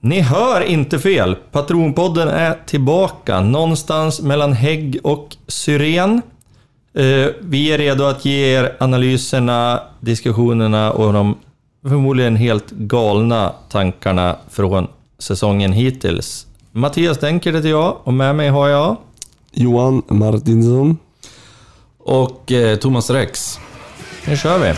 Ni hör inte fel. Patronpodden är tillbaka någonstans mellan hägg och syren. Vi är redo att ge er analyserna, diskussionerna och de förmodligen helt galna tankarna från säsongen hittills. Mattias Denker heter jag och med mig har jag Johan Martinsson och Thomas Rex. Nu kör vi.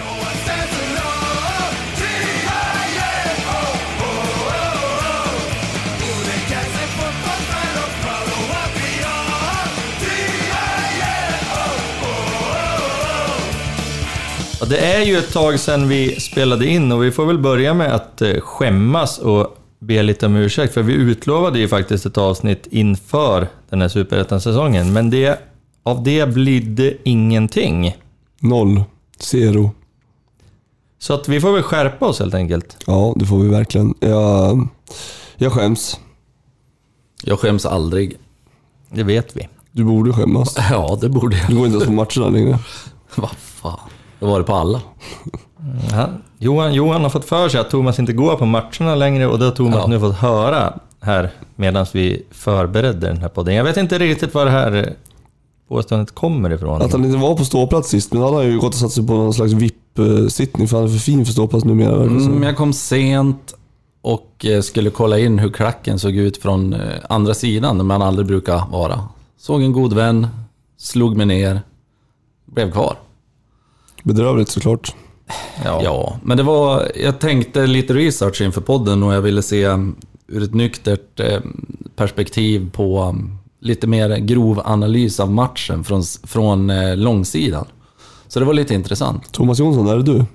Det är ju ett tag sedan vi spelade in och vi får väl börja med att skämmas och be lite om ursäkt, för vi utlovade ju faktiskt ett avsnitt inför den här Superettan-säsongen, men av det blidde ingenting. 0. Så att vi får väl skärpa oss helt enkelt. Ja, det får vi verkligen. Jag skäms. Jag skäms aldrig. Det vet vi. Du borde skämmas. Ja, det borde jag. Du går inte ens på matcherna längre. Vad fan? Det var det på alla. Ja, Johan har fått för sig att Thomas inte går på matcherna längre, och det har Thomas nu fått höra här medan vi förberedde den här podden. Jag vet inte riktigt var det här påståendet kommer ifrån. Att han inte var på ståplats sist, men han har ju gått och satt sig på någon slags VIP-sittning, för han är för fin för ståplats numera. Jag kom sent och skulle kolla in hur klacken såg ut från andra sidan, där man aldrig brukar vara. Såg en god vän, slog mig ner, blev kvar. Bedrövligt såklart. Ja, men det var, jag tänkte lite research inför podden och jag ville se ur ett nyktert perspektiv på lite mer grov analys av matchen från långsidan. Så det var lite intressant. Thomas Jonsson, är det du?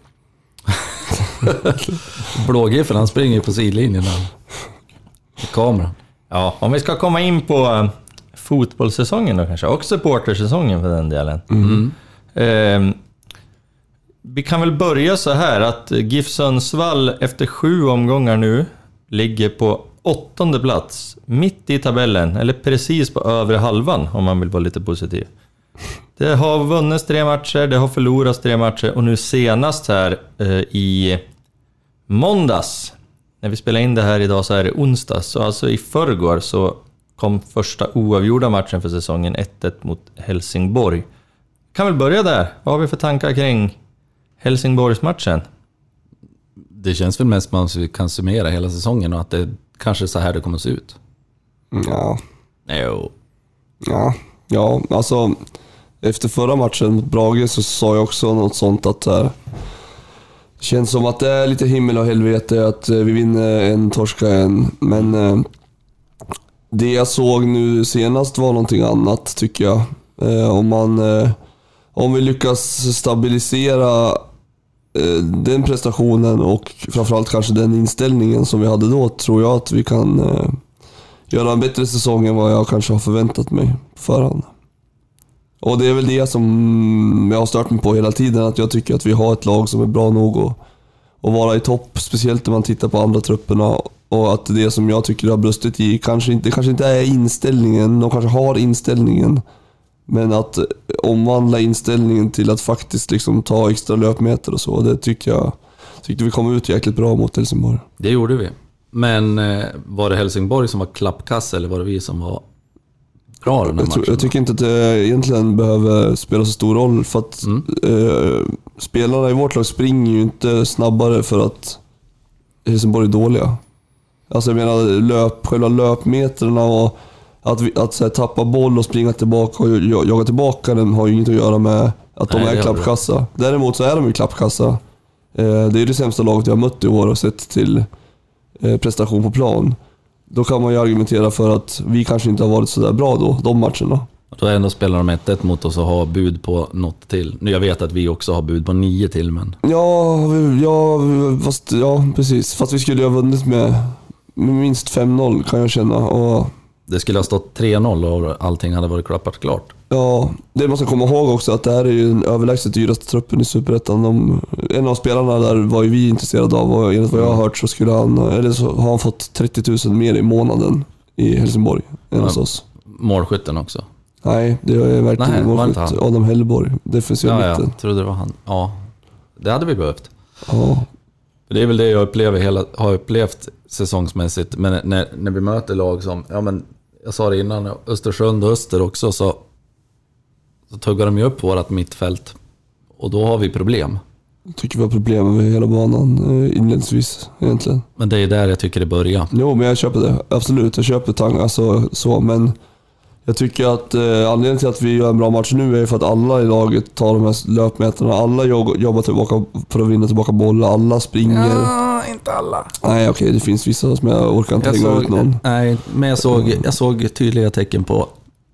Blågiffen, han springer på sidlinjen där. Kameran. Ja, om vi ska komma in på fotbollssäsongen då kanske, och supportersäsongen för den delen. Vi kan väl börja så här att GIF Sundsvall efter 7 omgångar nu ligger på 8:e plats, mitt i tabellen, eller precis på övre halvan om man vill vara lite positiv. Det har vunnits 3 matcher, det har förlorats 3 matcher, och nu senast här i måndags, när vi spelar in det här idag så är det onsdag, så alltså i förrgår så kom första oavgjorda matchen för säsongen, 1-1 mot Helsingborg. Kan väl börja där. Vad har vi för tankar kring Helsingborgsmatchen? Det känns väl mest som att vi kan summera hela säsongen och att det kanske är så här det kommer att se ut. Ja. Jo. Ja, alltså efter förra matchen mot Brage så sa jag också något sånt att det känns som att det är lite himmel och helvete att vi vinner en, torska en, men det jag såg nu senast var någonting annat, tycker jag. Om vi lyckas stabilisera den prestationen och framförallt kanske den inställningen som vi hade då, tror jag att vi kan göra en bättre säsong än vad jag kanske har förväntat mig på förhand. Och det är väl det som jag har stört mig på hela tiden, att jag tycker att vi har ett lag som är bra nog att vara i topp, speciellt när man tittar på andra trupperna, och att det som jag tycker har brustit i kanske inte är inställningen. De kanske har inställningen, men att omvandla inställningen till att faktiskt liksom ta extra löpmeter och så, det tyckte vi kom ut jäkligt bra mot Helsingborg. Det gjorde vi. Men var det Helsingborg som var klappkass eller var det vi som var bra den här matchen? Jag tycker inte att det egentligen behöver spela så stor roll, för att spelarna i vårt lag springer ju inte snabbare för att Helsingborg är dåliga. Alltså jag menar själva löpmetrarna och att så här, tappa boll och springa tillbaka och jaga tillbaka, den har ju inget att göra med att de är klappkassa. Däremot så är de ju klappkassa. Det är det sämsta laget jag har mött i år och sett till prestation på plan. Då kan man ju argumentera för att vi kanske inte har varit så där bra då, de matcherna. Då är ändå spelar de 1-1 mot oss och har bud på något till. Nu jag vet att vi också har bud på 9 till, men... Ja, precis. Fast vi skulle ju ha vunnit med minst 5-0 kan jag känna. Och det skulle ha stått 3-0 och allting hade varit klappat klart. Ja, det måste komma ihåg också att det här är ju den överlägset dyraste truppen i Superettan. En av spelarna där var ju vi intresserade av, och enligt vad jag har hört så har han fått 30 000 mer i månaden i Helsingborg än hos oss. Målskytten också? Nej, det är verkligen målskytt. Adam Hellborg, defensiv mitten. Jag trodde det var han. Ja, det hade vi behövt. Ja. För det är väl det jag har upplevt säsongsmässigt. Men när vi möter lag som, ja men jag sa det innan, Östersund och Öster också, så tuggar de ju upp vårat mittfält. Och då har vi problem. Jag tycker vi har problem med hela banan inledningsvis egentligen. Men det är där jag tycker det börjar. Jo, men jag köper det. Absolut, jag köper så. Men jag tycker att anledningen till att vi gör en bra match nu är för att alla i laget tar de här löpmeterna. Alla jobbar tillbaka för att vinna tillbaka bollar. Alla springer. Ja, inte alla. Nej, okej, det finns vissa som jag orkar inte hänga ut någon. Nej, men jag såg tydliga tecken på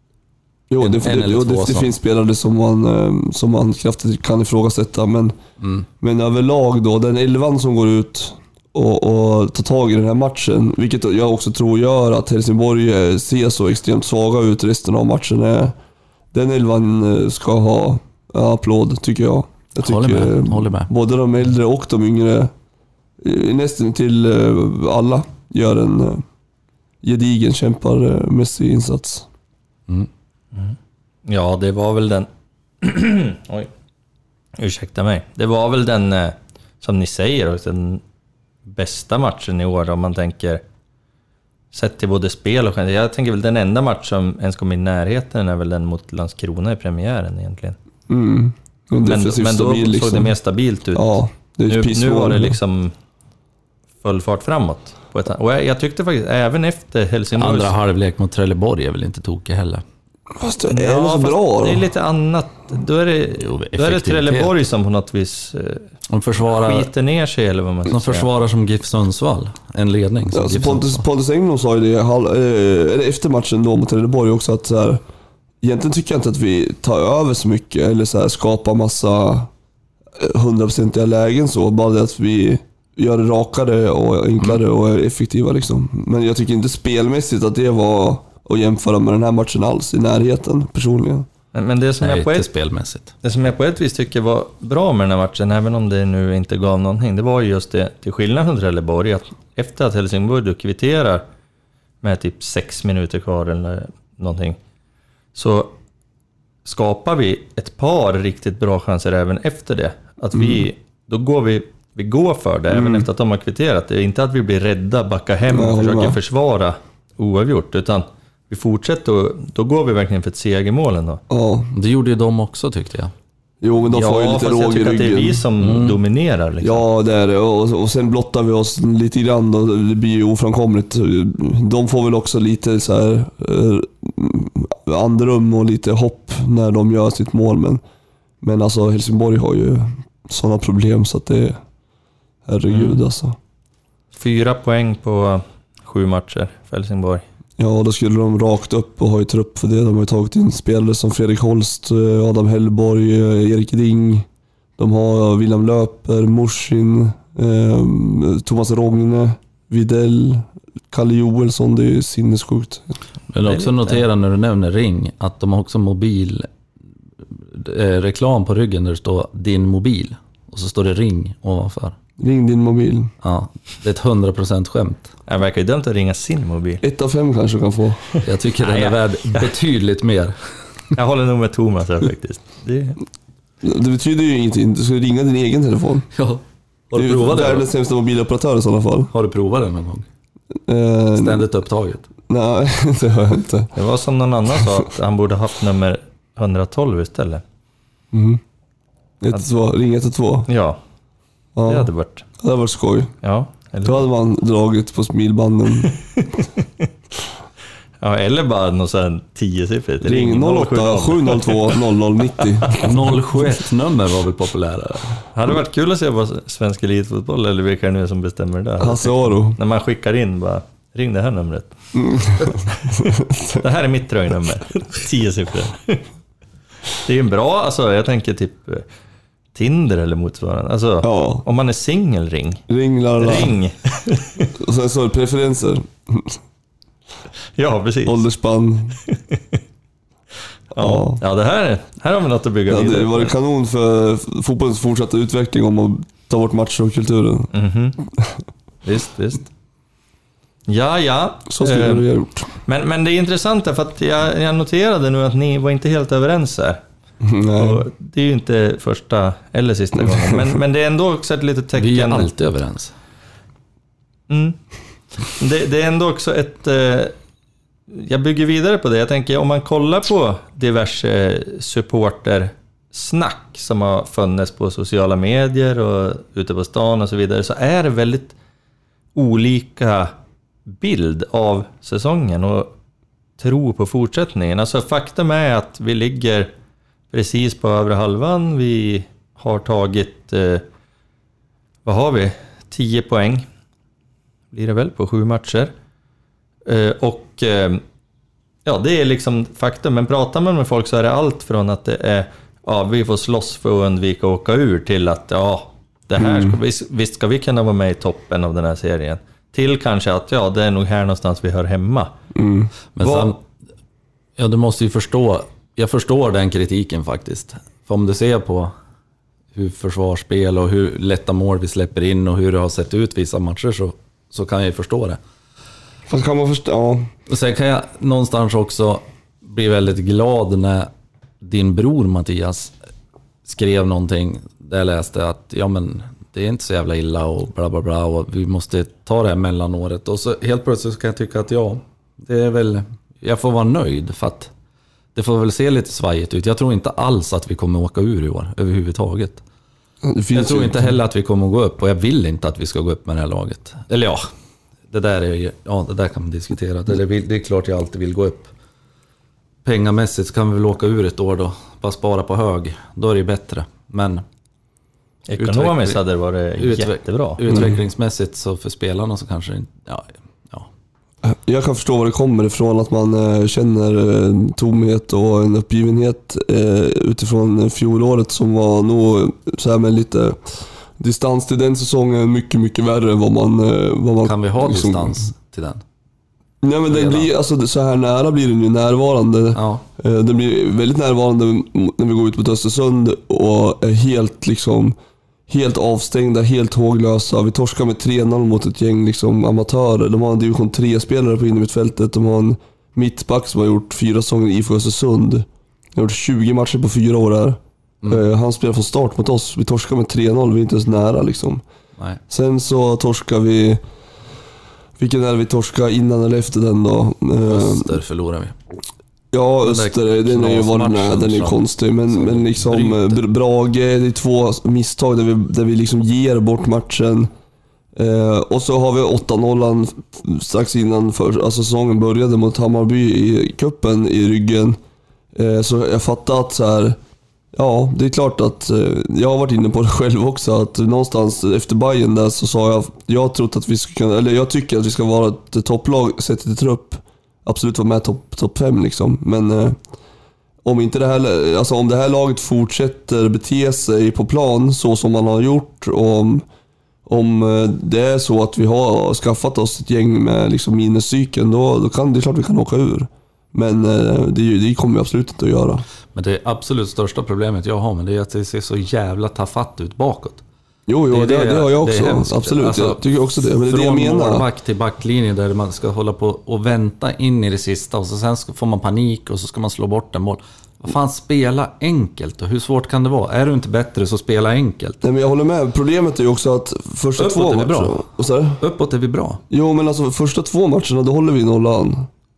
det finns spelare som man kraftigt kan ifrågasätta. Men överlag då, den 11 som går ut och tar tag i den här matchen, vilket jag också tror gör att Helsingborg ser så extremt svaga ut resten av matchen. Den 11 ska ha applåd, tycker jag. Håller med. Både de äldre och de yngre, nästan till alla, gör en gedigen kämparmässig insats. Ja, det var väl den... Oj. Ursäkta mig. Det var väl den, som ni säger, den bästa matchen i år om man tänker sett till både spel och... Jag tänker väl den enda match som ens kom i närheten är väl den mot Landskrona i premiären egentligen. Men då såg det mer stabilt ut. Ja, nu var det liksom full fart framåt. Och jag tyckte faktiskt, även efter Helsingborg... Andra halvlek mot Trelleborg är väl inte tokig heller. Fast det är så bra då. Det är lite annat. Då är det Trelleborg som på något vis skiter ner sig, eller vad man ska säga. De försvarar som GIF Sundsvall, en ledning. Alltså Pontus Engblom sa ju det efter matchen då mot Trelleborg också, att så här, egentligen tycker jag inte att vi tar över så mycket eller så här, skapar massa 100%iga lägen så. Bara det att vi gör det rakare och enklare och är effektiva liksom. Men jag tycker inte spelmässigt att det var att jämföra med den här matchen alls i närheten personligen. Men det som jag på ett vis tycker var bra med den här matchen, även om det nu inte gav någonting, det var just det, till skillnad från Trelleborg, att efter att Helsingborg kvitterar med typ 6 minuter kvar eller någonting, så skapar vi ett par riktigt bra chanser även efter det. Att vi går för det även efter att de har kvitterat. Det är inte att vi blir rädda, backa hem och försöker försvara oavgjort, utan vi fortsätter och då går vi verkligen för ett segermål ändå. Ja, det gjorde ju de också, tyckte jag. Jo, men de får ju lite råg i ryggen. Jag tycker att det är vi som dominerar liksom. Ja, det är det. Och sen blottar vi oss lite grann och det blir ju ofrånkomligt. De får väl också lite så här andrum och lite hopp när de gör sitt mål. Men alltså Helsingborg har ju sådana problem så att det är herregud alltså. 4 poäng på 7 matcher för Helsingborg. Ja, då skulle de rakt upp och ha i trupp för det. De har ju tagit in spelare som Fredrik Holst, Adam Hellborg, Erik Ring. De har William Löper, Morsin, Thomas Rogne, Videll, Kalle Joelsson. Det är ju sinnessjukt. Jag vill också notera när du nämner Ring att de har också mobil reklam på ryggen där det står din mobil. Och så står det Ring ovanför. Ring din mobil. Ja, det är ett 100% skämt. Jag verkar ju dumt att ringa sin mobil. 1 av 5 kanske kan få. Jag tycker den är värd betydligt mer. Jag håller nog med Thomas här faktiskt. Det betyder ju ingenting. Du ska ringa din egen telefon. Ja. Har du provat det? Det är den sämsta mobiloperatör i sådana fall. Har du provat den någon gång? Ständigt upptaget? Nej, det har jag inte. Det var som någon annan sa att han borde haft nummer 112 istället. Ring 112. Ja. Det hade varit. Det hade varit skoj. Ja. Då hade man dragit på smilbanden. Ja, eller bara något sån 10-siffrigt. Ring 08 702 0090. 071-nummer var väl populära. Det hade varit kul att se vad svensk elitfotboll eller vilka nu är som bestämmer det där. Hasse Aro. När man skickar in bara, ring det här numret. Det här är mitt tröjnummer. 10-siffrigt. Det är ju en bra, alltså jag tänker typ Tinder eller motsvarande. Alltså, om man är singel, ring. Ring. Och sen så är det preferenser. Ja, precis. Åldersspann. Ja, det här har vi något att bygga vidare. Det var kanon för fotbollens fortsatta utveckling om att ta bort matcher och kulturen. Visst. Ja. Så skulle vi ha gjort. Men det är intressant för att jag noterade nu att ni var inte helt överens här. Och det är ju inte första eller sista gången. Men det är ändå också ett litet tecken. Vi är alltid överens. Det är ändå också ett... Jag bygger vidare på det. Jag tänker, om man kollar på diverse supportersnack som har funnits på sociala medier och ute på stan och så vidare, så är det väldigt olika bild av säsongen och tro på fortsättningen. Alltså faktum är att vi ligger precis på övre halvan. Vi har tagit, vad har vi? 10 poäng. Blir det väl på 7 matcher. Och ja, det är liksom faktum. Men pratar man med folk så är det allt från att det är, ja, vi får slåss för att undvika att åka ur, till att ja, det här visst ska vi kunna vara med i toppen av den här serien. Till kanske att ja, det är nog här någonstans vi hör hemma. Men sen, ja, du måste ju förstå, jag förstår den kritiken faktiskt. För om du ser på hur försvarsspel och hur lätta mål vi släpper in och hur det har sett ut vissa matcher, så kan jag ju förstå det. Fast kan man förstå, ja. Och sen kan jag någonstans också bli väldigt glad när din bror Mattias skrev någonting där jag läste att ja, men det är inte så jävla illa och bla bla bla och vi måste ta det här mellanåret. Och så helt plötsligt så kan jag tycka att ja, det är väl, jag får vara nöjd för att det får väl se lite svajigt ut. Jag tror inte alls att vi kommer åka ur i år överhuvudtaget. Jag tror inte heller att vi kommer att gå upp, och jag vill inte att vi ska gå upp med det här laget. Eller ja, det där kan man diskutera. Det är klart jag alltid vill gå upp. Pengamässigt så kan vi väl åka ur ett år då, bara spara på hög. Då är det bättre. Men ekonomiskt hade det varit jättebra. Utvecklingsmässigt så för spelarna så kanske inte, ja. Jag kan förstå var det kommer ifrån, att man känner tomhet och en uppgivenhet utifrån fjolåret som var nog så här med lite distans till den säsongen mycket, mycket värre än vad man kan vi ha liksom, distans till den? Nej, men det blir, alltså, så här nära blir det ju närvarande. Ja. Det blir väldigt närvarande när vi går ut på Östersund och är helt avstängda, helt håglösa. Vi torskar med 3-0 mot ett gäng liksom amatörer. De har en division 3-spelare på innermittfältet. De har en mittback som har gjort 4 säsonger i IFK Östersund. De har gjort 20 matcher på 4 år där. Han spelar från start mot oss. Vi torskar med 3-0, vi är inte ens nära liksom. Nej. Sen så torskar vi... Vilken är det vi torskar innan eller efter den då? Öster förlorar vi. Ja, Öster, den är ju varit med, den är konstig. Men liksom Brage, det är 2 misstag där vi liksom ger bort matchen. Och så har vi 8-0 strax innan säsongen började mot Hammarby i kuppen i ryggen. Så jag fattar att så här, ja, det är klart att jag har varit inne på det själv också, att någonstans efter Bayern där så sa jag trott att vi ska kunna, eller jag tycker att vi ska vara ett topplag sett till trupp, absolut vara med topp 5 liksom. Men om inte det här, alltså om det här laget fortsätter bete sig på plan så som man har gjort, om det är så att vi har skaffat oss ett gäng med liksom minuscykeln, då kan det är klart vi kan åka ur. Men det kommer vi absolut inte att göra. Men det absolut största problemet jag har med det är att det ser så jävla tafatt ut bakåt. Jo, det har jag också. Absolut, alltså, jag tycker också det. Men det är det jag menar. Från målvakt till backlinje där man ska hålla på och vänta in i det sista och så sen får man panik och så ska man slå bort en mål. Vad fan, spela enkelt och hur svårt kan det vara? Är du inte bättre så spela enkelt. Nej, men jag håller med. Problemet är ju också att första uppåt 2 är vi bra. Och så här? Uppåt är vi bra. Jo, men alltså första 2 matcherna då håller vi nollan.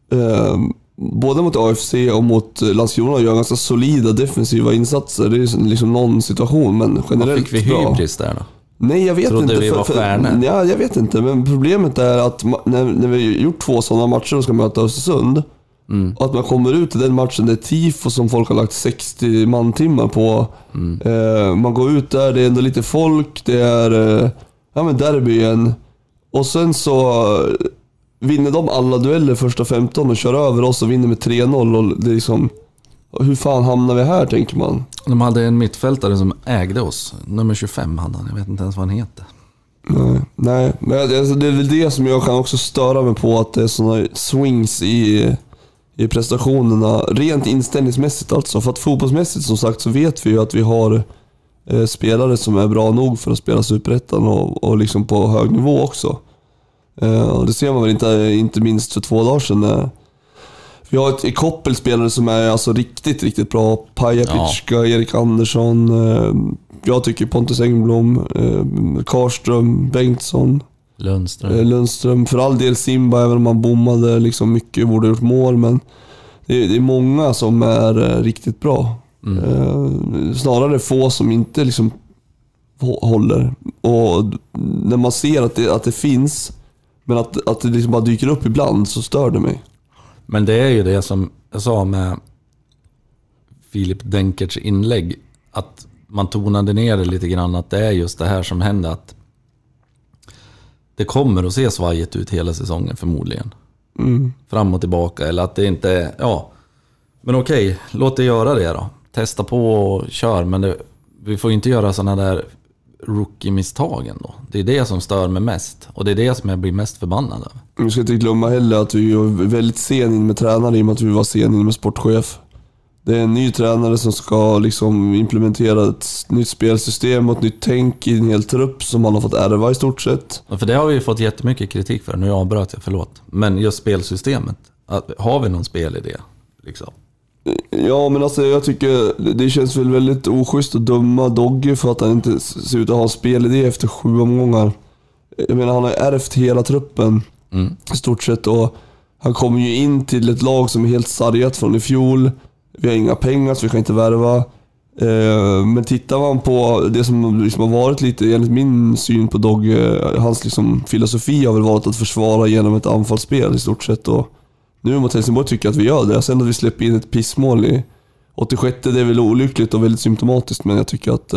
Både mot AFC och mot Landskrona gör ganska solida defensiva insatser. Det är liksom någon situation, men generellt fick vi hybris där då? Nej, jag vet trodde inte. Vi var stjärnor? Ja, jag vet inte. Men problemet är att när vi gjort 2 sådana matcher och ska möta Östersund, och att man kommer ut i den matchen, det är tifo som folk har lagt 60 mantimmar på. Man går ut där, det är ändå lite folk, det är derbyen. Och sen så vinner de alla dueller första 15 och kör över oss och vinner med 3-0 och det är liksom, hur fan hamnar vi här, tänker man. De hade en mittfältare som ägde oss, nummer 25 hade han, jag vet inte ens vad han heter. Nej, men det är väl det som jag kan också störa mig på, att det är såna swings i prestationerna, rent inställningsmässigt alltså. För att fotbollsmässigt som sagt så vet vi ju att vi har spelare som är bra nog för att spela Superettan och liksom på hög nivå också. Och det ser man väl inte minst för 2 dagar sedan när Vi har ett koppelspelare som är alltså riktigt, riktigt bra. Paja Pitschka, Erik Andersson. Jag tycker Pontus Engblom, Karström, Bengtsson, Lundström. För all del Simba, även om man bommade liksom mycket, borde ha gjort mål. Men det är många som är riktigt bra. Snarare få som inte liksom håller. Och när man ser att det finns, men att det liksom bara dyker upp ibland, så stör det mig. Men det är ju det som jag sa med Filip Denkerts inlägg, att man tonade ner det lite grann, att det är just det här som händer, att det kommer att se svajigt ut hela säsongen förmodligen. Fram och tillbaka, eller att det inte är, men okej, låt det göra det då. Testa på och kör, men vi får inte göra såna där rookie-misstagen då. Det är det som stör mig mest, och det är det som jag blir mest förbannad av. Vi ska inte glömma heller att vi är väldigt sen in med tränare, i och med att vi var sen in med sportchef. Det är en ny tränare som ska liksom implementera ett nytt spelsystem och ett nytt tänk i en hel trupp som man har fått ärva i stort sett. För det har vi fått jättemycket kritik för. Nu avbröt jag, förlåt. Men just spelsystemet, har vi någon spelidé liksom? Ja, men alltså jag tycker det känns väl väldigt oschysst att döma Dogge för att han inte ser ut att ha en spelidé efter 7 omgångar. Jag menar, han har ärvt hela truppen i stort sett, och han kommer ju in till ett lag som är helt sargat från i fjol. Vi har inga pengar så vi kan inte värva. Men tittar man på det som liksom har varit lite, enligt min syn på Dogge, hans liksom filosofi har väl varit att försvara genom ett anfallsspel i stort sett, och nu mot Helsingborg tycker jag att vi gör det. Sen att vi släpper in ett pissmål i 86, det är väl olyckligt och väldigt symptomatiskt, men jag tycker att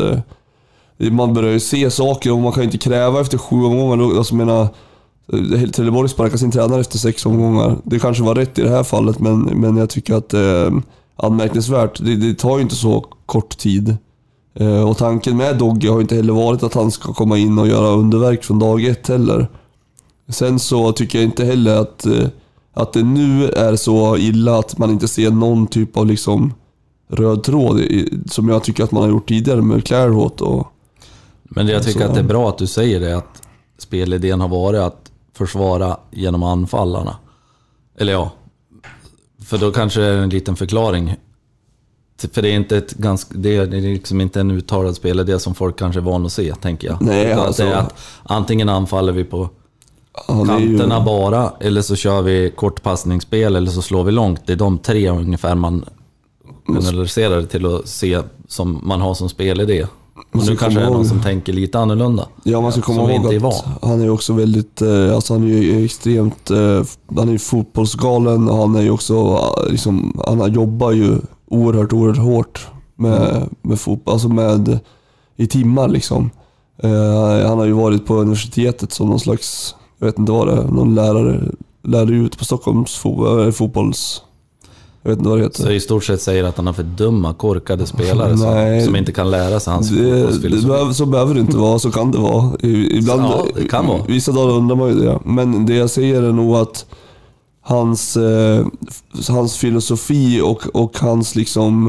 man börjar ju se saker, och man kan inte kräva efter 7 omgångar. Alltså menar, Trelleborg sparkar sin tränare efter 6 omgångar. Det kanske var rätt i det här fallet, men jag tycker att anmärkningsvärt. Det tar ju inte så kort tid. Och tanken med Dogge har inte heller varit att han ska komma in och göra underverk från dag 1 heller. Sen så tycker jag inte heller att det nu är så illa att man inte ser någon typ av liksom röd tråd som jag tycker att man har gjort tidigare med Clairvaux. Men jag tycker att det är bra att du säger det, att spelidén har varit att försvara genom anfallarna. Eller ja, för då kanske det är en liten förklaring. För det är inte det är liksom inte en uttalad spelidé som folk kanske är van att se, tänker jag. Nej, alltså. Det är att antingen anfaller vi på kanterna bara, eller så kör vi kortpassningsspel, eller så slår vi långt. Det är de 3 ungefär man analyserar det till att se som man har som spelidé. Och nu kanske är någon som tänker lite annorlunda. Ja, man ska komma ihåg att han är också väldigt, alltså han är ju extremt, han är ju fotbollsgalen, och han är ju också liksom, han jobbar ju oerhört hårt med fotboll, alltså i timmar liksom. Han har ju varit på universitetet som någon slags, jag vet inte vad det är, någon lärare ut på Stockholms fotbolls, jag vet inte vad det heter. Så i stort sett säger att han har för dumma, korkade spelare som inte kan lära sig hans fotbollsfilosofi. Så behöver det inte vara, så kan det vara. Ibland, ja, det kan vara. Vissa dagar undrar man ju det. Men det jag säger är nog att hans filosofi och hans liksom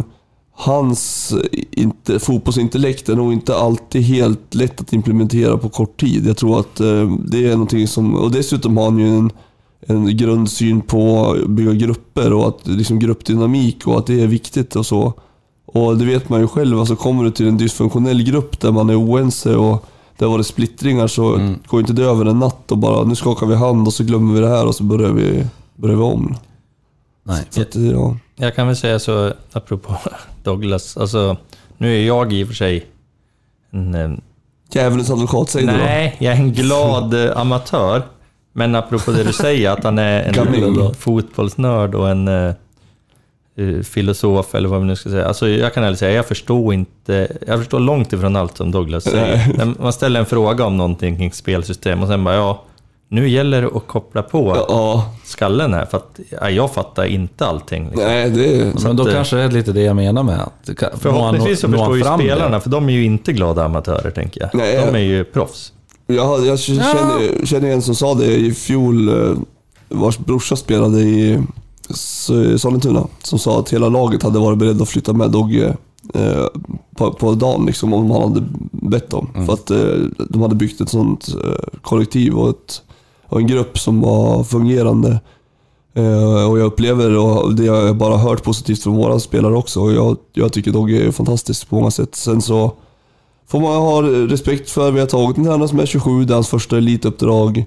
fotbollsintellekt är nog inte alltid helt lätt att implementera på kort tid. Jag tror att det är någonting som, och dessutom har han ju en grundsyn på att bygga grupper och att liksom gruppdynamik, och att det är viktigt och så. Och det vet man ju själv, alltså kommer du till en dysfunktionell grupp där man är oense och där var det splittringar, så går inte det över en natt och bara nu skakar vi hand och så glömmer vi det här och så börjar vi om. Nej. Så att, ja. Jag kan väl säga så, apropå Douglas, alltså nu är jag i och för sig en djävulens advokat, säger du då? Nej, jag är en glad amatör. Men apropå det du säger, att han är en fotbollsnörd och en filosof, eller vad man nu ska säga. Alltså jag kan ärligt säga, jag förstår långt ifrån allt som Douglas säger. Man ställer en fråga om någonting kring spelsystem och sen bara, nu gäller det att koppla på skallen här, för att jag fattar inte allting. Liksom. Nej, men då kanske det är lite det jag menar med att förhoppningsvis så förstår ju spelarna, för de är ju inte glada amatörer, tänker jag. Nej, de är ju proffs. Jag känner en som sa det i fjol, vars brorsa spelade i Sollentuna, som sa att hela laget hade varit beredd att flytta med Dogge på dagen liksom, om han hade bett dem. För att de hade byggt ett sånt kollektiv och en grupp som var fungerande. Och jag upplever, och det har jag bara hört positivt från våra spelare också, och jag tycker Dogge är fantastisk på många sätt. Sen så får man ha respekt för vi har tagit en tränare som är 27, det är hans första elituppdrag.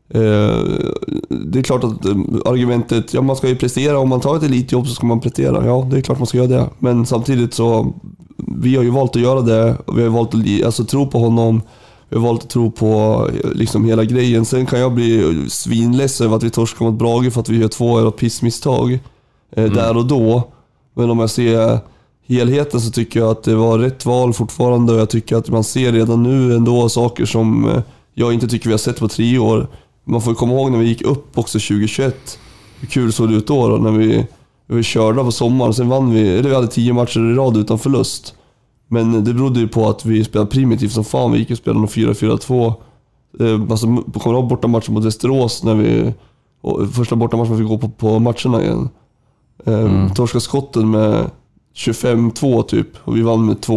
Det är klart att argumentet, ja, man ska ju prestera, om man tar ett elitjobb så ska man prestera. Ja, det är klart man ska göra det. Men samtidigt så, vi har ju valt att göra det. Vi har valt att tro på honom. Vi har valt att tro på liksom hela grejen. Sen kan jag bli svinless över att vi torskar mot Brage för att vi gör 2 pissmisstag där och då. Men om jag ser helheten så tycker jag att det var rätt val fortfarande, och jag tycker att man ser redan nu ändå saker som jag inte tycker vi har sett på 3 år. Man får komma ihåg när vi gick upp också 2021, hur kul såg det ut då när vi körde på sommaren. Sen vann vi hade 10 matcher i rad utan förlust. Men det berodde ju på att vi spelade primitivt som fan. Vi gick och spelade 4-4-2. Alltså, kommer ihåg bortamatchen mot Västerås när vi första bortamatchen fick gå på matcherna igen. Torska skotten med 25-2 typ, och vi vann med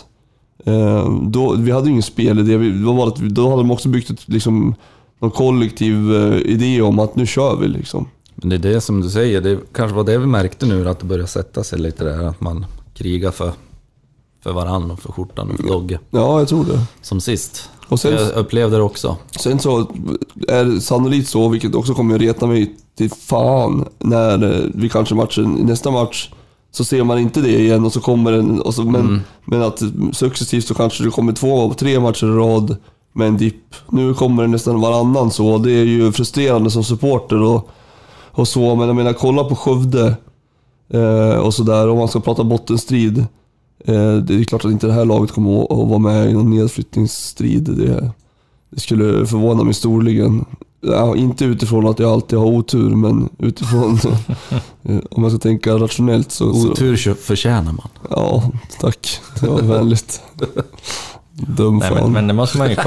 2-1. Vi hade ju ingen spel i det. Då hade de också byggt ett, liksom, någon kollektiv idé om att nu kör vi liksom. Men det är det som du säger, det kanske var det vi märkte nu, att det börjar sätta sig lite där, att man krigar för varann och för skjortan och för Dogge. Ja, jag tror det. Som sist. Och sen, jag upplevde det också. Sen så är det sannolikt så, vilket också kommer att reta mig till fan, när vi kanske nästa match så ser man inte det igen, och så kommer den, och så, men att successivt så kanske det kommer 2-3 matcher i rad med en dipp. Nu kommer det nästan varannan, så det är ju frustrerande som supporter och så. Men jag menar, kolla på Skövde och sådär, om man ska prata bottenstrid. Det är klart att inte det här laget kommer att vara med i någon nedflyttningsstrid. Det skulle förvåna mig storligen. Ja, inte utifrån att jag alltid har otur, men utifrån om jag ska tänka rationellt så... Otur förtjänar man. Ja, tack. Det var vänligt. Dum fan. Men det måste man ju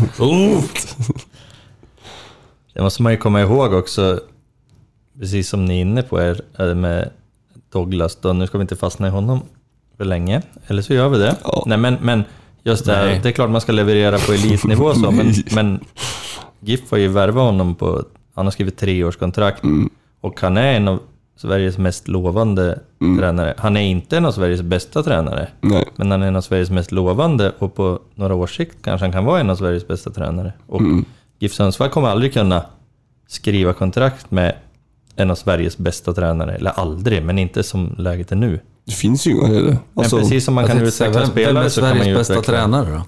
det måste man ju komma ihåg också, precis som ni är inne på med Douglas då. Nu ska vi inte fastna i honom för länge, eller så gör vi det. Ja. Nej, men just det här, det är klart man ska leverera på elitnivå så, men GIF har ju värvat honom han har skrivit 3-årskontrakt och han är en av Sveriges mest lovande tränare. Han är inte en av Sveriges bästa tränare. Nej. Men han är en av Sveriges mest lovande, och på några års sikt kanske han kan vara en av Sveriges bästa tränare. Och GIF Sundsvall kommer aldrig kunna skriva kontrakt med en av Sveriges bästa tränare, eller aldrig, men inte som läget är nu. Det finns ju inga heller. Alltså, men precis som man kan utveckla spelare så kan man ju bästa tränare då?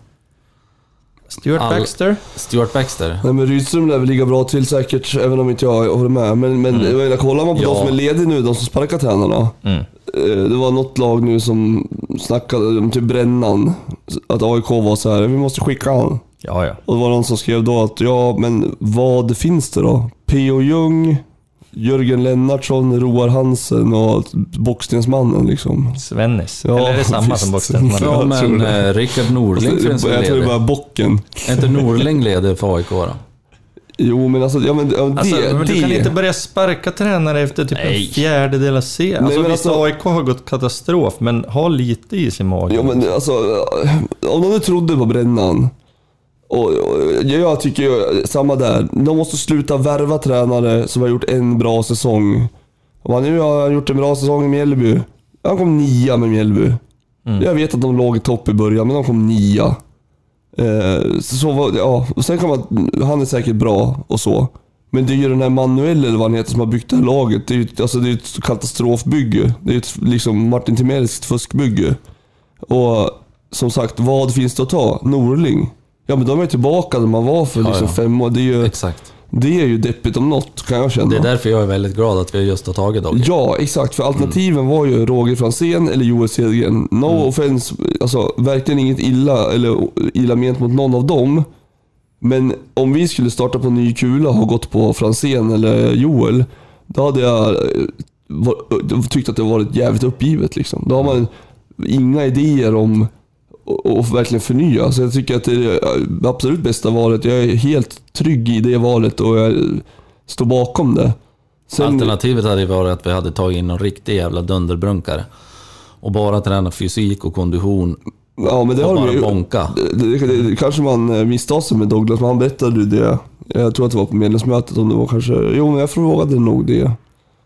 Stuart Baxter. Nej, men Rydström lär väl ligga bra till säkert, även om inte jag håller med. Men kollar man på de som är lediga nu, de som sparkar tränarna. Det var något lag nu som snackade om typ Brännan, att AIK var så här: vi måste skicka han. Ja. Och det var någon som skrev då att ja, men vad finns det då? P.O. Ljung, Jörgen Lennartsson, Roar Hansen och Bockstensmannen liksom. Svennis. Eller är det samma som Bockstensmannen? Ja, men Rickard Norling finns väl ledig. Jag tror det var Bocken. Är inte Norling ledig för AIK då? Jo, men alltså, men du kan inte börja sparka tränare efter typ en fjärdedel av C. Alltså, visst, AIK har gått katastrof, men ha lite i sin mage. Ja, men alltså, om de nu trodde på Brännan, och jag tycker ju samma där. De måste sluta värva tränare som har gjort en bra säsong. Om han nu har gjort en bra säsong i Mjällby, han kom 9 med Mjällby. Jag vet att de låg i topp i början, men de kom 9. Och sen kan han är säkert bra och så. Men det är ju den här Manuel eller vad han heter som har byggt det här laget. Det är ju ett katastrofbygge. Det är ju ett liksom Martin Timelskt fuskbygge. Och som sagt, vad finns det att ta? Norling. Ja, men de är tillbaka där man var för 5 år. Det är ju, exakt. Det är ju deppigt om något, kan jag känna. Det är därför jag är väldigt glad att vi just har tagit dem. Ja, exakt. För alternativen var ju Roger Franzén eller Joel Cedergren. No offense, alltså verkligen inget illa ment mot någon av dem. Men om vi skulle starta på ny kula och ha gått på Franzén eller Joel, då hade jag tyckt att det varit jävligt uppgivet liksom. Då har man inga idéer om och verkligen förnya. Så jag tycker att det är det absolut bästa valet. Jag är helt trygg i det valet och jag står bakom det. Alternativet hade varit att vi hade tagit in en riktig jävla dunderbrunkare och bara träna fysik och kondition. Ja, men det och har bara vi bonka. Det kanske man missade sig med Douglas, men han berättade det. Jag tror att det var på medlemsmötet om det var kanske... Jo, men jag frågade nog det.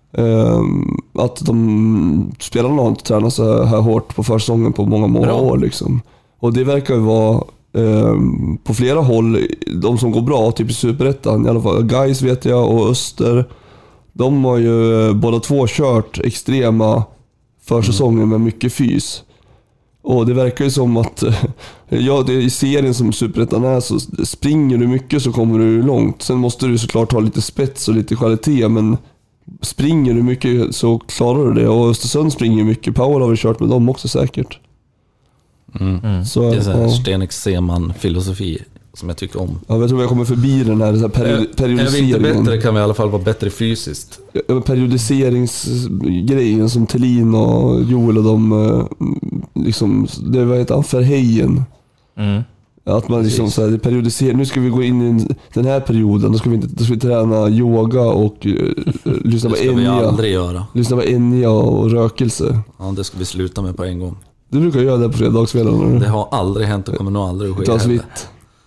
Att spelarna har inte tränat så här hårt på försäsongen på många år liksom. Och det verkar ju vara på flera håll, de som går bra, typ i Superettan i alla fall. Guys vet jag och Öster, de har ju båda två kört extrema försäsonger med mycket fys. Och det verkar ju som att det i serien som Superettan är, så springer du mycket så kommer du långt. Sen måste du såklart ha lite spets och lite kvalitet, men springer du mycket så klarar du det. Och Östersund springer mycket. Paul har vi kört med dem också säkert. Så, det är så här Stenex Seman-filosofi som jag tycker om. Ja, jag tror jag kommer förbi den här periodiseringen. Är vi inte bättre kan vi i alla fall vara bättre fysiskt. Periodiseringsgrejen som Thelin och Joel och de liksom, det var ett Verheyen. Att man liksom så här, periodiserar. Nu ska vi gå in i den här perioden. Då ska vi träna yoga och lyssna på Enya. Det ska vi aldrig göra. Lyssna på Enya och rökelse. Ja, det ska vi sluta med på en gång. Du brukar göra det på fredagsfällarna. Det har aldrig hänt och kommer nog aldrig att ske. Tas vitt.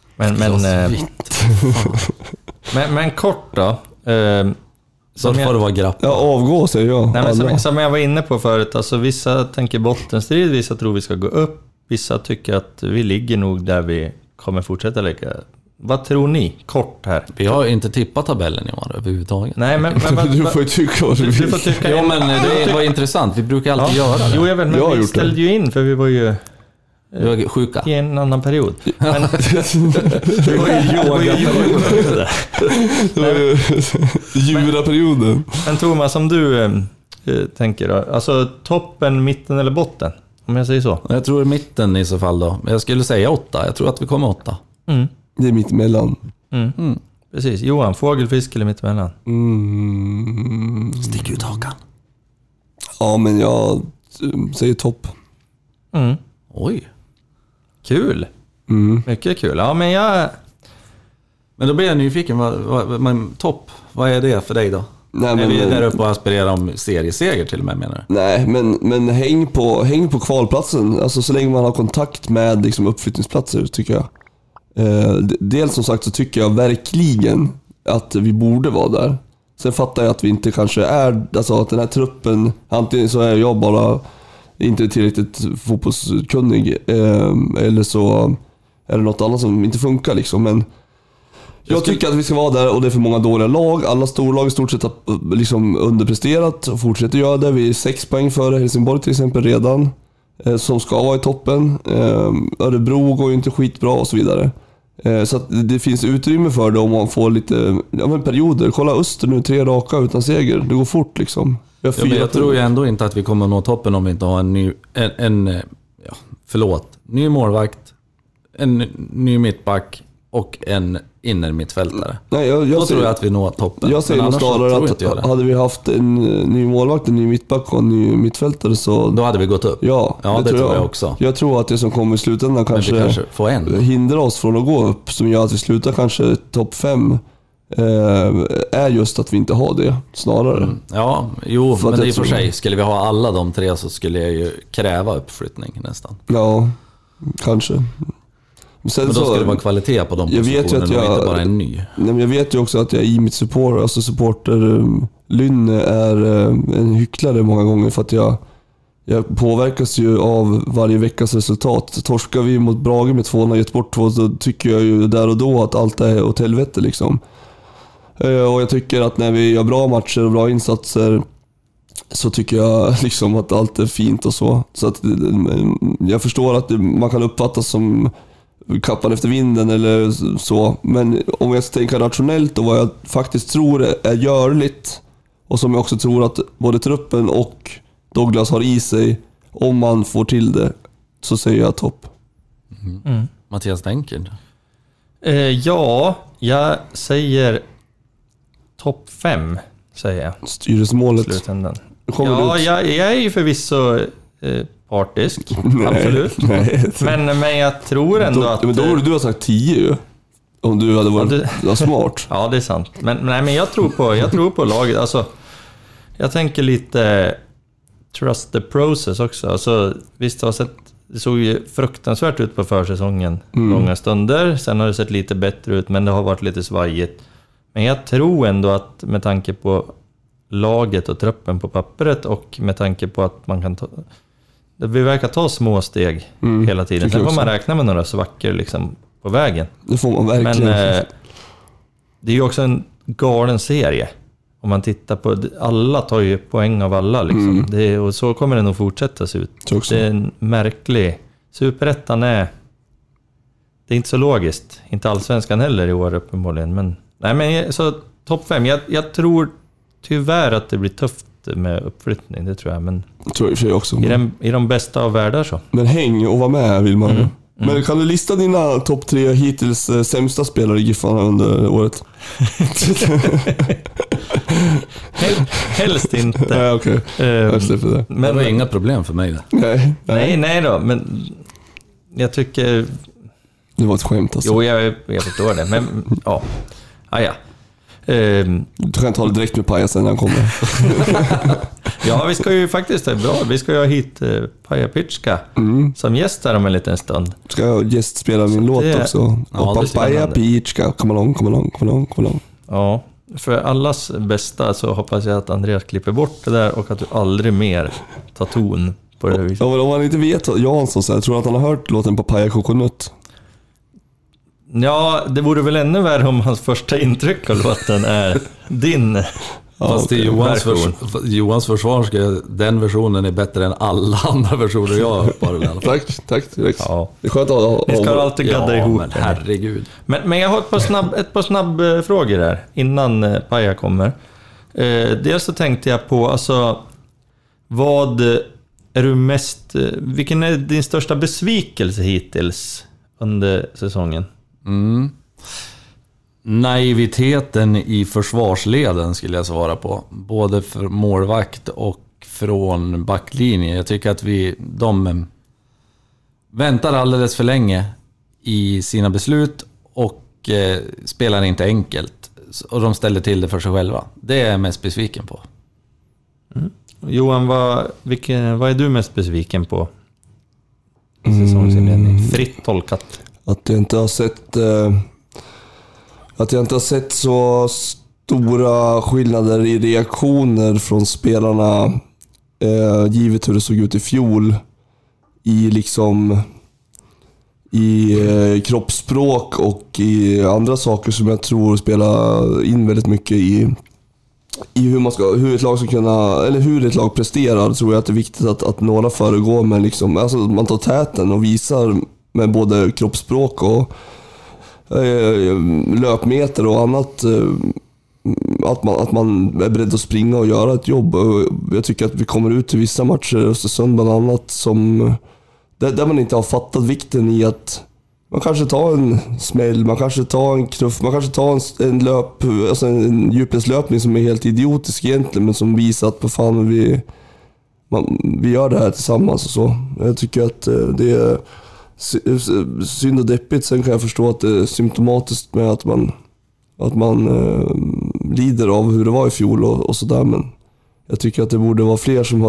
Men kort då. Så får det vara grapp. Ja, avgå säger jag. Nej, men som jag var inne på förut, alltså vissa tänker bottenstrid, vissa tror vi ska gå upp, vissa tycker att vi ligger nog där vi kommer fortsätta ligga. Vad tror ni? Kort här. Vi har inte tippat tabellen i år överhuvudtaget. Nej, men du får ju tycka vad du vill. Ja, men det var intressant. Vi brukar alltid göra det. Jo, jag vet, men vi ställde ju in för vi var ju sjuka i en annan period. Men det var ju Jura-perioden. Men Thomas, om du tänker då, alltså toppen, mitten eller botten? Om jag säger så. Jag tror mitten i så fall då. Jag skulle säga 8. Jag tror att vi kommer 8. Det är mittemellan. Precis. Johan, fågelfisk eller mittemellan? Stick ut hakan. Ja, men jag säger topp. Oj. Kul. Mycket kul. Ja, men då blir jag nyfiken. Topp, vad är det för dig då? Nej, men, är vi där uppe och aspirerar om serieseger till och med, menar du? Nej, men häng på kvalplatsen. Alltså så länge man har kontakt med liksom, uppflyttningsplatser, tycker jag. Dels som sagt så tycker jag verkligen att vi borde vara där. Sen fattar jag att vi inte kanske är, alltså att den här truppen, antingen så är jag bara inte tillräckligt fotbollskunnig, eller så är det något annat som inte funkar liksom. Men jag tycker att vi ska vara där, och det är för många dåliga lag. Alla storlag i stort sett har liksom underpresterat och fortsätter göra det. Vi är 6 poäng före Helsingborg till exempel redan, som ska vara i toppen. Örebro går ju inte skitbra och så vidare. Så att det finns utrymme för det om man får lite perioder. Kolla Öster nu, 3 raka utan seger. Det går fort liksom. Jag tror ju ändå inte att vi kommer nå toppen om vi inte har ny målvakt, en ny mittback och en innermittfältare. Nej, då tror jag att vi når toppen. Jag säger nog snarare att hade vi haft en ny målvakt, en ny mittback och en ny mittfältare så... Då hade vi gått upp. Ja, det tror jag också. Jag tror att det som kommer i slutändan kanske hindrar oss från att gå upp, som gör att vi slutar kanske topp 5, är just att vi inte har det, snarare. Ja, jo, men det är för sig. Skulle vi ha alla de 3 så skulle jag ju kräva uppflyttning nästan. Ja, kanske. Men då ska det vara kvalitet på de positionerna och inte bara en ny. Nej, men jag vet ju också att jag i mitt supporter Lynne är en hycklare många gånger, för att jag påverkas ju av varje veckas resultat. Torskar vi mot Brage med 2-0, gett bort 2, så tycker jag ju där och då att allt är åt helvete liksom. Och jag tycker att när vi gör bra matcher och bra insatser så tycker jag liksom att allt är fint och så. Så att jag förstår att man kan uppfattas som kappan efter vinden eller så, men om jag ska tänka rationellt och vad jag faktiskt tror är görligt, och som jag också tror att både truppen och Douglas har i sig, om man får till det, så säger jag topp. Mattias Denken? Ja, jag säger topp 5, säger jag. Styrelsemålet. Slutändan. Ja, jag är ju förvisso partisk, absolut. Men jag tror ändå att... Men då borde du ha sagt 10 ju. Om du hade varit smart. Ja, det är sant. Men jag tror på laget. Alltså, jag tänker lite trust the process också. Alltså, visst, det såg ju fruktansvärt ut på försäsongen långa stunder. Sen har det sett lite bättre ut, men det har varit lite svajigt. Men jag tror ändå att med tanke på laget och truppen på pappret och med tanke på att man kan vi verkar ta små steg hela tiden. Sen får man räkna med några svackor liksom på vägen. Det får man verkligen. Men det är ju också en galen serie. Om man tittar på, alla tar ju poäng av alla liksom. Och så kommer det nog fortsätta se ut. Det är en märklig... Superettan är... Det är inte så logiskt. Inte allsvenskan heller i år uppenbarligen. Men så topp 5. Jag tror tyvärr att det blir tufft med uppflyttning. Det tror jag. Men jag tror i och för sig också. I de bästa av världar så. Men häng och var med vill man. Men kan du lista dina topp 3 hittills sämsta spelare i Giffarna under året? Helst inte. Nej, okej. Jag släpper det. Men det var inga problem för mig det. Nej då, men jag tycker... Det var ett skämt alltså. Jo, jag förstår det, men ja. Du kan ta det direkt med pajasen när han kommer. Ja, vi ska ju faktiskt, det är bra. Vi ska ju ha hit Paja Pitschka som gäst här om en liten stund. Ska jag gästspela min låt också? Ja, Paja Pitschka, come along. Ja, för allas bästa så hoppas jag att Andreas klipper bort det där och att du aldrig mer tar ton på det viset. Ja, om man inte vet Jansson så jag tror att han har hört låten på Paja Kokonut. Ja, det vore väl ännu värre om hans första intryck av låten är din. Fast i Johans försvar ska den versionen är bättre än alla andra versioner jag har hört på det. Tack. Ja. Det är skönt att ha. Vi ska alltid gadda ihop. Men herregud. Men jag har ett par snabb frågor där innan Paja kommer. Dels så tänkte jag på, alltså, vad är du mest... Vilken är din största besvikelse hittills under säsongen? Naiviteten i försvarsleden skulle jag svara på. Både för målvakt och från backlinje. Jag tycker att de väntar alldeles för länge i sina beslut och spelar inte enkelt. Och de ställer till det för sig själva. Det är jag mest besviken på. Johan, vad är du mest besviken på i säsongsinledning? Fritt tolkat. Att jag inte har sett så stora skillnader i reaktioner från spelarna givet hur det såg ut i fjol i kroppsspråk och i andra saker som jag tror spelar in väldigt mycket i hur ett lag ska kunna, eller hur ett lag presterar. Tror jag att det är viktigt att några föregår med liksom, alltså man tar täten och visar med både kroppsspråk och löpmeter och annat, att man är beredd att springa och göra ett jobb. Jag tycker att vi kommer ut till vissa matcher, Östersund bland annat, som där man inte har fattat vikten i att man kanske tar en smäll, man kanske tar en knuff, man kanske tar en löp, alltså en djupledslöpning som är helt idiotisk egentligen, men som visar att på fan vi gör det här tillsammans och så. Jag tycker att det är synd och deppigt. Sen kan jag förstå att det är symptomatiskt med att man lider av hur det var i fjol och sådär, men jag tycker att det borde vara fler som har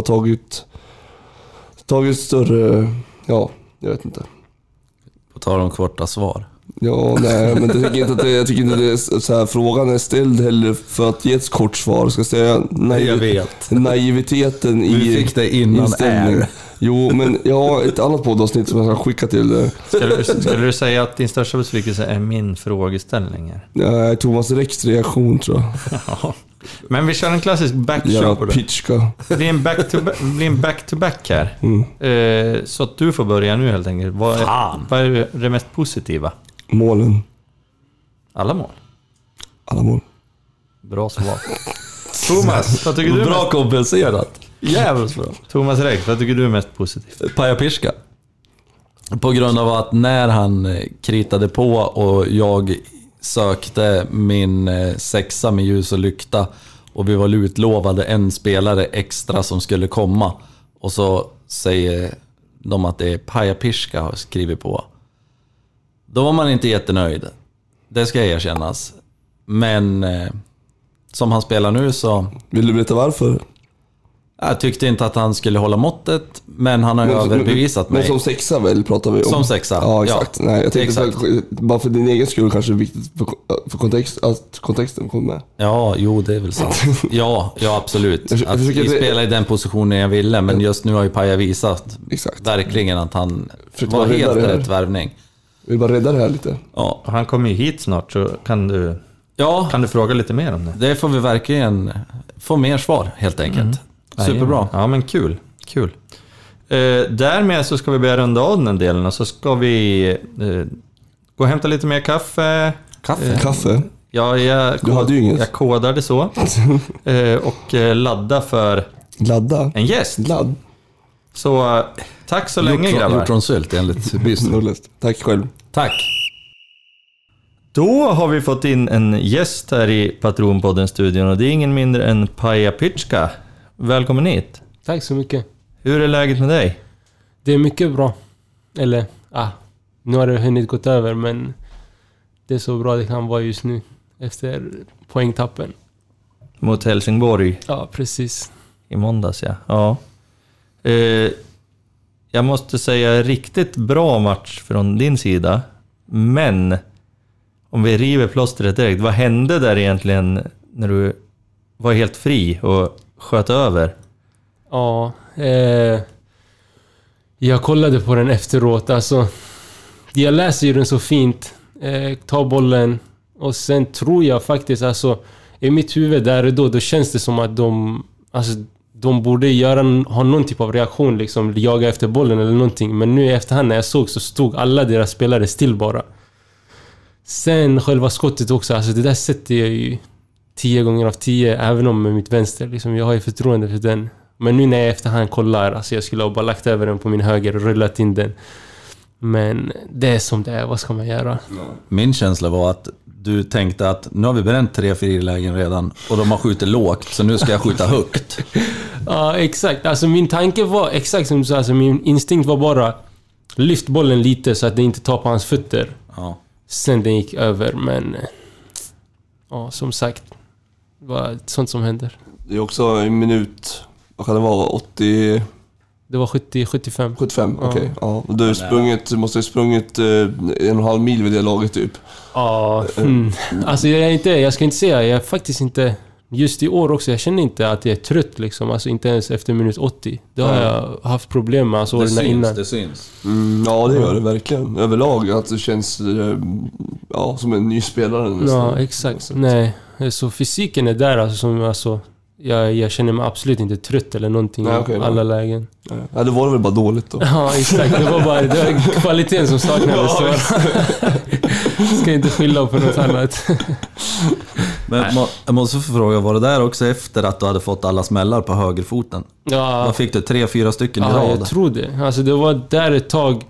tagit större, ja, jag vet inte. På tal om korta svar. Ja, nej, men jag tycker inte det är så här, frågan är ställd heller för att ge ett kort svar. Ska jag säga jag vet. Naiviteten i du fick det innan inställning. Jo, men jag har ett annat poddavsnitt som jag ska skicka till dig. Skulle du säga att din största besvikelse är min frågeställning här? Ja, Thomas Rex reaktion tror jag. Ja. Men vi kör en klassisk backshow på det. Pitchka. Det blir en back-to-back här. Så att du får börja nu helt enkelt. Vad är det mest positiva? Målen. Alla mål? Alla mål. Bra svar. Thomas, vad tycker du? Bra kompenserat. Jävligt bra. Thomas Rex, vad tycker du är mest positivt? Paja Pitschka. På grund av att när han kritade på och jag sökte min 6 med ljus och lykta och vi var utlovade en spelare extra som skulle komma och så säger de att det är Paja Pitschka har skrivit på. Då var man inte jättenöjd. Det ska erkännas. Men som han spelar nu så... Vill du berätta varför? Jag tyckte inte att han skulle hålla måttet, men han har överbevisat mig. Men som sexa väl pratar vi om? Som sexa. Ja, exakt. Ja, Nej, jag tänkte exakt. bara för din egen skull kanske det är viktigt för kontext, att kontexten kommer med. Ja, jo, det är väl sant. Ja, absolut. Jag försöker spela i den positionen jag ville, men just nu har ju Paja visat verkligen att han var helt rätt värvning. Jag vill bara rädda det här lite. Ja. Han kommer ju hit snart, så kan du fråga lite mer om det. Det får vi verkligen få mer svar, helt enkelt. Superbra. Ja, men kul. Därmed så ska vi börja runda av den delen, och så ska vi gå och hämta lite mer kaffe. Kaffe? Ja, jag kodade så. Och ladda för en gäst. Så tack så länge, grabbar. Hjortronsylt enligt Bistro. Tack själv. Tack. Då har vi fått in en gäst här i Patronpodden-studion, och det är ingen mindre än Paja Pitschka. Välkommen hit. Tack så mycket. Hur är läget med dig? Det är mycket bra. Eller, nu har det hunnit gått över, men det är så bra det kan vara just nu efter poängtappen. Mot Helsingborg. Ja, precis. I måndags, ja. Jag måste säga riktigt bra match från din sida. Men om vi river plåstret direkt, vad hände där egentligen när du var helt fri och sköt över? Ja, jag kollade på den efteråt. Alltså, jag läser ju den så fint. Ta bollen. Och sen tror jag faktiskt, alltså, i mitt huvud där och då känns det som att de borde ha någon typ av reaktion, liksom jaga efter bollen eller någonting. Men nu i efterhand när jag såg, så stod alla deras spelare still bara. Sen själva skottet också, alltså det där sätter jag ju 10 gånger av 10, även om med mitt vänster, liksom, jag har ju förtroende för den. Men nu när jag i efterhand kollar, alltså jag skulle ha bara lagt över den på min höger och rullat in den. Men det är som det är, vad ska man göra? Min känsla var att du tänkte att nu har vi bränt 3-4 lägen redan och de har skjutit lågt, så nu ska jag skjuta högt. Ja, exakt. Alltså min tanke var exakt som du sa, alltså min instinkt var bara lyft bollen lite så att det inte tar på hans fötter. Ja. Sen den gick över, men som sagt, det var sånt som händer. Det är också en minut, vad kan det vara, 80... Det var 75. 75, okej. Ja. Du måste ha sprungit 1,5 mil vid det laget typ. Ja, alltså jag ska inte säga, jag är faktiskt inte, just i år också, jag känner inte att jag är trött liksom, alltså inte ens efter minut 80. Det har jag haft problem med, alltså åren innan. Det syns. Ja, det gör det verkligen. Överlag att det känns som en ny spelare nästan. Ja, exakt. Nej, så fysiken är där, alltså jag känner mig absolut inte trött eller någonting i alla lägen. Ja, det var väl bara dåligt då. Ja, exakt. Det var kvaliteten som saknades. Ska inte skylla på något annat. Men jag måste fråga, var det där också efter att du hade fått alla smällar på högerfoten? Ja. Vad fick du? 3-4 stycken i rad? Ja, jag tror det. Alltså det var där ett tag.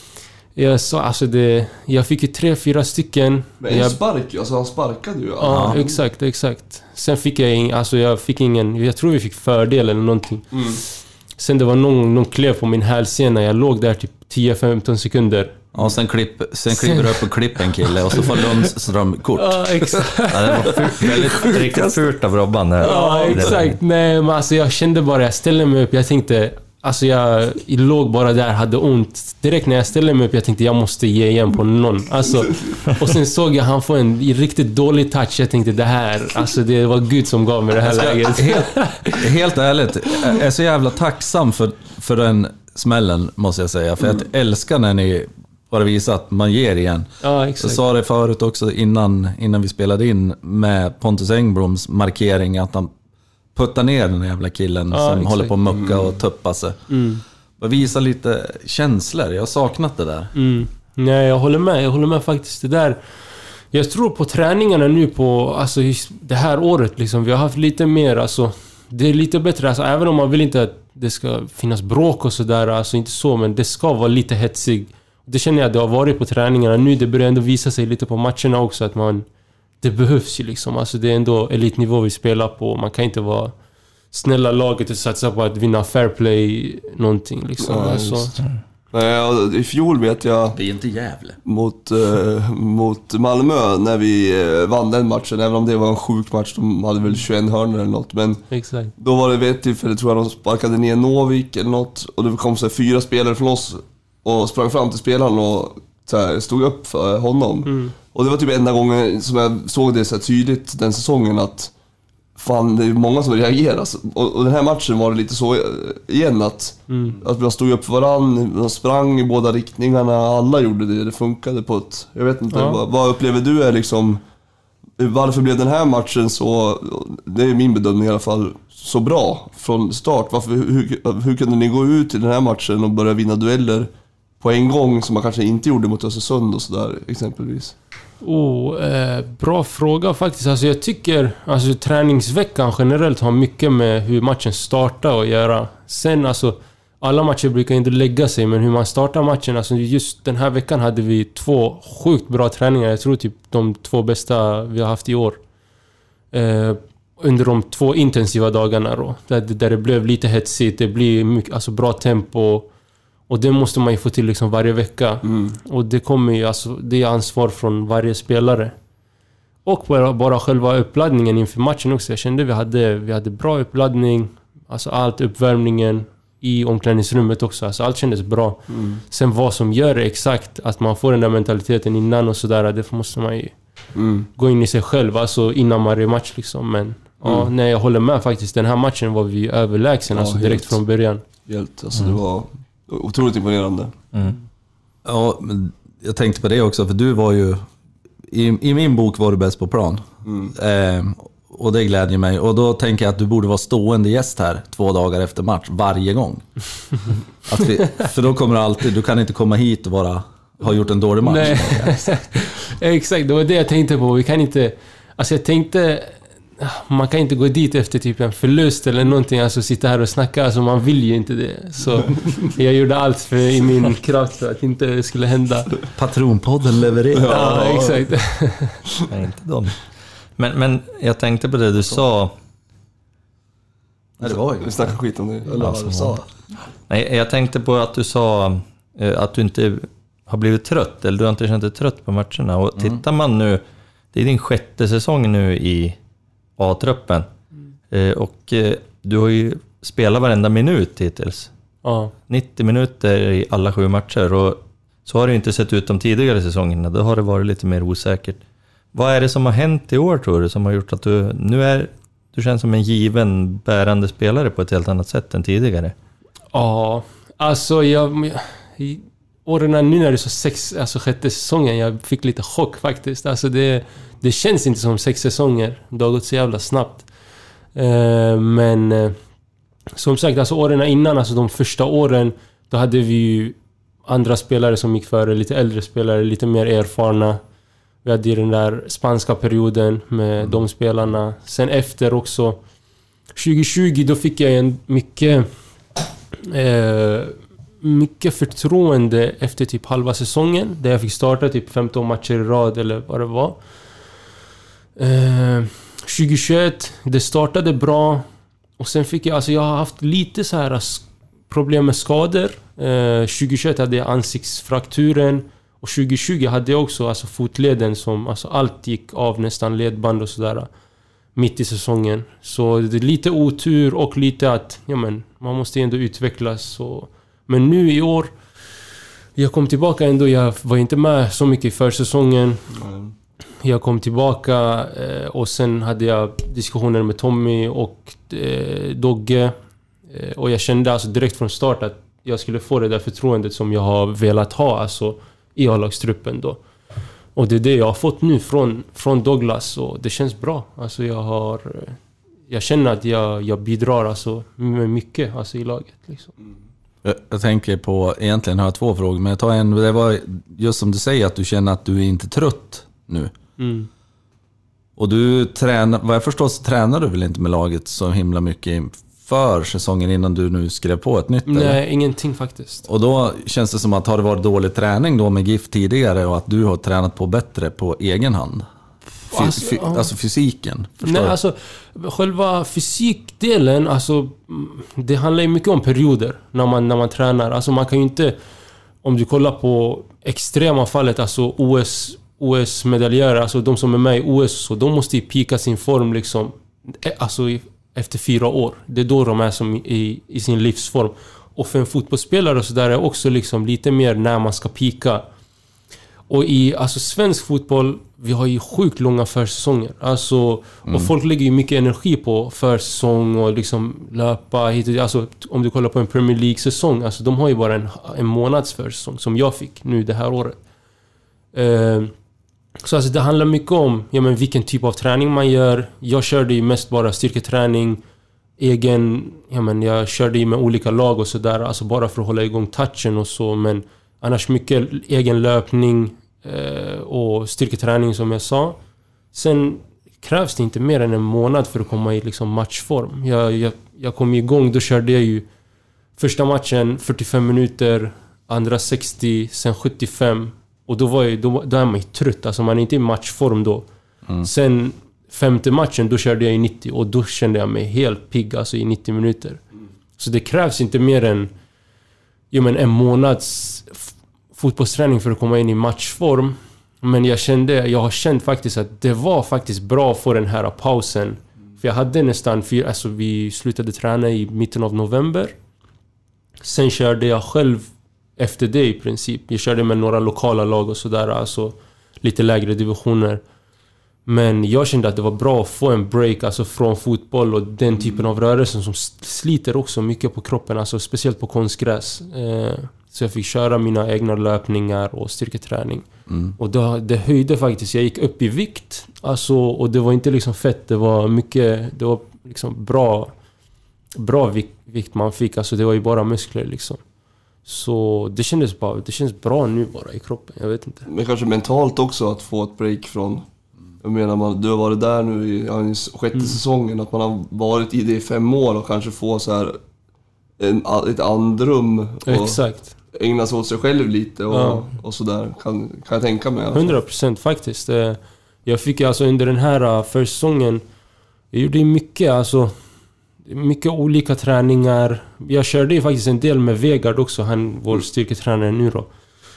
Jag fick ju 3-4 stycken. Men en spark, alltså han sparkade ju. Ja, exakt. Sen fick jag fick ingen, jag tror vi fick fördel eller någonting. Sen det var någon klev på min hälsena. Jag låg där typ 10-15 sekunder. Ja, sen kliver du upp och klipper en kille och så får Lundström kort. Ja, exakt. Ja, det var riktigt fult av Robban. Ja, exakt. Nej, men alltså jag kände bara, jag ställde mig upp, jag tänkte, alltså jag låg bara där, hade ont. Direkt när jag ställde mig upp, jag tänkte jag måste ge igen på någon. Alltså, och sen såg jag han få en riktigt dålig touch. Jag tänkte det var Gud som gav mig det här läget. Helt ärligt, jag är så jävla tacksam för den smällen, måste jag säga. För jag älskar när ni bara visar att man ger igen. Ja, exakt. Så sa det förut också innan vi spelade in med Pontus Engbloms markering att han puttar ner den jävla killen som exakt. håller på att mucka och tuppa sig. Visa lite känslor. Jag har saknat det där. Nej, jag håller med faktiskt. Det där, jag tror på träningarna nu på, alltså det här året liksom, vi har haft lite mer, alltså det är lite bättre, alltså även om man vill inte att det ska finnas bråk och sådär, alltså inte så, men det ska vara lite hetsig. Det känner jag att det har varit på träningarna nu. Det börjar ändå visa sig lite på matcherna också att det behövs ju liksom. Alltså det är ändå elitnivå vi spelar på. Man kan inte vara snälla laget och satsa på att vinna fair play någonting liksom. Ja, alltså, I fjol vet jag Det är inte Gävle. mot Malmö när vi vann den matchen, även om det var en sjuk match. De hade väl 21 hörnor eller något, men Exakt. då var det vid ett tillfälle, tror jag, de sparkade ner Novik eller något, och det kom så här 4 spelare från oss och sprang fram till spelaren och så här, stod upp för honom. Och det var typ enda gången som jag såg det så här tydligt den säsongen, att fan, det är många som reagerar. Och den här matchen var det lite så igen, att man stod upp för varandra, man sprang i båda riktningarna, alla gjorde det funkade på ett... Jag vet inte, vad upplever du är liksom... Varför blev den här matchen så, det är min bedömning i alla fall, så bra från start? Hur kunde ni gå ut i den här matchen och börja vinna dueller på en gång som man kanske inte gjorde mot Östersund och sådär exempelvis? Bra fråga faktiskt. Alltså jag tycker alltså träningsveckan generellt har mycket med hur matchen startar att göra. Sen alltså, alla matcher brukar inte lägga sig, men hur man startar matchen, alltså just den här veckan hade vi 2 sjukt bra träningar. Jag tror typ de 2 bästa vi har haft i år. Under de 2 intensiva dagarna då, där det blev lite hetsigt, det blir mycket, alltså bra tempo. Och det måste man ju få till liksom varje vecka. Och det kommer ju, alltså, det är ansvar från varje spelare. Och bara själva uppladdningen inför matchen också. Jag kände vi hade bra uppladdning. Alltså allt, uppvärmningen i omklädningsrummet också. Alltså allt kändes bra. Sen vad som gör det exakt, att man får den där mentaliteten innan och sådär, det måste man ju gå in i sig själv. Alltså innan varje match liksom. Men ja, nej, jag håller med faktiskt. Den här matchen var vi överlägsen, alltså direkt från början. Helt, alltså det var... Otroligt imponerande. Ja, men jag tänkte på det också, för du var ju i min bok var du bäst på plan. Och det glädjer mig. Och då tänker jag att du borde vara stående gäst här 2 dagar efter match varje gång. För då kommer du kan inte komma hit och ha gjort en dålig match. Nej. Exakt, det var det jag tänkte på. Vi kan inte... Alltså jag tänkte... Man kan inte gå dit efter typ en förlust eller någonting, alltså sitta här och snacka, alltså man vill ju inte det. Så jag gjorde allt i min kraft för att inte skulle hända. Patronpodden levererar. Ja, exakt. Nej, inte dem. Men jag tänkte på det du sa. Nej, det var ju. Vi snackar skit om det. Eller vad du sa. Nej, jag tänkte på att du sa att du inte har blivit trött, eller du har inte känt dig trött på matcherna. Och tittar man nu, det är din 6:e säsong nu i A-truppen. Och du har ju spelat varenda minut hittills. 90 minuter i alla 7 matcher. Och så har det ju inte sett ut de tidigare säsongerna. Då har det varit lite mer osäkert. Vad är det som har hänt i år, tror du, som har gjort att du känns som en given, bärande spelare på ett helt annat sätt än tidigare? Ja, alltså åren nu när det är så 6:e säsongen, jag fick lite chock faktiskt. Alltså det känns inte som 6 säsonger. Det har gått så jävla snabbt. Men som sagt, alltså åren innan, alltså de första åren, då hade vi ju andra spelare som gick före, lite äldre spelare, lite mer erfarna. Vi hade ju den där spanska perioden med de spelarna. Sen efter också 2020, då fick jag en mycket förtroende efter typ halva säsongen, där jag fick starta typ 15 matcher i rad eller vad det var. 2021, det startade bra, och sen fick jag har haft lite så här problem med skador. 2021 hade jag ansiktsfrakturen, och 2020 hade jag också alltså fotleden som, alltså allt gick av, nästan ledband och sådär mitt i säsongen. Så det är lite otur och lite att man måste ändå utvecklas. Men nu i år, jag kom tillbaka ändå. Jag var inte med så mycket i försäsongen. Jag kom tillbaka och sen hade jag diskussioner med Tommy och Dogge. Och jag kände alltså direkt från start att jag skulle få det där förtroendet som jag har velat ha, alltså i A-lagstruppen då. Och det är det jag har fått nu från Douglas, och det känns bra. Alltså jag känner att jag bidrar alltså med mycket alltså i laget liksom. Jag tänker på, egentligen har jag 2 frågor, men jag tar en. Det var just som du säger, att du känner att du är inte trött nu. Och du tränar, vad jag förstår så tränar du väl inte med laget så himla mycket för säsongen innan du nu skrev på ett nytt? Nej, eller? Ingenting faktiskt. Och då känns det som att har det varit dålig träning då med GIF tidigare, och att du har tränat på bättre på egen hand? Alltså fysiken, förstår Nej, alltså själva fysikdelen, alltså det handlar ju mycket om perioder när man tränar. Alltså man kan ju inte om du kollar på extrema fallet, alltså OS-medaljörer, alltså de som är med i OS, så de måste ju pika sin form liksom, alltså efter 4 år. Det är då de är som i sin livsform. Och för en fotbollsspelare så där är också liksom lite mer när man ska pika. Och i alltså svensk fotboll, vi har ju sjukt långa försäsonger. Alltså, och folk lägger ju mycket energi på försäsong och liksom löpa hit och, alltså om du kollar på en Premier League-säsong, alltså de har ju bara en månads försäsong som jag fick nu det här året. Så alltså det handlar mycket om vilken typ av träning man gör. Jag körde ju mest bara styrketräning, jag körde ju med olika lag och sådär, alltså bara för att hålla igång touchen och så, men annars mycket egen löpning och styrketräning som jag sa. Sen krävs det inte mer än en månad för att komma i liksom matchform. Jag kom igång, då körde jag ju första matchen 45 minuter, andra 60, sen 75. Och då är man ju trött, alltså man är inte i matchform då. Sen 5:e matchen, då körde jag i 90 och då kände jag mig helt pigg, alltså i 90 minuter. Så det krävs inte mer än en månads fotbollsträning för att komma in i matchform. Men jag har känt faktiskt att det var faktiskt bra för den här pausen. För jag hade nästan vi slutade träna i mitten av november. Sen körde jag själv efter det i princip. Jag körde med några lokala lag och sådär, alltså lite lägre divisioner. Men jag kände att det var bra att få en break, alltså från fotboll och den typen av rörelser som sliter också mycket på kroppen, alltså speciellt på konstgräs. Så jag fick köra mina egna löpningar och styrketräning. Och det höjde faktiskt, jag gick upp i vikt, alltså, och det var inte liksom fett, det var mycket, det var liksom bra vikt man fick, alltså det var ju bara muskler liksom. Så det känns bra nu bara i kroppen, jag vet inte. Men kanske mentalt också att få ett break från, jag menar, du har varit där nu i 6:e säsongen, att man har varit i det i 5 år och kanske få så här ett andrum och exakt. Ägna sig åt sig själv lite och sådär, kan jag tänka mig. 100% faktiskt. Jag fick alltså under den här försäsongen, jag gjorde mycket olika träningar. Jag körde ju faktiskt en del med Vegard också, vår styrketränare nu då.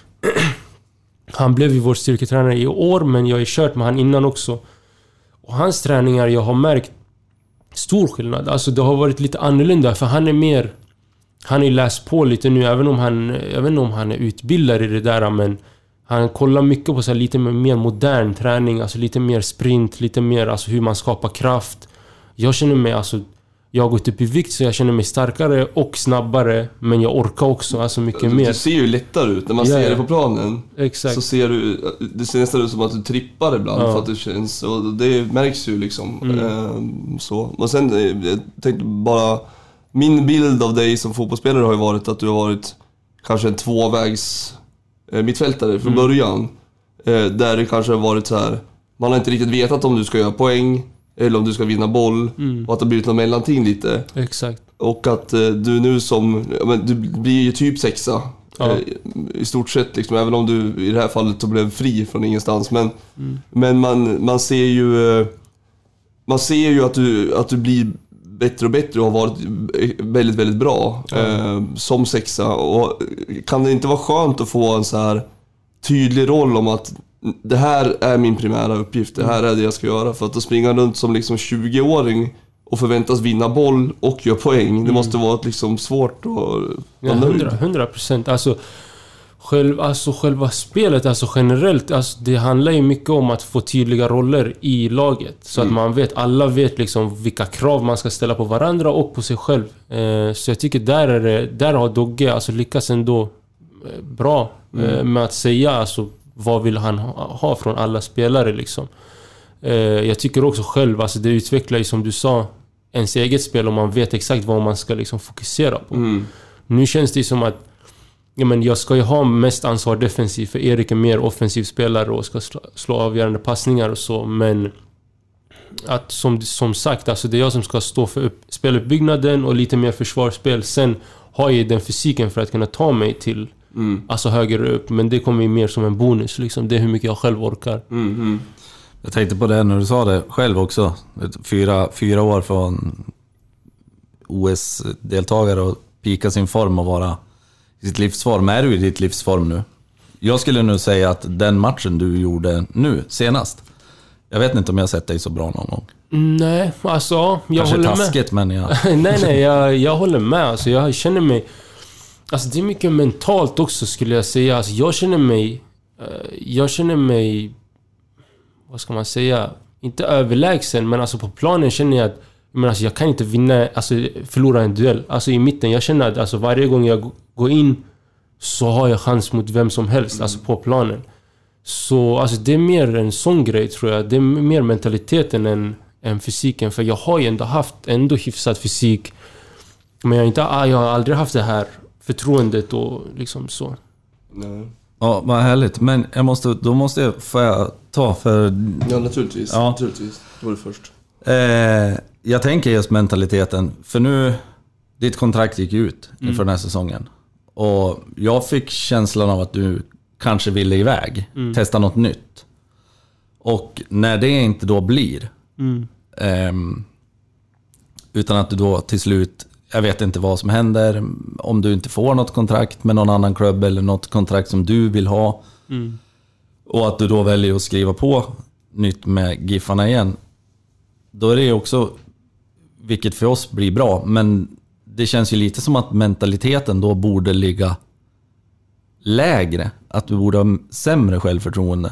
Han blev ju vår styrketränare i år, men jag har kört med han innan också. Och hans träningar, jag har märkt stor skillnad. Alltså det har varit lite annorlunda, för han är ju läst på lite nu, även om han är utbildad i det där, men han kollar mycket på så här, lite mer modern träning, alltså lite mer sprint, lite mer alltså hur man skapar kraft. Jag känner mig, alltså jag har gått upp i vikt så jag känner mig starkare och snabbare, men jag orkar också alltså mycket mer. Du ser ju lättare ut när man ser det på planen. Exakt. Så ser det ser nästan ut som att du trippar ibland för att det känns, och det märks ju liksom. Så. Men sen jag tänkte bara, min bild av dig som fotbollsspelare har ju varit att du har varit kanske en tvåvägs mittfältare från början. Där det kanske har varit så här, man har inte riktigt vetat om du ska göra poäng eller om du ska vinna boll, och att det har blivit någon mellanting lite. Exakt. Och att du nu du blir ju typ 6:a i stort sett liksom, även om du i det här fallet så blev fri från ingenstans, men man ser ju att du blir bättre och bättre och har varit väldigt, väldigt bra som 6:a. Och kan det inte vara skönt att få en så här tydlig roll om att det här är min primära uppgift, det här är det jag ska göra? För att springa runt som liksom 20-åring och förväntas vinna boll och göra poäng, det måste vara liksom svårt att 100%. Alltså själva spelet, alltså generellt, alltså det handlar ju mycket om att få tydliga roller i laget, så att alla vet liksom vilka krav man ska ställa på varandra och på sig själv. Så jag tycker där har Dogge alltså lyckats ändå bra med att säga alltså vad vill han ha från alla spelare liksom. Jag tycker också själv, alltså det utvecklar ju som du sa ens eget spel, och man vet exakt vad man ska liksom fokusera på. Nu känns det som att jag ska ju ha mest ansvar defensivt, för Erik är mer offensiv spelare och ska slå avgörande passningar och så, men att som sagt, alltså det är jag som ska stå för speluppbyggnaden och lite mer försvarsspel. Sen har jag den fysiken för att kunna ta mig till alltså högre upp, men det kommer ju mer som en bonus liksom. Det är hur mycket jag själv orkar. Jag tänkte på det när du sa det själv också. 4 år från OS-deltagare och pika sin form och vara sitt livsform. Är du i ditt livsform nu? Jag skulle nu säga att den matchen du gjorde nu, senast, jag vet inte om jag har sett dig så bra någon gång. Nej, alltså jag kanske håller taskigt, med. Men nej, jag håller med. Alltså, jag känner mig... Alltså det är mycket mentalt också, skulle jag säga. Alltså, jag känner mig... Vad ska man säga? Inte överlägsen, men alltså på planen känner jag att alltså, jag kan inte förlora en duell. Alltså i mitten, jag känner att alltså, varje gång jag går in så har jag chans mot vem som helst, alltså på planen. Så alltså, det är mer en sån grej, tror jag. Det är mer mentaliteten än fysiken. För jag har ju ändå haft hyfsat fysik. Men jag har aldrig haft det här förtroendet och liksom så. Nej. Ja, vad härligt. Men får jag ta för... Ja, naturligtvis. Ja. Naturligtvis. Det var det först. Jag tänker just mentaliteten. För nu, ditt kontrakt gick ut inför den här säsongen. Och jag fick känslan av att du kanske ville iväg. Testa något nytt. Och när det inte då blir... utan att du då till slut... Jag vet inte vad som händer. Om du inte får något kontrakt med någon annan klubb eller något kontrakt som du vill ha. Och att du då väljer att skriva på nytt med Giffarna igen. Då är det också, vilket för oss blir bra, men det känns ju lite som att mentaliteten då borde ligga lägre. Att du borde ha sämre självförtroende.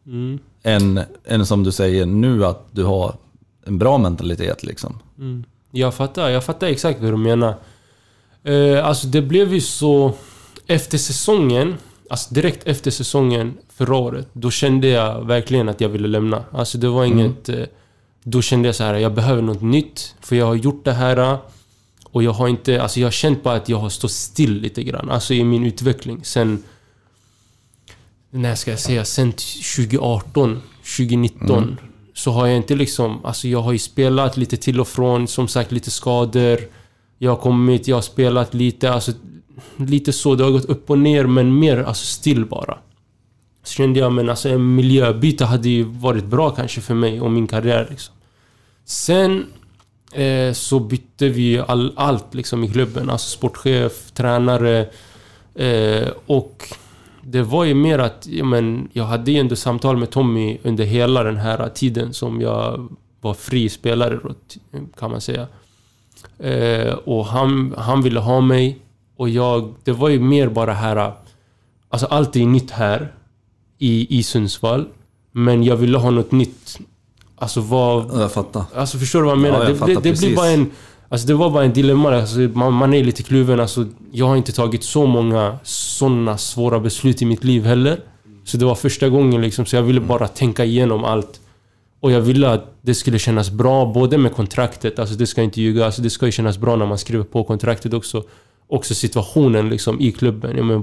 Än som du säger nu, att du har en bra mentalitet liksom. Jag fattar exakt vad du menar. Alltså det blev ju så efter säsongen, alltså direkt efter säsongen förra året, då kände jag verkligen att jag ville lämna. Alltså det var inget, då kände jag så här, jag behöver något nytt, för jag har gjort det här och jag har inte, alltså jag har känt på att jag har stått still lite grann, alltså i min utveckling sen, när ska jag säga, sen 2018, 2019. Så har jag inte liksom... Alltså jag har ju spelat lite till och från. Som sagt, lite skador. Jag har spelat lite... Alltså lite så. Det har gått upp och ner, men mer alltså still bara. Så kände jag, men alltså en miljöbyte hade ju varit bra kanske för mig och min karriär liksom. Sen så bytte vi allt liksom i klubben. Alltså sportchef, tränare och... Det var ju mer att jag hade ju ändå samtal med Tommy under hela den här tiden som jag var fri spelare, kan man säga. Och han ville ha mig. Och det var ju mer bara här... Alltså allt är nytt här i Sundsvall. Men jag ville ha något nytt. Alltså Jag fattar. Alltså förstår du vad jag menar? Ja, det blir bara en... Alltså det var bara en dilemma. Alltså man är lite kluven. Alltså jag har inte tagit så många sådana svåra beslut i mitt liv heller. Så det var första gången liksom. Så jag ville bara tänka igenom allt. Och jag ville att det skulle kännas bra. Både med kontraktet. Alltså det ska inte ljuga. Alltså det ska ju kännas bra när man skriver på kontraktet också. Också situationen liksom i klubben. Ja, men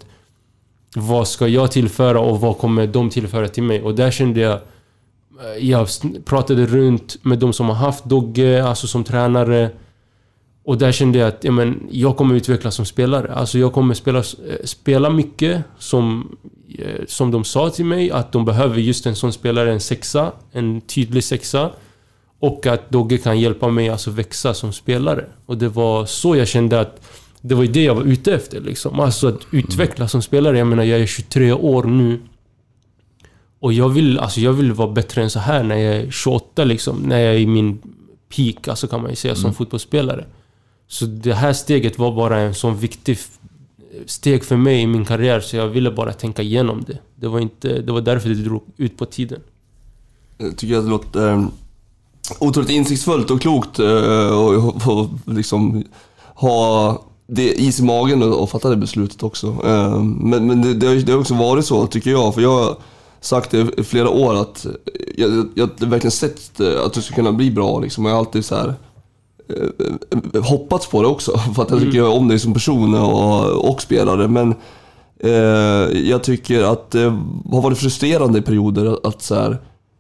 vad ska jag tillföra och vad kommer de tillföra till mig? Och där kände jag pratade runt med de som har haft Dogge, alltså som tränare. Och där kände jag att jag kommer utvecklas som spelare. Alltså jag kommer spela mycket som de sa till mig. Att de behöver just en sån spelare, en sexa. En tydlig sexa. Och att Dogge kan hjälpa mig alltså växa som spelare. Och det var så jag kände att det var det jag var ute efter liksom. Alltså att utvecklas som spelare. Jag menar, jag är 23 år nu. Och jag vill vara bättre än så här när jag är 28 liksom. När jag är i min peak, alltså kan man ju säga, som fotbollsspelare. Så det här steget var bara en sån viktig steg för mig i min karriär. Så jag ville bara tänka igenom det. Det var därför det drog ut på tiden. Jag tycker att det låter otroligt insiktsfullt och klokt och liksom ha det is i magen och fatta det beslutet också. Men det har också varit så, tycker jag. För jag har sagt det i flera år att jag verkligen sett att du ska kunna bli bra liksom. Jag har alltid så här hoppats på det också, för att jag tycker om dig som person och spelare. Men jag tycker att det har varit frustrerande i perioder att så här,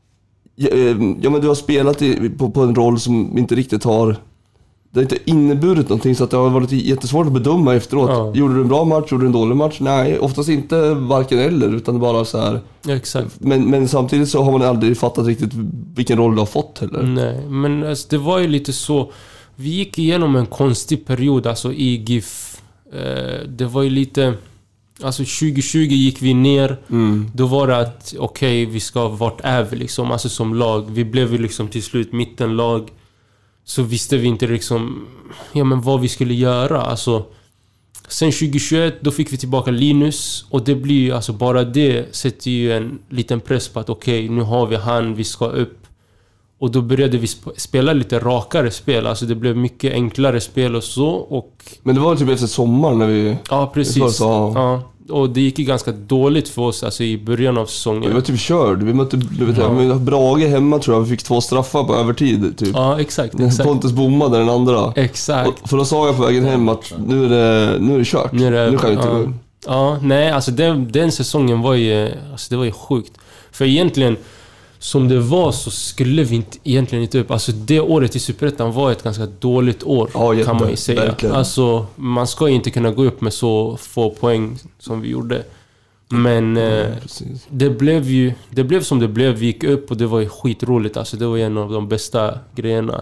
men du har spelat på en roll som inte riktigt har... Det har inte inneburit någonting, så att det har varit jättesvårt att bedöma efteråt. Ja. Gjorde du en bra match, gjorde du en dålig match? Nej, oftast inte varken eller, utan bara så här. Ja, exakt. Men samtidigt så har man aldrig fattat riktigt vilken roll du har fått heller. Nej, men alltså, det var ju lite så. Vi gick igenom en konstig period alltså i GIF det var ju lite... Alltså 2020 gick vi ner. Då var det att okej, vi ska vart är vi liksom, alltså som lag. Vi blev ju liksom till slut mittenlag. Så visste vi inte liksom vad vi skulle göra. Alltså sen 2021 då fick vi tillbaka Linus, och det blir alltså bara det sätter ju en liten press på att okej, nu har vi han, vi ska upp. Och då började vi spela lite rakare spel. Alltså det blev mycket enklare spel och så. Men det var typ efter sommaren när vi... Ja, precis. Ja. Och det gick ju ganska dåligt för oss alltså i början av säsongen. Vi var typ körd. Vi mötte Brage hemma, tror jag. Vi fick 2 straffar på övertid typ. Ja, exakt. Pontus bommade den andra. Exakt. Och för då sa jag på vägen hem att nu är det kört. Nu kan vi inte gå. Ja, nej, alltså den säsongen var ju... Alltså det var ju sjukt. För egentligen... Som det var så skulle vi egentligen inte upp. Alltså det året i Superettan var ett ganska dåligt år, kan man ju säga. Verkligen. Alltså man ska ju inte kunna gå upp med så få poäng som vi gjorde. Men det blev som det blev. Vi gick upp och det var ju skitroligt. Alltså det var en av de bästa grejerna.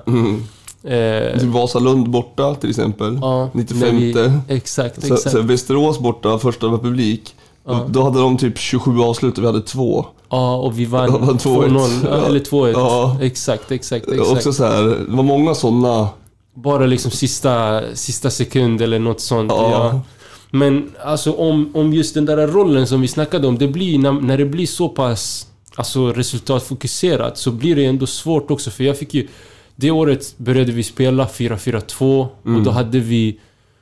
Vasalund borta till exempel. 95. Exakt. Så Västerås borta, första med publik. Då hade de typ 27 avslut och vi hade 2. Ja, och vi vann 2-0 eller 2-1. Ja. Exakt. Också så här, det var många sådana. Bara liksom sista sekund eller något sånt. Ja. Men alltså om just den där rollen som vi snackade om, det blir när det blir så pass alltså resultatfokuserat, så blir det ändå svårt också. För jag fick ju det året började vi spela 4-4-2 och då hade vi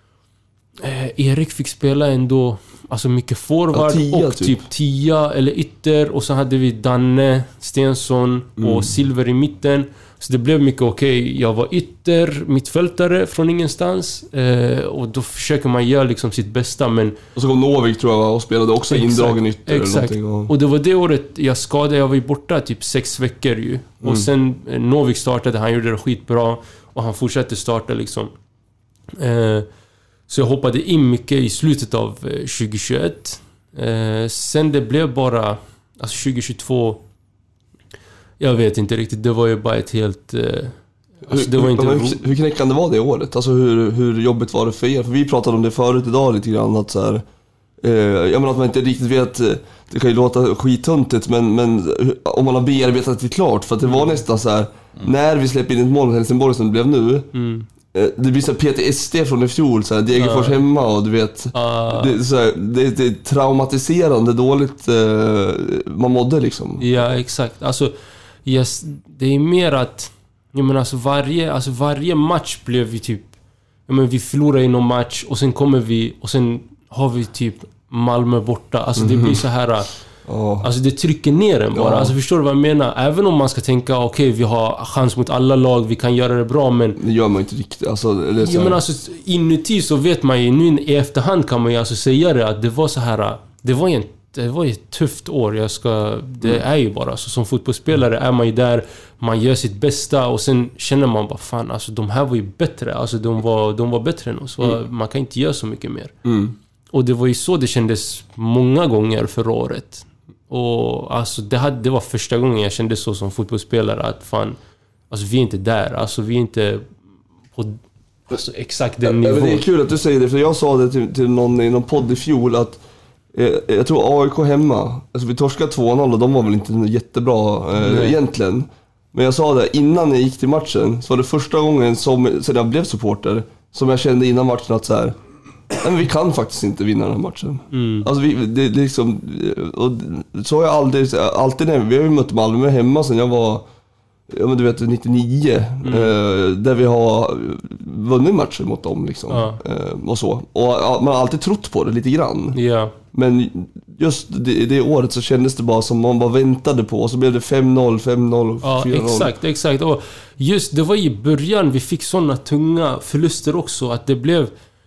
Erik fick spela ändå alltså mycket forward och typ 10 eller ytter, och så hade vi Danne, Stensson och Silver i mitten. Så det blev mycket jag var ytter, mittfältare från ingenstans, och då försöker man göra liksom sitt bästa, men... Och så kom Novik, tror jag, och spelade också indragen ytter. Exakt, eller och det var det året jag var ju borta typ 6 veckor ju. Och sen Novik startade, han gjorde det skitbra och han fortsatte starta liksom. Så jag hoppade in mycket i slutet av 2021. Sen det blev bara... Alltså 2022... Jag vet inte riktigt. Det var ju bara ett helt... Alltså det var inte... Hur knäckande var det året? Alltså hur jobbigt var det för er? För vi pratade om det förut idag lite grann. Att så här, jag menar att man inte riktigt vet... Det kan ju låta skithuntigt, men om man har bearbetat det klart. För att det var nästan så här... När vi släppte in ett mål i Helsingborg som det blev nu... Det blir så PTSD från i fjol, så här, Degerfors hemma, och du vet det är traumatiserande dåligt man mådde liksom. Ja, exakt. Alltså yes, det är mer att jag menar, alltså varje match blev vi typ vi förlorar i någon match och sen kommer vi och sen har vi typ Malmö borta. Alltså det blir så här. Alltså det trycker ner en bara. Alltså förstår du vad jag menar? Även om man ska tänka vi har chans mot alla lag, vi kan göra det bra, men det gör man inte riktigt. Alltså, men alltså inuti så vet man ju, nu i efterhand kan man ju alltså säga det, att det var så här, det var ju ett tufft år. Det är ju bara så, som fotbollsspelare är man ju där, man gör sitt bästa och sen känner man bara fan, alltså de här var ju bättre. Alltså de var bättre än oss. Man kan inte göra så mycket mer. Och det var ju så det kändes många gånger förra året. Och alltså det var första gången jag kände så som fotbollsspelare, att fan, alltså vi är inte där, alltså vi är inte på alltså, exakt den nivån. Det är kul att du säger det, för jag sa det till någon i någon podd i fjol att jag tror AIK hemma, alltså vi torskade 2-0 och de var väl inte jättebra egentligen. Men jag sa det innan jag gick till matchen, så var det första gången sen jag blev supporter som jag kände innan matchen att så här, men vi kan faktiskt inte vinna den här matchen. Alltså det liksom, och så har jag alltid när vi har ju mött Malmö hemma sen jag var, men du vet, 99 där vi har vunnit matcher mot dem liksom. Och så. Och man har alltid trott på det lite grann. Men just det året så kändes det bara som man bara väntade på, och så blev det 5-0, 5-0, 4-0. Exakt. Och just det var i början vi fick såna tunga förluster också, att det blev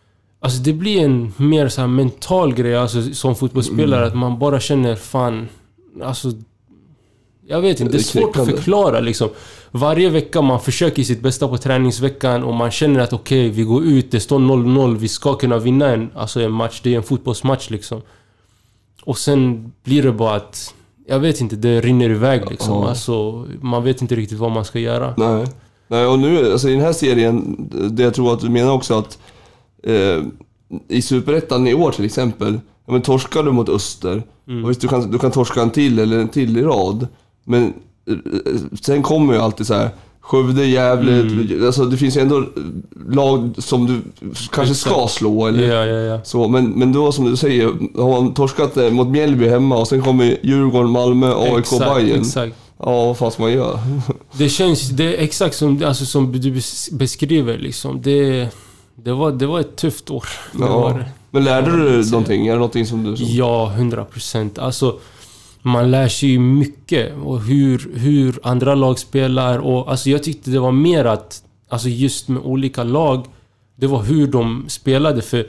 en mer så här mental grej, alltså som fotbollsspelare, att man bara känner fan, alltså jag vet inte, det är svårt att förklara liksom. Varje vecka man försöker sitt bästa på träningsveckan och man känner att vi går ut, det står 0-0, vi ska kunna vinna en match, det är en fotbollsmatch liksom. Och sen blir det bara att jag vet inte, det rinner iväg liksom. Alltså man vet inte riktigt vad man ska göra. Nej, och nu alltså i den här serien, det jag tror att du menar också att i Superettan i år till exempel, men torskar du mot Öster, och visst du kan torska en till eller en till i rad, men sen kommer ju alltid så här Skövde, Gävle, alltså det finns ju ändå lag som du kanske ska slå eller så, men då som du säger, har man torskat mot Mjällby hemma och sen kommer Djurgården, Malmö, AIK, Bayern. Exakt. Ja, vad fan ska man göra? Det är exakt som du beskriver liksom. Det var ett tufft år. Ja. Men lärde du någonting? Är det någonting som du... Ja, 100%. Alltså, man lär sig ju mycket och hur andra lag spelar. Och alltså, jag tyckte det var mer att alltså, just med olika lag, det var hur de spelade. För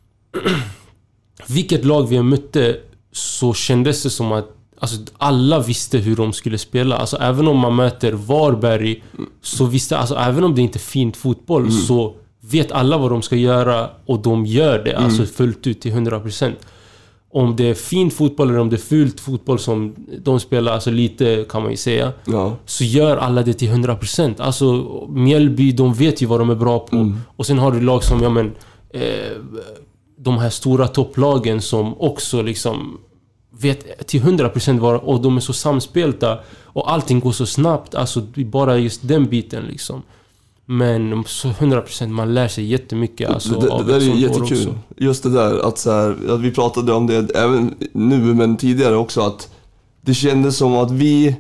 vilket lag vi mötte så kändes det som att alltså, alla visste hur de skulle spela. Alltså, även om man möter Varberg så visste, alltså, även om det inte är fint fotboll så vet alla vad de ska göra och de gör det alltså fullt ut till 100%. Om det är fint fotboll eller om det är fult fotboll som de spelar, alltså lite kan man ju säga, så gör alla det till 100%. Alltså Mjällby, de vet ju vad de är bra på. Och sen har du lag som de här stora topplagen som också liksom vet till 100% vad, och de är så samspelta och allting går så snabbt, alltså bara just den biten liksom. Men så 100% man lär sig jättemycket alltså, det är jättekul. Just det där att, så här, att vi pratade om det även nu men tidigare också, att det kändes som att vi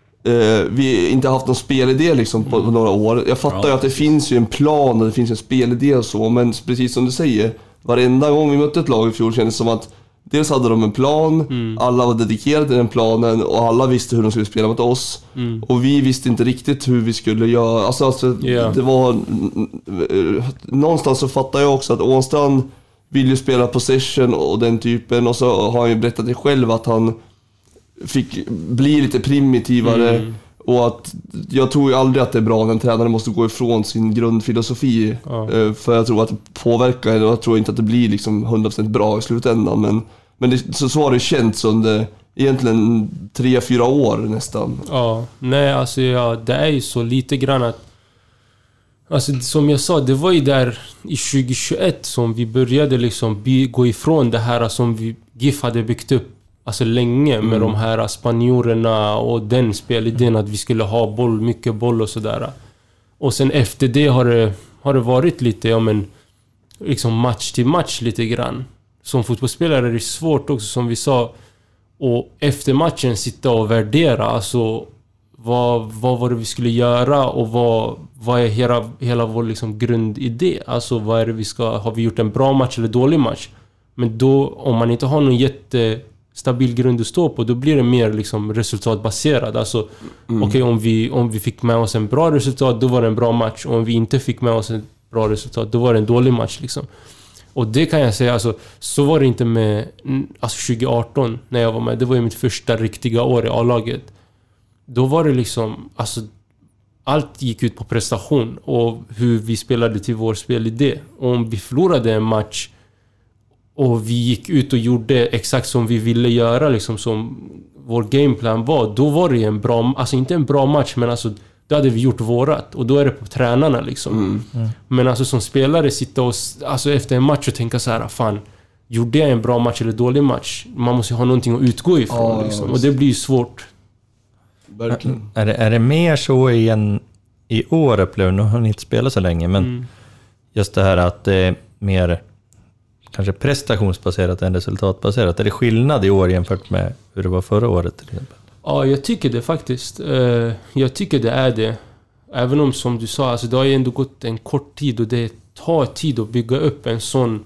inte haft någon spelidé liksom på några år. Jag fattar ju att det finns ju en plan och det finns en spelidé och så, men precis som du säger, varenda gång vi mötte ett lag i fjol kändes det som att dels hade de en plan, alla var dedikerade till den planen och alla visste hur de skulle spela mot oss. Och vi visste inte riktigt hur vi skulle göra. Alltså det var... Någonstans så fattar jag också att Ånstrand vill ju spela possession och den typen, och så har han ju berättat det själv att han fick bli lite primitivare. Och att jag tror ju aldrig att det är bra när en tränare måste gå ifrån sin grundfilosofi. För jag tror att det påverkar, och jag tror inte att det blir liksom 100% bra i slutändan. Men det, så har det känts under egentligen 3-4 år nästan. Ja, nej alltså det är ju så lite grann att alltså som jag sa, det var ju där i 2021 som vi började liksom gå ifrån det här som GIF hade byggt upp alltså länge med de här spanjorerna och den spelidén att vi skulle ha boll, mycket boll och sådär. Och sen efter det har det varit lite liksom match till match lite grann. Som fotbollsspelare är det svårt också, som vi sa, och efter matchen sitta och värdera alltså vad var det vi skulle göra och vad är hela vår liksom grundidé. Alltså vad är det har vi gjort en bra match eller dålig match? Men då om man inte har någon jättestabil grund att stå på, då blir det mer liksom resultatbaserad. Alltså okej, om vi fick med oss en bra resultat, då var det en bra match. Och om vi inte fick med oss en bra resultat, då var det en dålig match liksom. Och det kan jag säga, alltså, så var det inte med alltså 2018 när jag var med. Det var ju mitt första riktiga år i A-laget. Då var det liksom, alltså, allt gick ut på prestation och hur vi spelade till vår spelidé. Och om vi förlorade en match och vi gick ut och gjorde exakt som vi ville göra, liksom som vår gameplan var, då var det en bra, alltså inte en bra match, men alltså då hade vi gjort vårat, och då är det på tränarna liksom. Men alltså som spelare sitta och alltså efter en match och tänka så här, fan, gjorde jag en bra match eller dålig match? Man måste ha någonting att utgå ifrån liksom. Och det blir ju svårt. Verkligen. Är det mer så i år upplever, nu har ni inte spelat så länge, men just det här att det är mer kanske prestationsbaserat än resultatbaserat. Är det skillnad i år jämfört med hur det var förra året till exempel? Ja, jag tycker det faktiskt. Jag tycker det är det. Även om, som du sa, alltså det har ju ändå gått en kort tid och det tar tid att bygga upp en sån,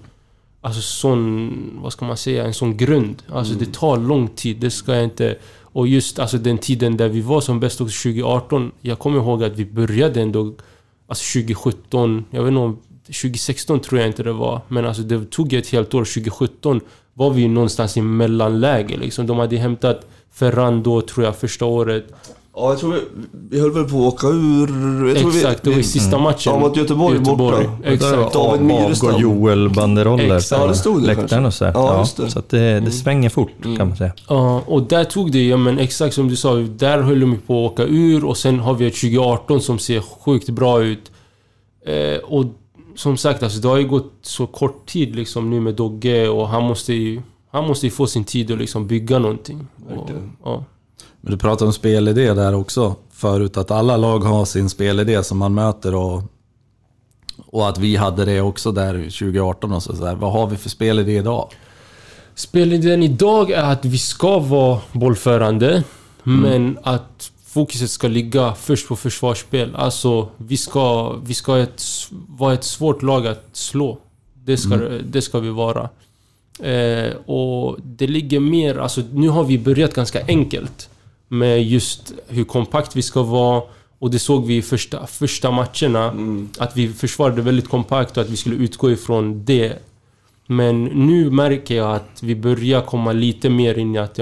vad ska man säga, en sån grund. Alltså det tar lång tid, det ska jag inte. Och just alltså den tiden där vi var som bäst också 2018, jag kommer ihåg att vi började ändå alltså 2017, jag vet inte om 2016 tror jag inte det var, men alltså det tog ett helt år. 2017 var vi någonstans i mellanläge liksom. De hade hämtat Ferran då, tror jag, första året. Ja, jag tror vi höll väl på att åka ur. Exakt, det var i sista matchen. Ja, mot Göteborg borta. Exakt. David Myrestam och Joel banderoller. Ja, det stod det läktaren och så. Ja, just det. Så att det svänger fort kan man säga. Ja, och där tog det, ja men exakt som du sa, där höll de på att åka ur, och sen har vi ett 2018 som ser sjukt bra ut. Och som sagt, alltså, det har ju gått så kort tid liksom, nu med Dogge, och han måste ju få sin tid att liksom bygga någonting. Ja. Men du pratade om spelidé där också förut, att alla lag har sin spelidé som man möter, och att vi hade det också där 2018 och så där. Vad har vi för spelidé idag? Spelidén idag är att vi ska vara bollförande, men att fokuset ska ligga först på försvarsspel. Alltså vi ska vara ett svårt lag att slå. Det ska vi vara. Och det ligger mer, alltså nu har vi börjat ganska enkelt med just hur kompakt vi ska vara, och det såg vi i första matcherna, att vi försvarade väldigt kompakt och att vi skulle utgå ifrån det. Men nu märker jag att vi börjar komma lite mer in i att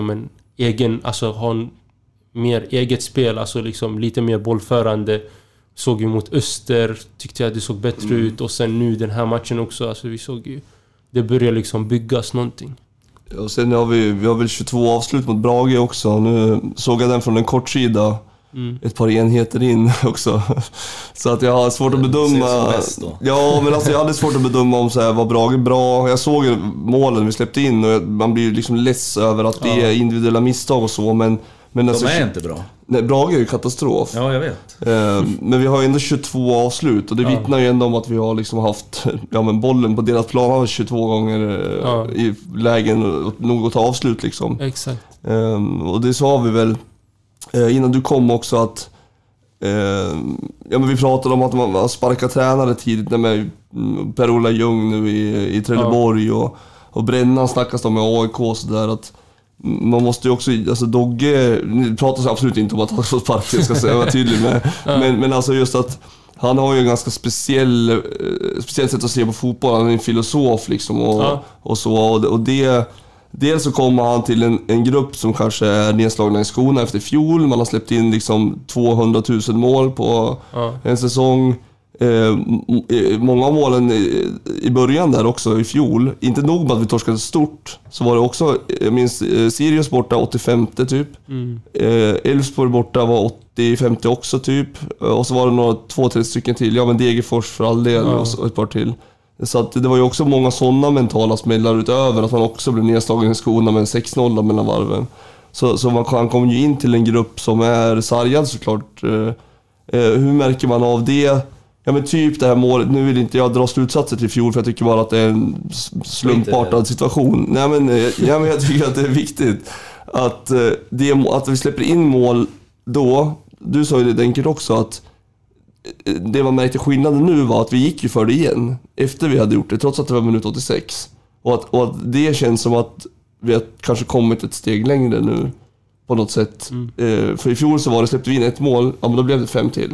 ha en mer eget spel, alltså liksom lite mer bollförande. Såg vi mot Öster, tyckte jag det såg bättre ut, och sen nu den här matchen också, alltså vi såg ju det börjar liksom byggas någonting. Och sen har vi har väl 22 avslut mot Brage också. Nu såg jag den från en kortsida. Ett par enheter in också. Så att jag har svårt att bedöma. Ja, men alltså jag hade svårt att bedöma om så här, var Brage bra. Jag såg målen vi släppte in, och man blir liksom less över att det är individuella misstag och så, men alltså, de är inte bra. Nej, Brage är ju katastrof. Ja, jag vet. Men vi har ju ändå 22 avslut, och det vittnar ju ändå om att vi har liksom haft bollen på deras plan har 22 gånger i lägen nog att ta avslut liksom. Exakt. Och det sa vi väl innan du kom också, att men vi pratade om att man sparkar tränare tidigt med Per-Ola Ljung nu i Trelleborg, och Brännan snackas om med AIK och sådär, att man måste ju också, alltså Dogge pratar absolut inte om att han får sparken, ska jag vara tydlig med. Men alltså just att han har ju en ganska speciellt sätt att se på fotboll. Han är en filosof liksom, och så, och det. Dels så kommer han till en grupp som kanske är nedslagna i skorna efter fjol. Man har släppt in liksom 200 000 mål på en säsong. Många av målen i början där också i fjol. Inte nog med att vi torskade stort, så var det också, jag minns Sirius borta 85 typ. Elfsborg borta var 80-50 också typ. Och så var det några 2-3 stycken till. Ja, men Degerfors för all del och ett par till. Så att det var ju också många sådana mentala smällar utöver att man också blev nedslagen i skorna med en 6-0 mellan varven. Så man kom ju in till en grupp som är sargad såklart. Hur märker man av det? Ja, men typ det här målet, nu vill inte jag dra slutsatser till fjol, för jag tycker bara att det är en slumpartad situation. Nej, men jag tycker att det är viktigt att vi släpper in mål då. Du sa ju det enkelt också, att det man märkte skillnaden nu var att vi gick ju för det igen efter vi hade gjort det, trots att det var minut 86. Och att det känns som att vi har kanske kommit ett steg längre nu på något sätt. För i fjol så släppte vi in ett mål, ja, men då blev det 5 till.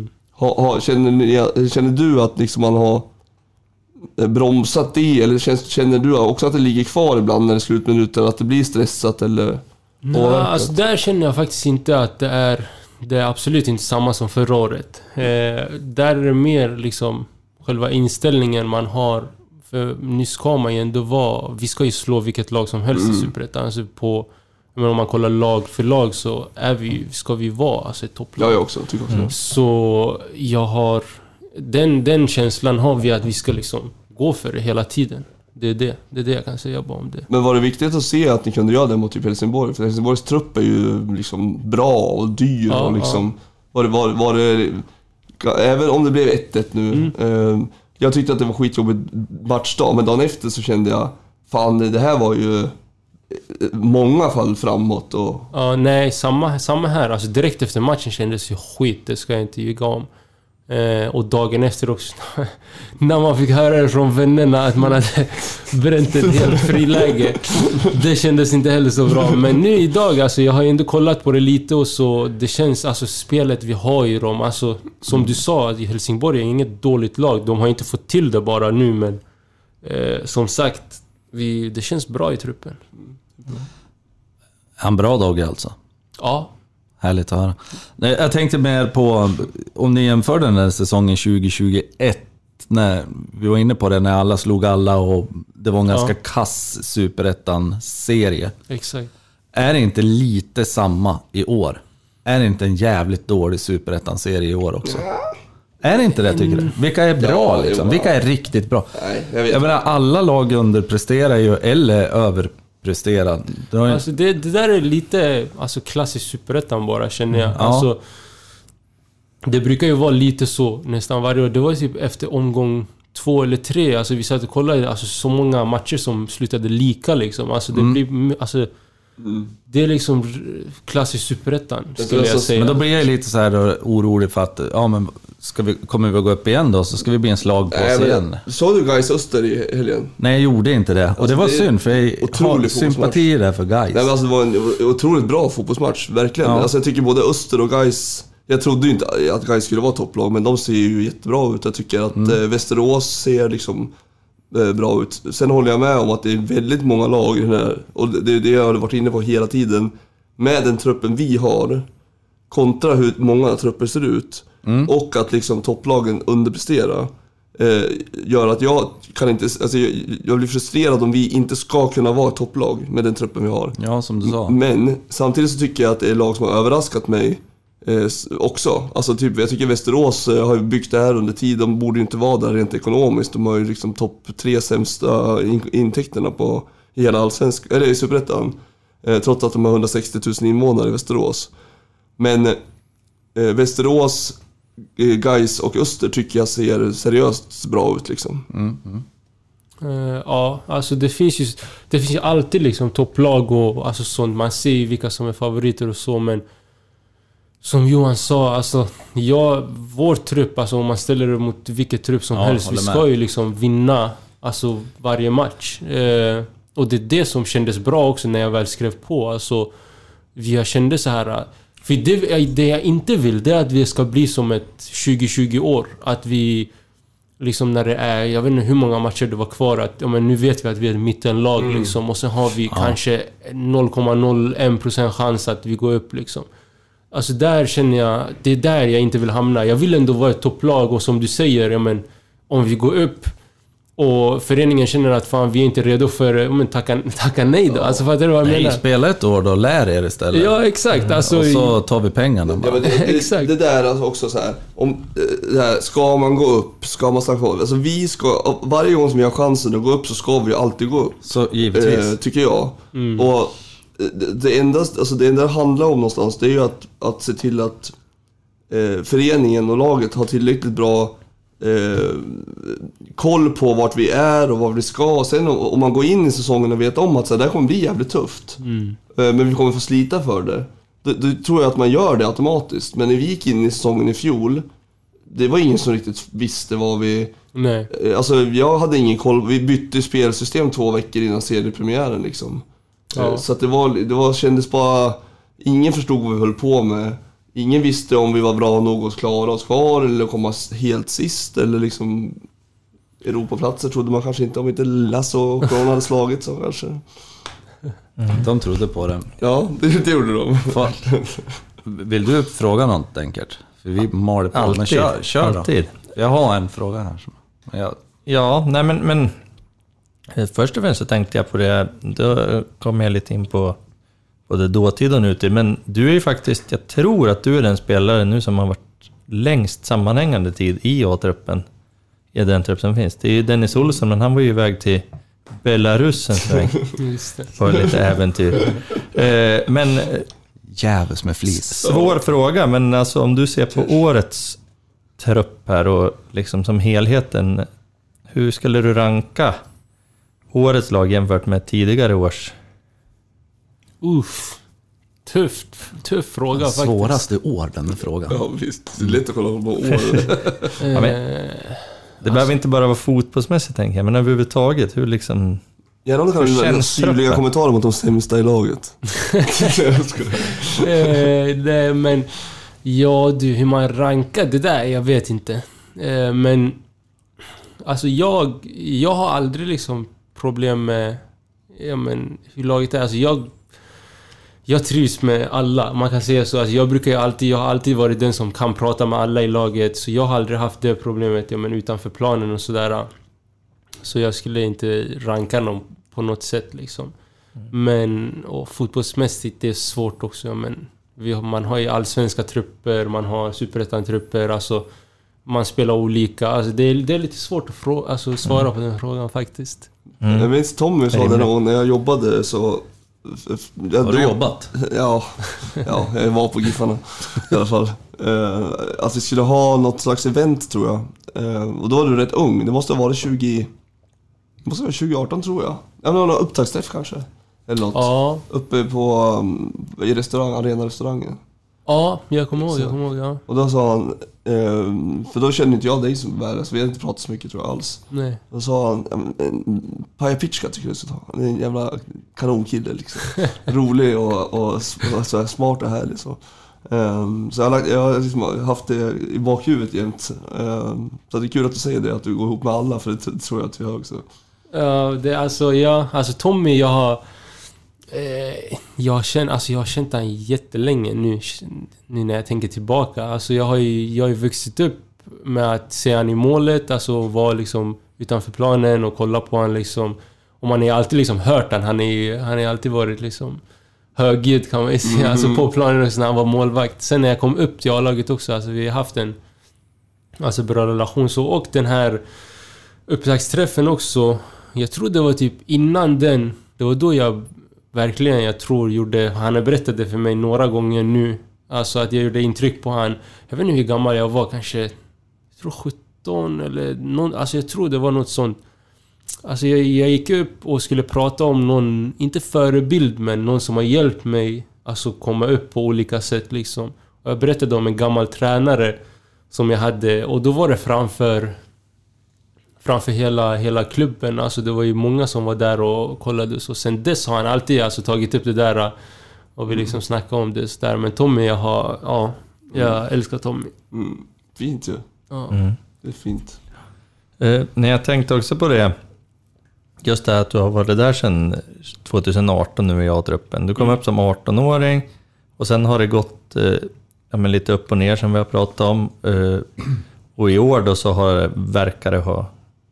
Känner du att liksom man har bromsat det, eller känner du också att det ligger kvar ibland när det är slutminuter, att det blir stressat eller? Nej, alltså där känner jag faktiskt inte att det är absolut inte samma som förra året. Där är det mer liksom själva inställningen man har, för nu ska man ju ändå vi ska ju slå vilket lag som helst i Superettan, alltså men om man kollar lag för lag så ska vi vara alltså ett topplag. Ja, jag också, tycker också. Så jag har den känslan har vi, att vi ska liksom gå för det hela tiden. Det är det jag kan säga bara om det. Men var det viktigt att se att ni kunde göra det mot typ Helsingborg? För Helsingborgs trupp är ju liksom bra och dyr och liksom var det även om det blev 1-1 nu. Jag tyckte att det var skitjobbigt matchdag, men dagen efter så kände jag fan, det här var ju många fall framåt och... Ja, nej, samma här. Alltså direkt efter matchen kändes ju skit, det ska jag inte ljuga om. Och dagen efter också, när man fick höra det från vännerna att man hade bränt ett helt friläge, det kändes inte heller så bra. Men nu idag, alltså, jag har ju ändå kollat på det lite, och så det känns, alltså spelet vi har i dem, alltså som du sa, att Helsingborg är inget dåligt lag. De har inte fått till det bara nu, men som sagt, det känns bra i truppen. En bra dag alltså. Ja. Härligt att höra. Jag tänkte mer på, om ni jämför den här säsongen 2021, när vi var inne på det, när alla slog alla och det var en ganska kass Superettan-serie. Exakt. Är det inte lite samma i år? Är det inte en jävligt dålig Superettan-serie i år också? Är det inte det, tycker du? Vilka är bra liksom? Vilka är riktigt bra? Nej, jag menar, alla lag underpresterar ju eller överpresterar. Alltså det där är lite klassisk superettan bara, känner jag. Alltså, det brukar ju vara lite så nästan varje år. Det var typ efter omgång 2 eller 3. Alltså vi satt och kollade så många matcher som slutade lika liksom. Alltså det blir... Det är liksom klassisk superettan, skulle jag säga. Men då blir jag lite så här orolig för att men kommer vi att gå upp igen då, så ska vi bli en slag på oss igen. Såg du Gais Öster i helgen? Nej, jag gjorde inte det. Och det var synd, för jag har sympati där för Gais. Nej, men alltså, det var en otroligt bra fotbollsmatch, verkligen. Alltså, jag tycker både Öster och Gais... Jag trodde ju inte att Gais skulle vara topplag, men de ser ju jättebra ut. Jag tycker att Västerås ser liksom bra ut. Sen håller jag med om att det är väldigt många lag i den här, och det jag har varit inne på hela tiden, med den truppen vi har kontra hur många trupper ser ut och att liksom topplagen underpresterar, gör att jag kan inte, alltså jag blir frustrerad om vi inte ska kunna vara ett topplag med den truppen vi har. Ja, som du sa. Men samtidigt så tycker jag att det är lag som har överraskat mig också. Alltså typ, jag tycker Västerås har ju byggt det här under tid. De borde ju inte vara där rent ekonomiskt. De har ju liksom topp 3 sämsta intäkterna på hela allsvenska, eller i Superettan, trots att de har 160 000 invånare i Västerås. Men Västerås, Gais och Öster tycker jag ser seriöst bra ut liksom. Ja, alltså det finns ju alltid liksom topplag och alltså sånt. Man ser ju vilka som är favoriter och så, men som Johan sa, alltså vår trupp, alltså om man ställer det mot vilket trupp som helst, vi ska ju liksom vinna alltså varje match. Och det är det som kändes bra också när jag väl skrev på. Alltså vi kände så här, för det jag inte vill, det är att vi ska bli som ett 2020 år, att vi liksom när det är, jag vet inte hur många matcher det var kvar, att men nu vet vi att vi är ett mittenlag liksom, och sen har vi kanske 0,01% chans att vi går upp liksom. Alltså där känner jag, det är där jag inte vill hamna. Jag vill ändå vara ett topplag, och som du säger, men om vi går upp och föreningen känner att fan, vi är inte redo för tacka nej då. Alltså fattar du vad jag menar? Spela ett år då, lär er istället. Ja, exakt. Alltså, och så tar vi pengarna. Ja, men det där alltså också så här, om det här, ska man gå upp, ska man stanna kvar. Alltså vi ska, varje gång som vi har chansen att gå upp så ska vi alltid gå upp. Så givetvis. Tycker jag. Och det enda det handlar om någonstans, det är ju att se till att föreningen och laget har tillräckligt bra koll på vart vi är och vad vi ska. Och sen om man går in i säsongen och vet om att så här, det kommer bli jävligt tufft, men vi kommer få slita för det, då tror jag att man gör det automatiskt. Men när vi gick in i säsongen i fjol, det var ingen som riktigt visste vad vi... Nej. Alltså jag hade ingen koll. Vi bytte spelsystem 2 veckor innan seriepremiären liksom. Ja. Så att det kändes bara... Ingen förstod vad vi höll på med. Ingen visste om vi var bra nog att klara oss kvar eller komma helt sist, eller liksom Europaplatser trodde man kanske inte, om inte Lasse och Kron hade slagit så kanske. De trodde på det. Ja, det gjorde de. Vill du fråga något enkelt? För vi maler på. Alltid. Men kör då. Alltid. Jag har en fråga här. Ja, nej men först och främst så tänkte jag på det. Då kom jag lite in på både dåtid och nutid. Men du är ju faktiskt, jag tror att du är den spelare nu som har varit längst sammanhängande tid i A-truppen. I den trupp som finns. Det är ju Dennis Olsson, men han var ju iväg till Belarus en sväng. På lite äventyr. Men jävels med flis. Svår fråga, men alltså om du ser på årets trupp här och liksom som helheten, hur skulle du ranka årets lag jämfört med tidigare års? Tuff fråga faktiskt. Svåraste år, den frågan. Ja visst, det är lätt att kolla på år. Ja, men, det behöver inte bara vara fotbollsmässigt, tänker jag, men överhuvudtaget, hur liksom... Gärna om det kan vara syrliga kommentarer mot de sämsta i laget. Nej, men ja, hur man rankar det där, jag vet inte. Men alltså jag har aldrig liksom problem med hur laget är. Alltså jag trivs med alla. Man kan säga så. Alltså jag har alltid varit den som kan prata med alla i laget. Så jag har aldrig haft det problemet utanför planen och sådär. Så jag skulle inte ranka någon på något sätt liksom. Men fotbollsmässigt det är svårt också. Men man har ju allsvenska trupper, man har superettan-trupper. Alltså, man spelar olika. Alltså det är lite svårt att svara på den frågan faktiskt. Jag minns Tommy sa det när jag jobbade så... Har du jobbat? Ja, jag var på Giffarna i alla fall. Att vi skulle ha något slags event tror jag. Och då var du rätt ung. Det måste ha varit 2018 tror jag. Ja, någon upptaktsträff kanske. Eller något. Ja. Uppe på i Arena-restaurangen. Ja, jag kommer ihåg, ja. Och då sa han, för då kände inte jag dig som väl, så vi hade inte pratat så mycket tror jag alls. Nej. Då sa han, Paja Pitchka tycker jag ska ta. Han är en jävla kanonkille liksom. Rolig och så här smart och härlig så. Så jag har liksom haft det i bakhuvudet jämt. Så det är kul att du säger det, att du går ihop med alla, för det tror jag att vi har också. Alltså Tommy, jag har känt han jättelänge nu när jag tänker tillbaka. Alltså jag har ju vuxit upp med att se han i målet, alltså vara liksom utanför planen och kolla på han liksom. Och man har alltid liksom hört han har alltid varit liksom högljudd kan man ju säga, alltså på planen också när han var målvakt. Sen när jag kom upp till A-laget också, alltså vi har haft en bra relation så, och den här upptaktsträffen också, jag tror det var typ innan den, det var då jag tror han har berättat det för mig några gånger nu, alltså att jag gjorde intryck på han. Jag vet inte hur gammal jag var, kanske jag tror 17 eller någon, alltså jag tror det var något sånt. Alltså jag gick upp och skulle prata om någon, inte förebild, men någon som har hjälpt mig alltså komma upp på olika sätt liksom. Och jag berättade om en gammal tränare som jag hade, och då var det framför hela klubben. Alltså det var ju många som var där och kollade. Så sen dess har han alltid alltså tagit upp det där och vi liksom snackade om det där. Men Tommy, jag älskar Tommy. Fint ju. Ja. Det är fint. När jag tänkte också på det, just det att du har varit där sedan 2018 nu i A-truppen. Du kom upp som 18-åring och sen har det gått lite upp och ner som vi har pratat om. Och i år då så verkar det ha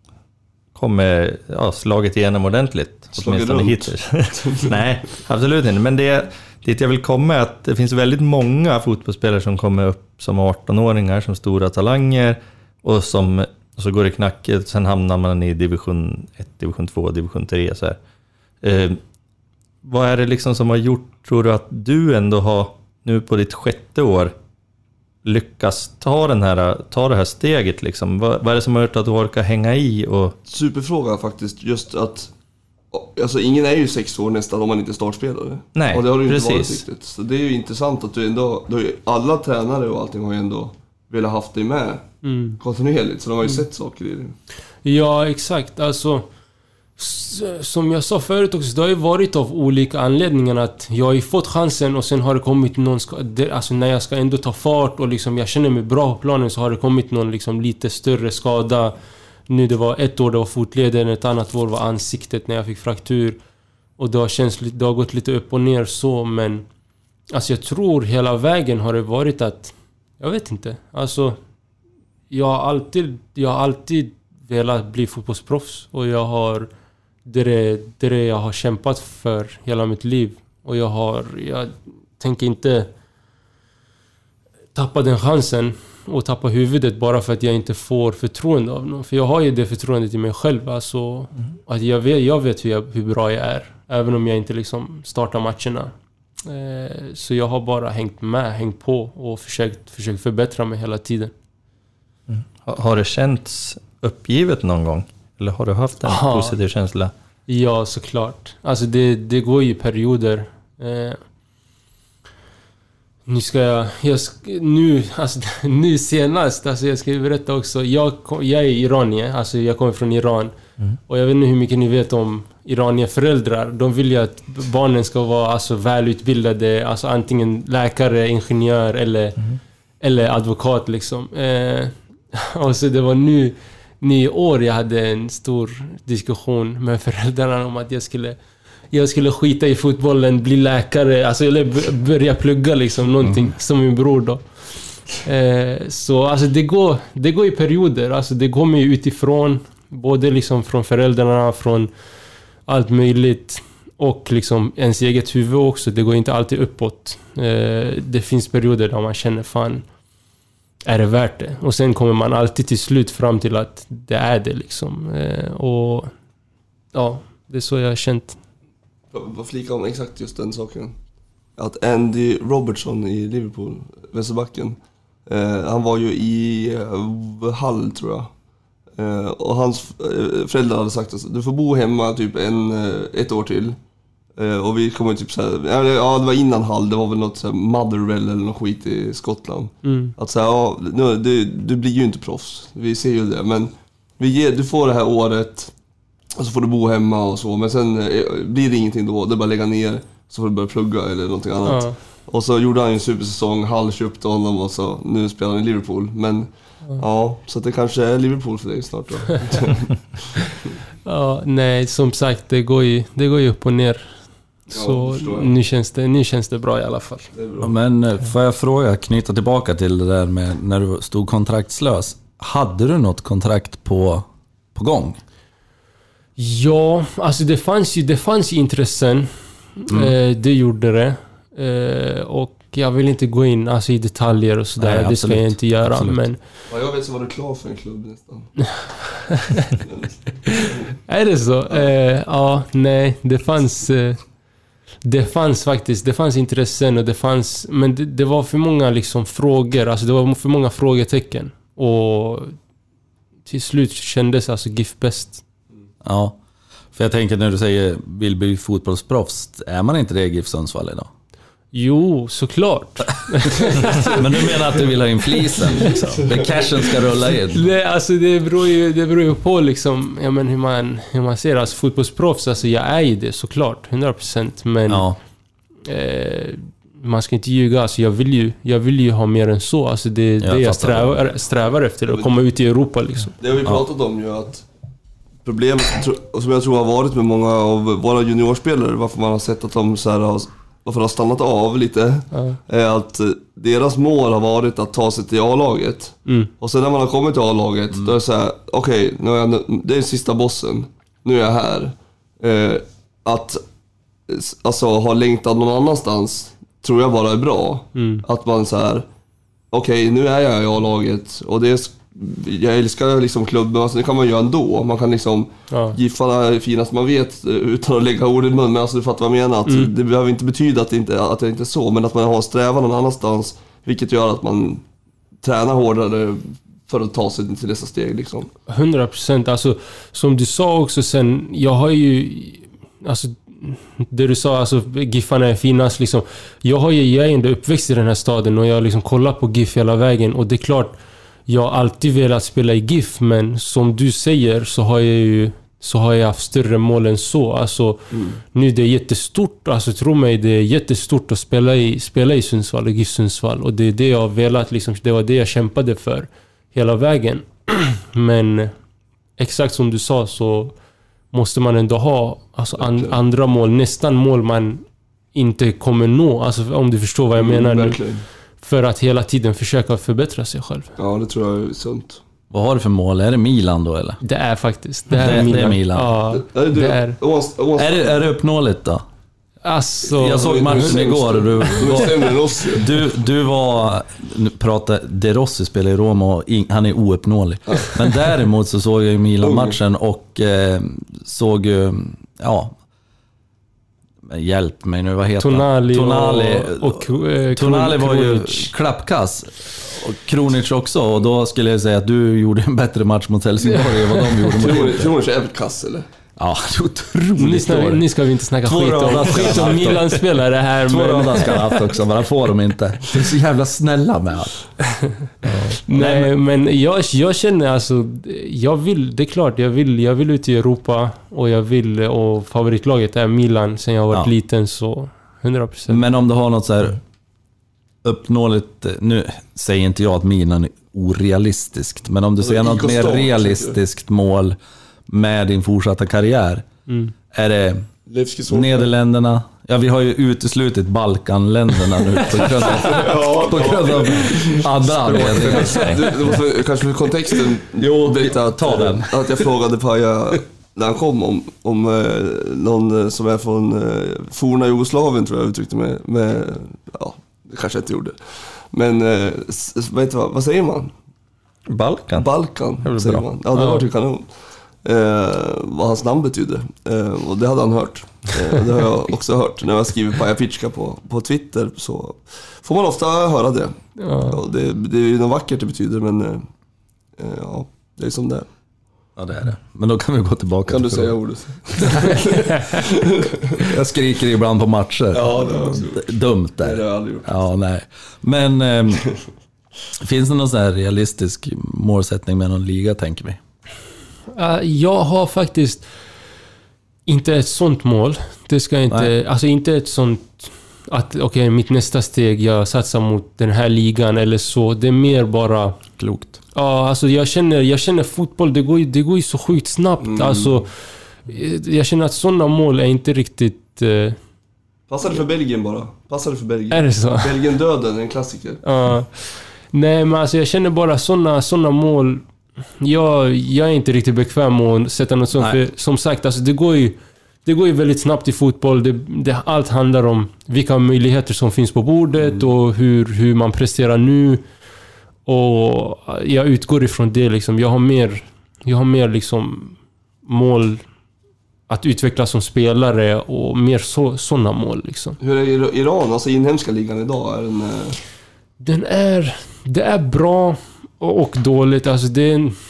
slagit igenom ordentligt. Åtminstone hittills. Nej, absolut inte. Men dit jag vill komma är att det finns väldigt många fotbollsspelare som kommer upp som 18-åringar, som stora talanger och så går det knackigt. Sen hamnar man i division 1, division 2, division 3 så här. Vad är det liksom som har gjort, tror du, att du ändå har nu på ditt 6:e år lyckas ta det här steget liksom? Vad är det som har gjort att du orkar hänga i? Superfråga faktiskt, just att alltså ingen är ju 6 år nästan om man inte startspelare. Nej, och det har du precis. Inte varit riktigt. Så det är ju intressant att du ändå, alla tränare och allting har ju ändå velat haft dig med kontinuerligt, så de har ju sett saker i det. Ja, exakt. Alltså som jag sa förut också, det har ju varit av olika anledningar att jag har ju fått chansen och sen har det kommit någon alltså när jag ska ändå ta fart och liksom jag känner mig bra på planen, så har det kommit någon liksom lite större skada. Nu det var ett år det var fotleden, ett annat år var ansiktet när jag fick fraktur, och det har gått lite upp och ner så, men alltså jag tror hela vägen har det varit att jag vet inte, alltså jag har alltid velat bli fotbollsproffs, och jag har det jag har kämpat för hela mitt liv, och jag tänker inte tappa den chansen och tappa huvudet bara för att jag inte får förtroende av någon, för jag har ju det förtroendet i mig själv, alltså att jag vet hur bra jag är, även om jag inte liksom startar matcherna. Så jag har bara hängt på och försökt förbättra mig hela tiden. Har det känts uppgivet någon gång? Eller har du haft en positiv känsla? Ja, såklart. Alltså det går ju perioder. Nu senast, alltså jag ska berätta också. Jag är iranier, alltså jag kommer från Iran. Och jag vet inte hur mycket ni vet om iranier föräldrar. De vill ju att barnen ska vara alltså välutbildade, alltså antingen läkare, ingenjör eller advokat liksom. Och så det var nu i år jag hade en stor diskussion med föräldrarna om att jag skulle skita i fotbollen, bli läkare, alltså eller börja plugga liksom någonting som min bror då. Så alltså det går i perioder, alltså det kommer ju utifrån, både liksom från föräldrarna, från allt möjligt, och liksom ens eget huvud också. Det går inte alltid uppåt. Det finns perioder där man känner fan, är det värt det? Och sen kommer man alltid till slut fram till att det är det liksom. Och ja, det är så jag har känt. Vad flika om exakt just den saken? Att Andy Robertson i Liverpool, vänsterbacken, han var ju i Hull tror jag. Och hans föräldrar hade sagt att du får bo hemma typ ett år till. Och vi kommer typ såhär, ja det var innan Hull, det var väl något såhär Motherwell eller något skit i Skottland. Att säga, ja, du blir ju inte proffs, vi ser ju det, men du får det här året och så får du bo hemma och så, men sen blir det ingenting då, det är bara lägga ner, så får du börja plugga eller någonting annat. Och så gjorde han ju en supersäsong, Hull köpte honom och så nu spelar han i Liverpool, men ja, så det kanske är Liverpool för dig snart då. Ja, nej, som sagt, det går ju upp och ner. Så nu känns det bra i alla fall. Ja, men får jag fråga, knyta tillbaka till det där med när du stod kontraktslös. Hade du något kontrakt på gång? Ja, alltså det fanns ju intressen. Det gjorde det. Och jag vill inte gå in alltså, i detaljer och sådär. Nej, det ska jag inte göra. Men ja, jag vet så var du klar för en klubb nästan. Är det så? Ja, nej. Det fanns intressen och men det var för många liksom frågor. Alltså det var för många frågetecken. Och till slut kändes alltså GIF bäst. Ja, för jag tänker när du säger vill bli fotbollsproffs, är man inte det i GIF Sundsvall idag? Jo, såklart. Men du menar att du vill ha in flisen liksom? Det cashen ska rulla in? Nej, alltså det beror ju på liksom, ja, men hur man ser alltså fotbollsproffs, alltså jag är ju det såklart 100%, men ja. Man ska inte ljuga, alltså jag vill ju ha mer än så, alltså det jag strävar efter att komma ut i Europa liksom. Det har vi pratat om ju, att problemet som jag tror har varit med många av våra juniorspelare, varför man har sett att de så här varför de har stannat av lite, är att deras mål har varit att ta sig till A-laget. Och sen när man har kommit till A-laget, då är det så här: okej, det är sista bossen, nu är jag här. Att alltså ha längtat någon annanstans tror jag bara är bra. Att man så här: okej, nu är jag i A-laget och jag älskar liksom klubben, alltså det kan man göra ändå. Man kan liksom giffarna är finast man vet utan att lägga ord i mun, men alltså du fattar vad jag menar, att det behöver inte betyda att det inte är så, men att man har en strävan någon annanstans, vilket gör att man tränar hårdare för att ta sig till nästa steg liksom. 100%, alltså som du sa också sen, jag har ju alltså det du sa, alltså giffarna är finast liksom. Jag är ändå uppväxt i den här staden och jag har liksom kollat på GIF hela vägen, och det är klart jag har alltid velat spela i GIF, men som du säger så har jag haft större mål än så. Alltså nu det är jättestort, alltså tro mig, det är jättestort att spela i Sundsvall, i GIF Sundsvall, och det är det jag har velat liksom, det var det jag kämpade för hela vägen. Men exakt som du sa så måste man ändå ha alltså andra mål, nästan mål man inte kommer nå, alltså om du förstår vad jag menar nu. För att hela tiden försöka förbättra sig själv. Ja, det tror jag är sunt. Vad har du för mål? Är det Milan då eller? Det är faktiskt. Det är Milan. Ja, det är. Är det uppnåeligt då? Alltså, jag såg matchen igår och du var De Rossi spelar i Roma och han är ouppnåelig. Men däremot så såg jag ju Milan-matchen och såg ju, hjälp mig nu, vad heter Tonali Tonali var ju klappkass. Och Kronic också, och då skulle jag säga att du gjorde en bättre match mot Helsingborg än vad de gjorde mot Kronic är väl kass eller? Ja, otroligt. Nu ska vi inte snacka skit om Milan-spelare här. Två röda ska han haft också, men han får dem inte. Det är så jävla snälla med allt. Nej, men jag känner alltså, det är klart, jag vill ut i Europa, och favoritlaget är Milan sen jag var liten, så 100%. Men om du har något så här uppnåeligt, nu säger inte jag att Milan är orealistiskt, men om du ser något mer realistiskt mål med din fortsatta karriär, är det Nederländerna? Ja, vi har ju uteslutit Balkanländerna nu på grund av andra anledningar. Kanske för kontexten berätta att jag frågade Paja när han kom om någon som är från forna Jugoslavien, tror jag uttryckte med det kanske jag inte gjorde. Men vet du vad säger man? Balkan. Balkan säger man. Ja, det var ju kanon. Vad hans namn betyder. Och det hade han hört. Det har jag också hört. När jag skriver Paja Pitchka på Twitter så får man ofta höra det. Ja, det är ju något vackert det betyder, men ja, det är som det är. Ja, det är det. Men då kan vi gå tillbaka. Kan du säga ordet? Jag skriker ibland på matcher. Ja, det var dumt där. Det har jag aldrig gjort. Ja, nej. Men finns det någon sån här realistisk målsättning med någon liga, tänker vi? Jag har faktiskt inte ett sånt mål. Det ska inte... Nej. Alltså inte ett sånt... Att okej, mitt nästa steg, jag satsar mot den här ligan eller så. Det är mer bara... Klokt. Ja, alltså jag känner fotboll, det går ju så sjukt snabbt. Alltså, jag känner att sådana mål är inte riktigt... Passar det för Belgien bara? Passar det för Belgien? Är det så? Belgien-döden, en klassiker. Nej, men alltså jag känner bara sådana mål... Jag är inte riktigt bekväm med att sätta något sånt. För, som sagt, alltså det går ju väldigt snabbt i fotboll. Allt handlar om vilka möjligheter som finns på bordet och hur man presterar nu. Och jag utgår ifrån det liksom. Jag har mer liksom mål att utvecklas som spelare och mer sådana mål liksom. Hur är Iran, alltså inhemska ligan idag? Det är bra och dåligt. Alltså det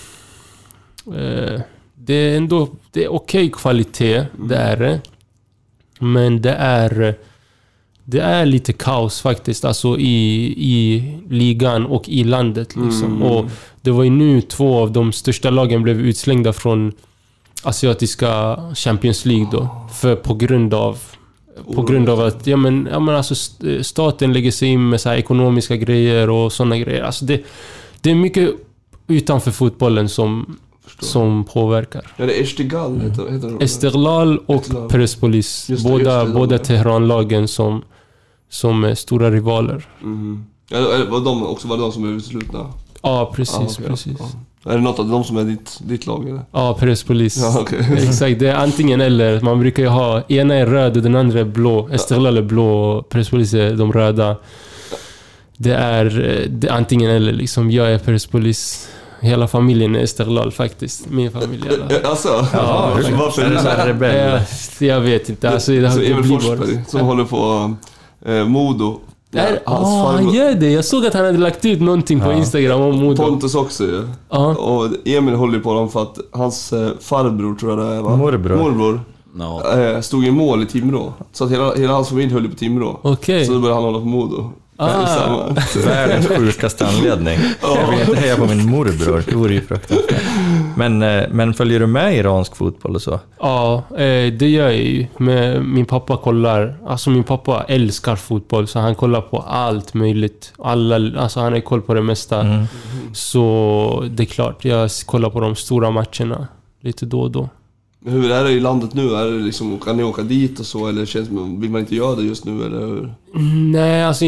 är okej kvalitet, det är det. Men det är lite kaos faktiskt, alltså i ligan och i landet liksom. Och det var ju nu 2 av de största lagen blev utslängda från asiatiska Champions League då, för på grund av att alltså staten lägger sig in med så här ekonomiska grejer och såna grejer. Alltså det är mycket utanför fotbollen som påverkar. Ja, det är Esteghlal heter det. Esteghlal och Persepolis. Båda Teheran-lagen som är stora rivaler. Ja, var de som är utslutna? Ja, precis. Ja. Är det något av de som är ditt lag eller? Ja, Persepolis. Ja, okay. Exakt, det är antingen eller. Man brukar ju ha, ena är röd och den andra är blå. Esteghlal är blå och Persepolis är de röda. Det är antingen eller liksom. Jag är Persepolis. Hela familjen är Esteghlal faktiskt. Min familj alla. Alltså? Ja, varför är det så här rebell? Jag vet inte. Alltså, så Emil Forsberg som håller på Modo. Han gör det. Jag såg att han hade lagt ut någonting på Instagram om Modo. Pontus också ju. Och Emil håller på dem för att hans farbror, tror jag det är, va? Morbror. Stod i mål i Timrå. Så att hela hans familj höll på Timrå. Okay. Så då började han hålla på Modo. Världens sjukaste anledning. Jag vill inte heja på min morbror. Det vore ju fruktansvärt. Men följer du med iransk fotboll och så? Ja, det gör jag ju. Min pappa kollar. Alltså min pappa älskar fotboll, så han kollar på allt möjligt. Alltså han har koll på det mesta. Så det är klart, jag kollar på de stora matcherna lite då och då. Hur är det i landet nu? Är det liksom, kan ni åka dit och så, eller vill man inte göra det just nu, eller hur? Nej, alltså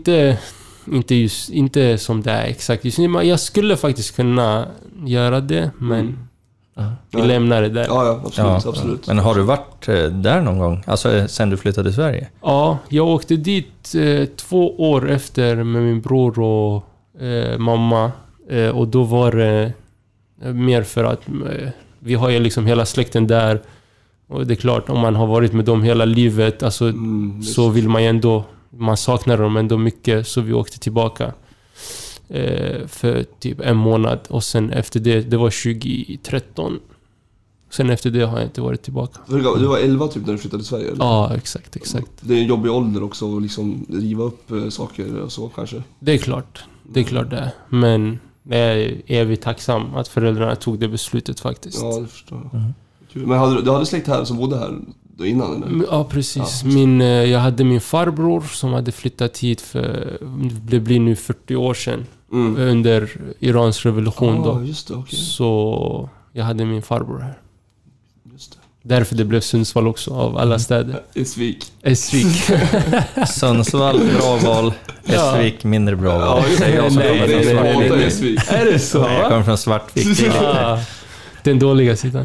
inte som det är exakt just nu. Jag skulle faktiskt kunna göra det, men vi lämnar det där. Ja, absolut. Men har du varit där någon gång? Alltså sen du flyttade till Sverige? Ja, jag åkte dit 2 år efter med min bror och mamma. Och då var det mer för att vi har ju liksom hela släkten där. Och det är klart, om man har varit med dem hela livet, alltså, så vill man ju ändå... Man saknar dem ändå mycket, så vi åkte tillbaka för typ 1 månad. Och sen efter det var 2013. Sen efter det har jag inte varit tillbaka. Du var 11 typ när du flyttade till Sverige, eller? Ja, exakt. Det är en jobbig ålder också att liksom riva upp saker och så kanske. Det är klart det är. Men jag är evigt tacksam att föräldrarna tog det beslutet faktiskt. Ja, det förstår jag. Men du hade släkt här som bodde här då innan, eller? Ja, precis. Jag hade min farbror som hade flyttat hit för... Det blir nu 40 år sedan. Under Irans revolution då. Just det, okay. Så jag hade min farbror här. Just det. Därför det blev Sundsvall också, av alla städer. Essvik. Sundsvall, bra val. Essvik, mindre bra val. Nej. Är det så? Jag kommer från Svartvik. Den dåliga sidan.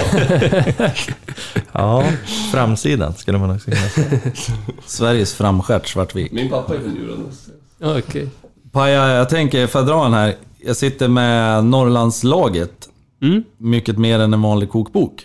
Ja, framsidan skulle man också kunna säga. Sveriges framskärt, Svartvik. Min pappa är från Djuren. Okej. Paja, jag tänker, för att dra den här. Jag sitter med Norrlandslaget. Mycket mer än en vanlig kokbok.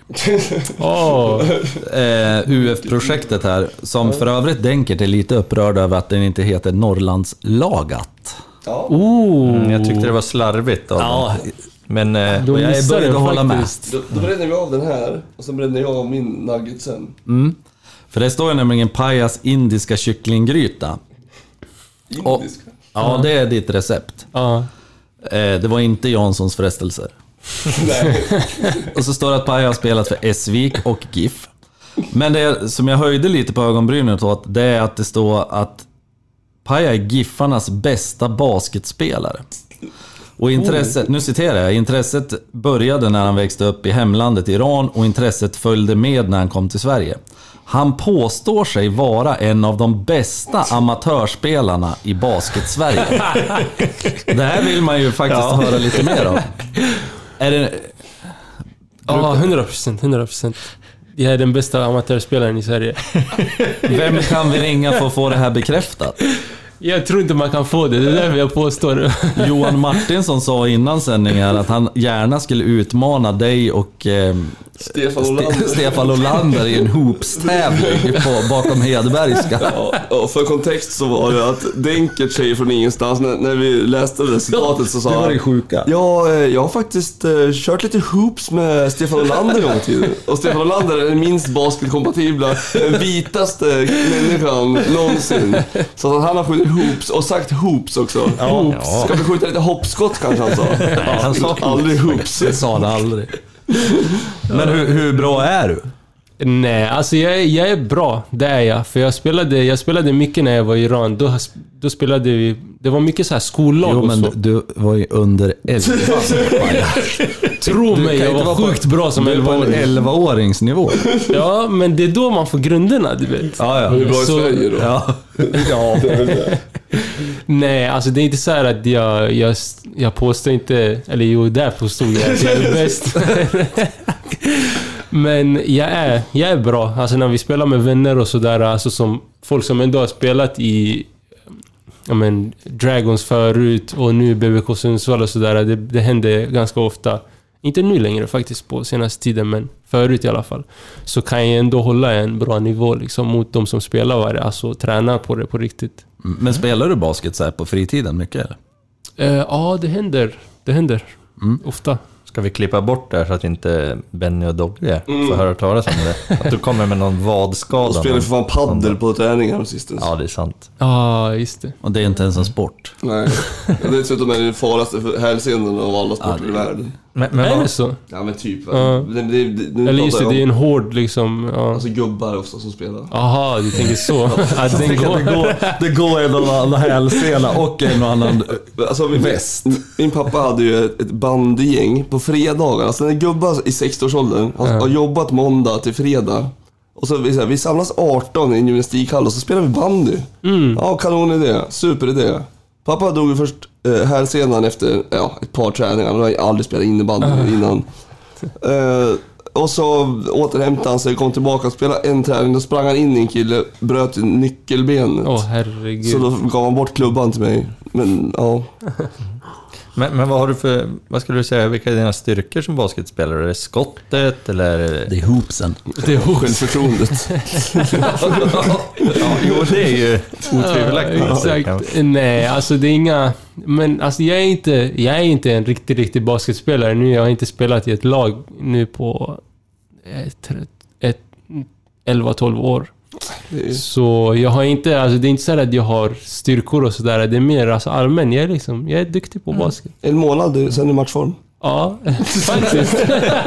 UF-projektet här. Som för övrigt Denkert är lite upprörd över att den inte heter Norrlandslagat. Jag tyckte det var slarvigt av dem. Men Då jag är missar börjad den att hålla med. faktiskt. Då bränner vi av den här och sen bränner jag av min nugget sen. För det står ju nämligen Pajas indiska kycklinggryta. Indisk. Ja, det är ditt recept. Ja. Det var inte Janssons frestelser. Och så står det att Paja har spelat för Esvik och GIF. Men det som jag höjde lite på ögonbrynet åt, det är att det står att Paja är Giffarnas bästa basketspelare. Och intresset, nu citerar jag, intresset började när han växte upp i hemlandet Iran och intresset följde med när han kom till Sverige. Han påstår sig vara en av de bästa amatörspelarna i basket-Sverige. Det här vill man ju faktiskt höra lite mer om. Är det... Ja, 100%. Jag är den bästa amatörspelaren i Sverige. Vem kan vi ringa för att få det här bekräftat? Jag tror inte man kan få det, det är därför jag påstår. Johan Martinsson sa innan sändningen att han gärna skulle utmana dig och Stefan Olander i en hoopstävling bakom Hedbergska. Ja, och för kontext så var det att Denkert säger från ingenstans när vi läste det citatet så sa det var det sjuka. Ja, jag har faktiskt kört lite hoops med Stefan Olander en gång i tiden. Och Stefan Olander är den minst basketkompatibla, den vitaste människan någonsin. Så att han har skjutit hoops och sagt hoops också. Hoops. Ska vi skjuta lite hoppskott kanske han sa? Nej, han sa aldrig hoops. Det sa han aldrig. Men hur bra är du? Nej, alltså jag är bra, det är jag. För jag spelade mycket när jag var i Iran. Då spelade vi, det var mycket så här skollag och så. Men du var ju under 11. Tro mig, jag var sjukt bra som 11-åring. 11-åringsnivå. Ja, men det är då man får grunderna, du vet. Ja. Hur bra i Så- Sverige då? Ja. Nej, alltså det är inte så här att jag påstår inte, eller jo, där påstod jag att jag är bäst. Men jag är bra. Alltså när vi spelar med vänner och sådär, alltså som folk som ändå har spelat i Dragons förut och nu BBK Sundsvall och sådär, det händer ganska ofta. Inte nu längre faktiskt på senaste tiden, men förut i alla fall. Så kan jag ändå hålla en bra nivå liksom, mot de som spelar alltså tränar på det på riktigt. Men spelar du basket så här på fritiden mycket eller? Ja, det händer. Ofta. ska vi klippa bort det här så att inte Benny och Dogge får höra talas om det. Att du kommer med någon vadskada. Och spelar för fan paddel på träningar sistens. Ja, det är sant. Ja, just det. Och det är inte ens en sport. Nej, det är dessutom den farligaste hälsenan av alla sporter i världen. Men Är vad, det så? Ja men typ. Ja. Eller just det, jag det är en hård liksom... Ja. alltså gubbar ofta som spelar. Aha, du tänker så. Att den går... Det går en och annan hälsena och en och annan Alltså, väst. Min pappa hade ju ett bandgäng på fredagar. Alltså en gubbar i 60-årsåldern har jobbat måndag till fredag. Och så vi samlas 18 i en gymnastikhall och så spelar vi bandy. Ja, kanonidé. Superidé. Pappa drog ju först hälsenan efter ett par träningar. Han har aldrig spelat innebandy innan. Och så återhämtade han sig, kom tillbaka och spelade en träning. Då sprang han in i en kille, bröt nyckelbenet. herregud. Så då gav han bort klubban till mig. Men ja. men vad har du för, vad skulle du säga, vilka är dina styrkor som basketspelare? Är det skottet eller? Det är hoopsen. Det är Självförtroendet. Jo, det är ju otvivelaktigt. Exakt. Nej, alltså det är inga... Men alltså jag är inte en riktig basketspelare nu. Jag har inte spelat i ett lag nu på 11-12 år. Så jag har inte, alltså det är inte så att jag har styrkor och sådär. Det är mer alltså allmän. Jag är duktig på basket. En månad, sen i matchform. Ja, faktiskt.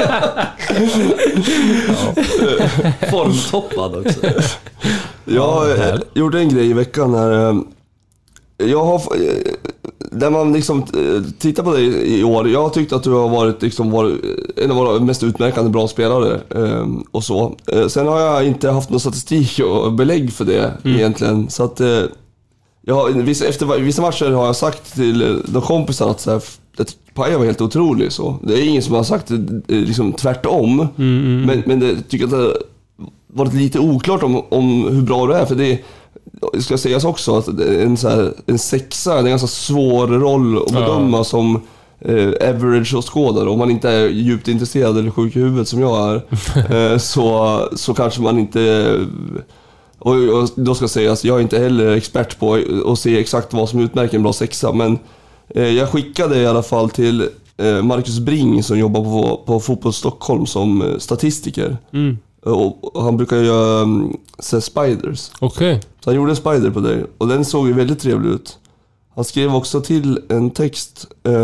Formtoppad också. Jag gjorde en grej i veckan när jag har där man liksom tittar på dig i år. Jag har tyckt att du har varit en av våra mest utmärkande bra spelare och så. Sen har jag inte haft någon statistik och belägg för det egentligen. Så att efter vissa matcher har jag sagt till de kompisarna att så här, att Paja var helt otrolig så. Det är ingen som har sagt liksom tvärtom. Men det tycker jag att det har varit lite oklart om hur bra du är, för det ska sägas också att en sexa är en ganska svår roll att bedöma som average och skådare. Om man inte är djupt intresserad eller sjuk i huvudet som jag är så kanske man inte... Och då ska sägas, jag är inte heller expert på att se exakt vad som utmärker en bra sexa, men jag skickade i alla fall till Marcus Bring som jobbar på Fotboll Stockholm som statistiker. Och han brukar göra Spiders. Okej. Så han gjorde en spider på dig och den såg ju väldigt trevlig ut. Han skrev också till en text.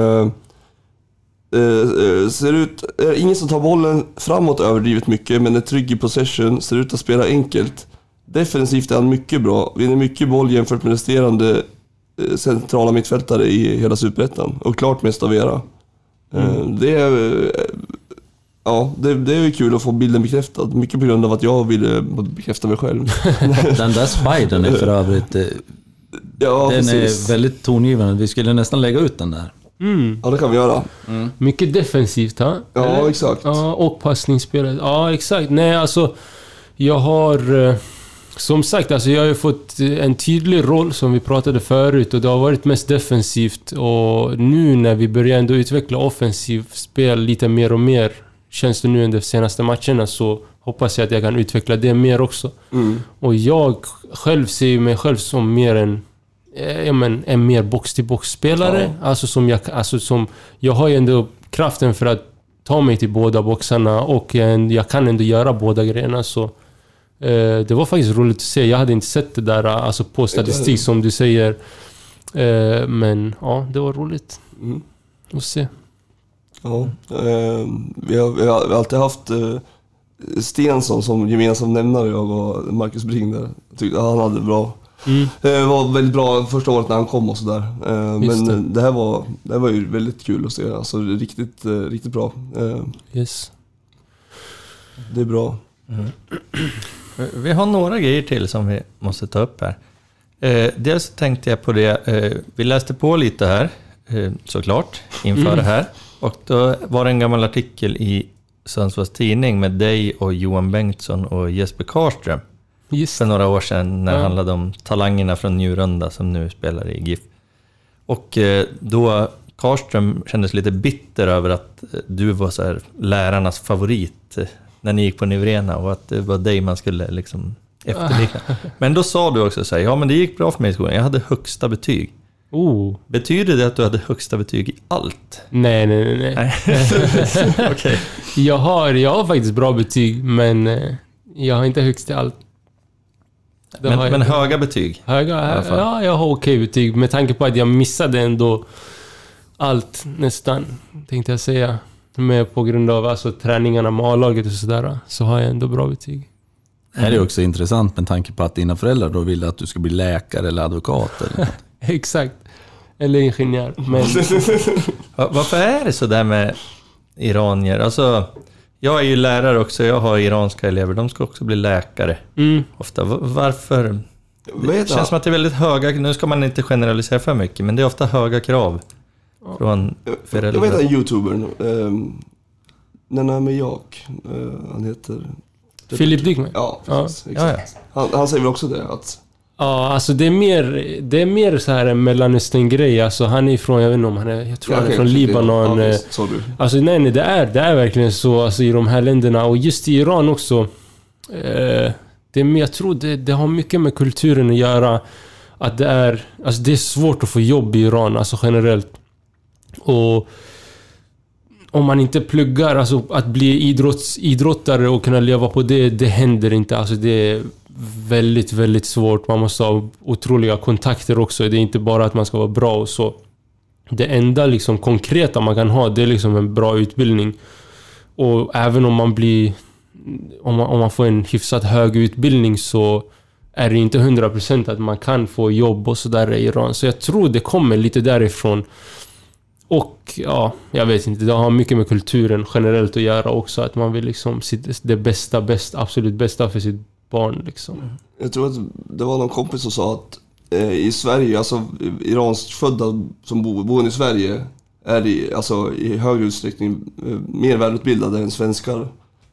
Ser ut, ingen som tar bollen framåt överdrivet mycket, men är trygg i possession, ser ut att spela enkelt. Defensivt är han mycket bra, vinner mycket boll jämfört med resterande centrala mittfältare i hela Superettan. Och klart mest av era. Det är ju kul att få bilden bekräftad. Mycket på grund av att jag ville bekräfta mig själv. Den där spidern är för övrigt... den är väldigt tongivande. Vi skulle nästan lägga ut den där. Ja, det kan vi göra. Mycket defensivt, ha? Ja, eller? Exakt. Ja, och passningsspelet. Ja, exakt. Nej, alltså... Jag har... Som sagt, alltså jag har ju fått en tydlig roll som vi pratade förut och det har varit mest defensivt och nu när vi börjar ändå utveckla offensivt spel lite mer och mer känns det nu under de senaste matcherna så hoppas jag att jag kan utveckla det mer också. Och jag själv ser mig själv som mer en mer box-till-box-spelare. Alltså som jag har ju ändå kraften för att ta mig till båda boxarna och jag kan ändå göra båda grejerna så det var faktiskt roligt att se. Jag hade inte sett det där alltså på statistik som du säger. Men ja, det var roligt att se. Ja, vi har alltid haft Stensson som gemensam nämnare, jag och Marcus Bring där. Jag tyckte han hade bra. Det var väldigt bra första året när han kom och sådär. Men det här var ju väldigt kul att se. Alltså riktigt bra. Yes. Det är bra. Vi har några grejer till som vi måste ta upp här. Dels tänkte jag på det, vi läste på lite här, såklart, inför det här. Och då var det en gammal artikel i Sundsvalls tidning med dig och Johan Bengtsson och Jesper Karström. För några år sedan när det handlade om talangerna från Njurunda som nu spelar i GIF. Och då Karström kändes lite bitter över att du var så här lärarnas favorit när ni gick på Nivrena och att det var dig man skulle liksom efterlikna. Men då sa du också så här, ja men det gick bra för mig i skolan, jag hade högsta betyg. Betyder det att du hade högsta betyg i allt? Nej. Okej. Jag har faktiskt bra betyg, men jag har inte högst i allt. Men höga betyg? Ja, jag har okej betyg med tanke på att jag missade ändå allt nästan, tänkte jag säga. Med på grund av alltså, träningarna med A-laget och sådär, så har jag ändå bra betyg. Det här är också intressant med tanke på att dina föräldrar då ville att du ska bli läkare eller advokat eller något. Exakt. Eller ingenjör. Men... Varför är det så där med iranier? Alltså, jag är ju lärare också, jag har iranska elever, de ska också bli läkare. Ofta. Varför? Det känns som att det är väldigt höga, nu ska man inte generalisera för mycket, men det är ofta höga krav från föräldrar. Jag vet en YouTuber, Nanamejak, han heter... Philip Dickman. Ja, precis. Ja. Han säger väl också det att... Ja, alltså det är mer så här en Mellanöstern-grej. Alltså han är från, jag vet inte om han är, jag tror han är från Libanon. Alltså nej, det är verkligen så alltså, i de här länderna. Och just i Iran också. Jag tror det har mycket med kulturen att göra. Att det är svårt att få jobb i Iran, alltså generellt. Och om man inte pluggar, alltså att bli idrottare och kunna leva på det händer inte. Alltså det är väldigt, väldigt svårt. Man måste ha otroliga kontakter också. Det är inte bara att man ska vara bra och så. Det enda liksom konkreta man kan ha, det är liksom en bra utbildning. Och även om man blir... Om man får en hyfsat hög utbildning så är det inte 100% att man kan få jobb och sådär i Iran. Så jag tror det kommer lite därifrån. Och ja, jag vet inte, det har mycket med kulturen generellt att göra också. Att man vill liksom det absolut bästa för sitt barn liksom. Jag tror att det var någon kompis som sa att i Sverige, alltså iranskfödda som bor i Sverige är i högre utsträckning mer välutbildade än svenskar.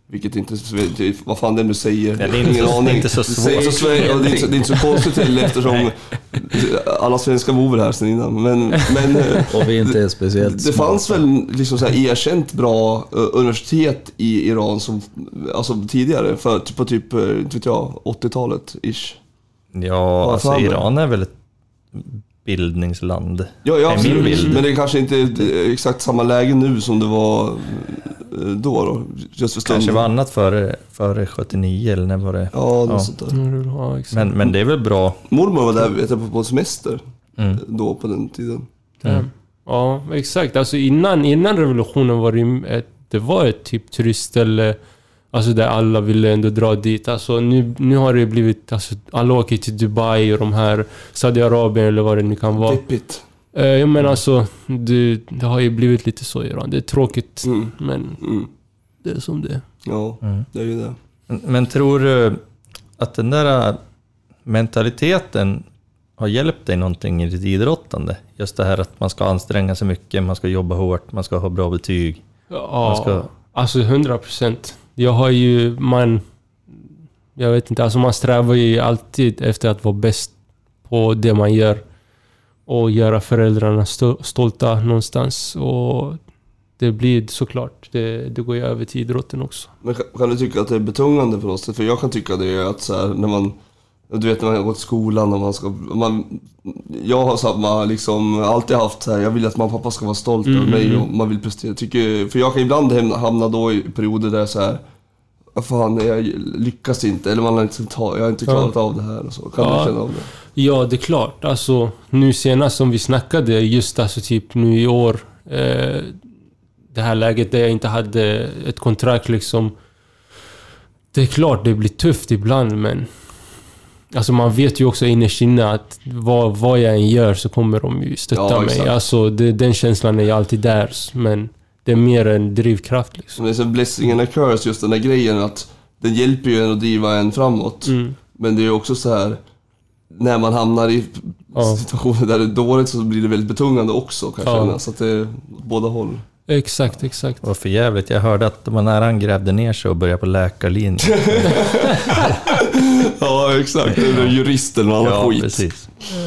Vilket inte, vad fan det nu säger. Ja, det är inte så svårt. Alltså, det är inte så konstigt till eftersom alla svenskar bor här sedan innan. Men och vi inte är speciellt det fanns väl liksom så här erkänt bra universitet i Iran som, alltså tidigare, på typ 80-talet ish. Ja, alltså Iran är väl ett bildningsland. Ja, absolut. Men det är kanske inte exakt samma läge nu som det var då. Just för kanske var annat före 79 eller när var det? Ja, något sånt där. Ja, exakt. Men det är väl bra. Mormor var där, vet jag, på semester då på den tiden. Ja, exakt. Alltså innan revolutionen var det var ett typ turistställe, alltså där alla ville ändå dra dit. Alltså nu har det blivit, alltså alla åker till Dubai och de här Saudiarabien eller vad det nu kan vara. Deppigt. Jag menar alltså, det har ju blivit lite så i Iran. Det är tråkigt, men det är som det är. Ja, det är ju det. Men tror du att den där mentaliteten har hjälpt dig någonting i ditt idrottande? Just det här att man ska anstränga sig mycket, man ska jobba hårt, man ska ha bra betyg. Ja, alltså 100%. Jag vet inte, alltså man strävar ju alltid efter att vara bäst på det man gör och göra föräldrarna stolta någonstans, och det blir såklart, det går ju över till idrotten också. Men kan du tycka att det är betungande på något sätt? För jag kan tycka det är att så här, när man har gått skolan och jag har samma liksom alltid haft så här, jag vill att mamma och pappa ska vara stolta över mig och man vill prestera. För jag kan ibland hamna då i perioder där så här, fan, jag lyckas inte, eller jag har inte klarat av det här och så. Kan du känna av det? Ja, det är klart. Alltså nu senast som vi snackade, just alltså typ nu i år, det här läget där jag inte hade ett kontrakt liksom. Det är klart det blir tufft ibland, men alltså man vet ju också innerst inne att vad jag än gör så kommer de ju stötta mig. Exakt. Alltså den känslan är ju alltid där, men det är mer en drivkraft liksom. Det är så blessing and a curse, just den där grejen att den hjälper ju en att driva en framåt. Men det är ju också så här, när man hamnar i situationer där det är dåligt så blir det väldigt betungande också, kan jag känna. Så att det är båda håll. Exakt. Och för jävligt, jag hörde att man när han grävde ner sig och började på läkarlinjen. Ja, exakt. Det är juristen och alla skit. Precis.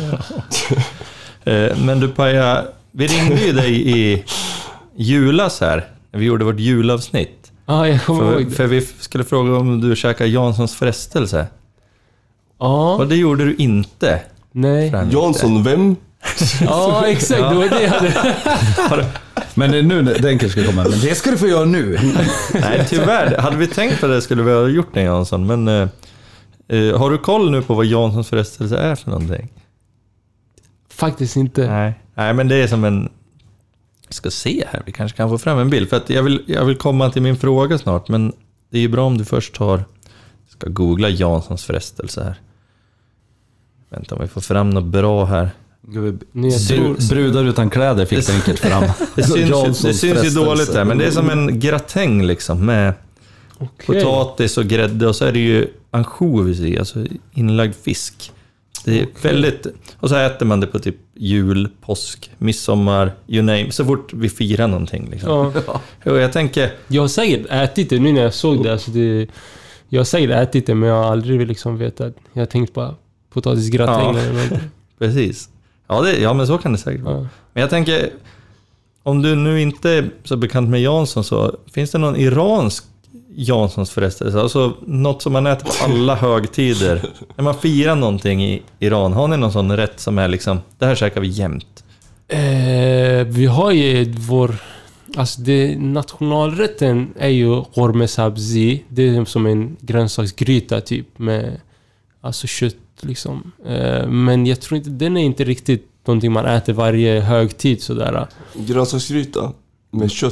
Men du Paja, vi ringde ju dig i julas här. Vi gjorde vårt julavsnitt. Ja, jag kommer ihåg det. För vi skulle fråga om du käkade Janssons frestelse. Ja. Och det gjorde du inte. Nej. Jansson, vem? Ja, exakt. Det var det jag hade. Men det är nu den kanske ska komma. Men det ska du få göra nu. Nej, tyvärr. Hade vi tänkt på det skulle vi ha gjort det, Jansson. Men har du koll nu på vad Janssons frestelse är för någonting? Faktiskt inte. Nej, men det är som en... Jag ska se här, vi kanske kan få fram en bild. För att jag vill komma till min fråga snart. Men det är ju bra om du först ska googla Janssons frestelse här. Vänta om vi får fram något bra här. Brudar utan kläder fick enkelt fram. Det syns ju dåligt där, men det är som en gratäng liksom med potatis och grädde, och så är det ju ansjovis i, alltså inlagd fisk. Det är väldigt, och så äter man det på typ jul, påsk, midsommar, you name, så fort vi firar någonting liksom. Och jag tänker, jag har säkert ätit det nu när jag såg det, alltså jag har säkert ätit det, men jag har aldrig liksom vetat. Jag har tänkt på potatisgratäng eller någonting. Precis. Ja, men så kan det säkert vara. Men jag tänker, om du nu inte är så bekant med Jansson, så finns det någon iransk Janssons frestelse? Alltså något som man äter på alla högtider. När man firar någonting i Iran, har ni någon sån rätt som är liksom, det här käkar vi jämt? Vi har ju alltså nationalrätten är ju korme sabzi. Det är som en grönsaksgryta typ med alltså kött liksom. Men jag tror inte, den är inte riktigt någonting man äter varje högtid sådär. Grönsaksgryta med kött.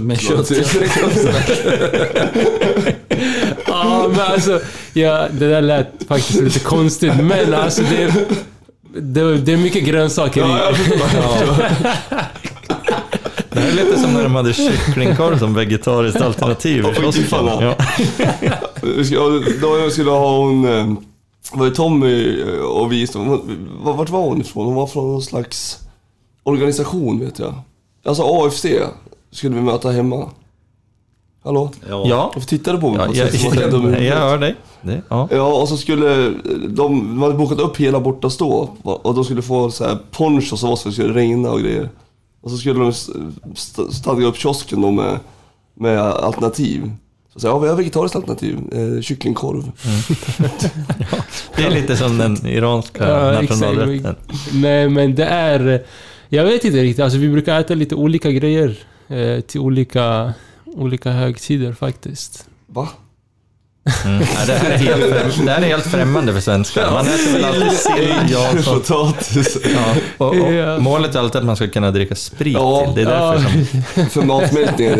Ja, men alltså det där lät faktiskt lite konstigt, men alltså det är mycket grönsaker i. Det är lite som när de hade kycklingkorv som vegetariskt alternativ. Då skulle ha hon... var det Tommy och vi vart var hon ifrån? Hon var från någon slags organisation, vet jag. Alltså AFC skulle vi möta hemma. Hallå? Ja. Varför tittar du på mig? Jag hör dig. Ja, och så skulle de hade bokat upp hela borta stå och de skulle få så här ponchos av oss för det skulle regna och grejer. Och så skulle de stadga upp kiosken då med alternativ. Så ja, vi har vegetariskt alternativ, kycklingkorv. Det är lite som den iranska nationalrätten. Nej, men det är... Jag vet inte riktigt. Alltså, vi brukar äta lite olika grejer till olika högtider faktiskt. Va? Ja, det här är helt främmande för svenskar. Man äter väl alltid sill, potatis. Och målet är alltid att man ska kunna dricka sprit till. Det är därför som... För matmärkningen,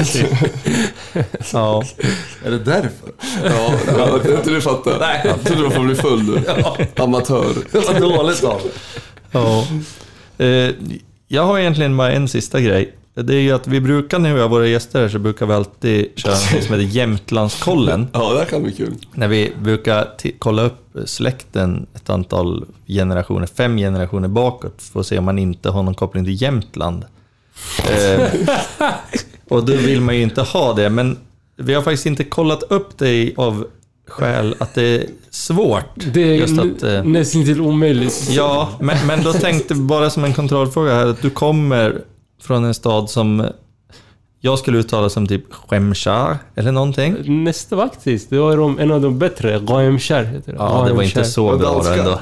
Ja. Är det därför? Ja, jag tror inte du fattar. Nej. Jag tror du får bli full nu. Amatör. Det var dåligt av. Ja. Jag har egentligen bara en sista grej. Det är ju att vi brukar, när vi har våra gäster här, så brukar vi alltid köra något som heter Jämtlandskollen. Ja, det kan bli kul. När vi brukar kolla upp släkten ett antal generationer, 5 generationer bakåt, för att se om man inte har någon koppling till Jämtland. Och då vill man ju inte ha det, men vi har faktiskt inte kollat upp det av skäl att det är svårt. Det är nästan till omöjligt. Ja, men då tänkte bara som en kontrollfråga här att du kommer från en stad som jag skulle uttala som typ Qamishar eller någonting. Nästa faktiskt. Det var en av de bättre. Qamishar heter det. Ja, det var inte så bra ändå.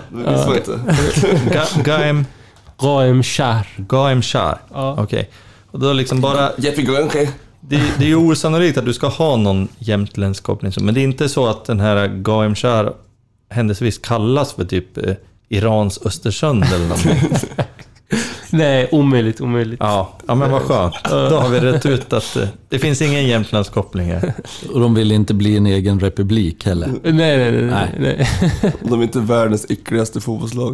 Qamishar. Okej. Och då liksom bara... Det är ju osannolikt att du ska ha någon jämtländsk koppling. Men det är inte så att den här Qamishar händelsevis kallas för typ Irans Östersund eller någonting. Nej, omöjligt. Ja, men vad skönt. Då har vi rätt ut att det finns ingen Jämtlandskoppling här. Och de vill inte bli en egen republik heller. Nej. De är inte världens äckligaste fotbollslag.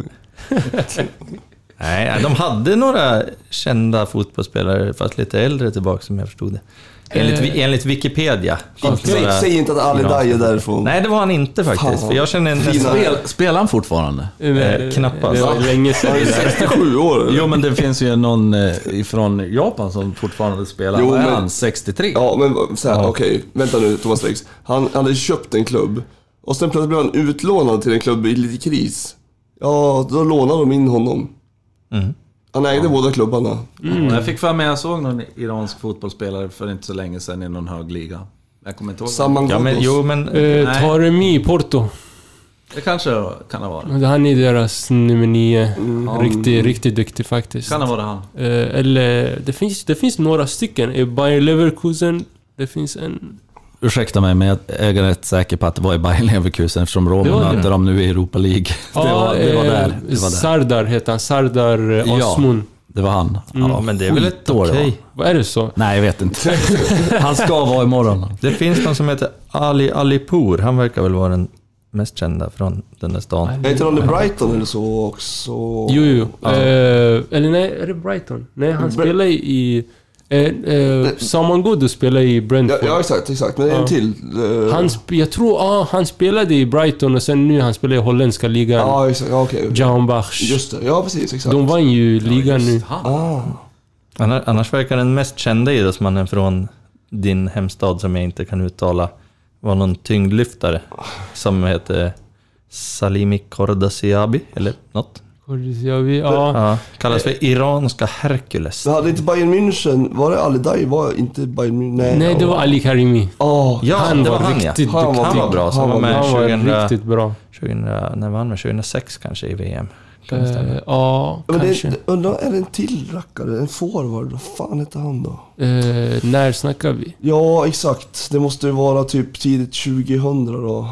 Nej, de hade några kända fotbollsspelare, fast lite äldre tillbaka som jag förstod det. Enligt Wikipedia. Säg inte att Ali Dai är därifrån. Nej, det var han inte faktiskt. För jag känner Spelar han fortfarande? Knappast. Det var länge sedan. 67 år. Eller? Jo, men det finns ju någon ifrån Japan som fortfarande spelar. Jo, men han 63. Ja, men så här, okej. Vänta nu, Thomas Rex. Han hade köpt en klubb. Och sen plötsligt blev han utlånad till en klubb i lite kris. Ja, då lånade de in honom. Han ägde båda klubbarna. Jag fick för mig, jag såg någon iransk fotbollsspelare för inte så länge sedan i någon hög liga. Jag kommer inte ihåg. Taremi Porto. Det kanske kan ha varit. Han är deras nummer 9. Riktigt duktig faktiskt. Kan ha varit han. Eller det finns några stycken. Bayer Leverkusen. Det finns en... Ursäkta mig, men jag är rätt säker på att det var i Bayer Leverkusen eftersom Roma möter dem nu i Europa League. Det var där. Sardar heter han. Sardar Osmun. Det var han. Ja, men det är väl ett okej. Vad är det så? Nej, jag vet inte. Han ska vara imorgon. Det finns någon som heter Ali Alipur. Han verkar väl vara den mest kända från den där stan. Heter han i Brighton eller så också? Jo. Eller nej, är det Brighton? Nej, han spelar i... Saman Ghoddo spelar i Brentford. Ja, exakt. Men en till. Jag tror han spelade i Brighton och sen nu han spelar i holländska ligan. Ja, exakt. Ja, okej. Jahanbach. Just det. Ja, precis. Exakt. De vann ju ligan nu. Annars verkar den mest kända idrottsmannen från din hemstad som jag inte kan uttala var någon tyngdlyftare som heter Salimi Kordasiabi eller något. Kallas för iranska Herkules. Men hade inte Bayern München, var det Ali Dai? Var inte Bayern München? Nej, det var Ali Karimi. Han var riktigt duktig. Han var bra. Han var riktigt bra. 2006 kanske i VM. Ja, kanske. Undrar, är det en till rackare? En forward? Vad fan heter han då? När snackar vi? Ja, exakt. Det måste ju vara typ tidigt 2000 då.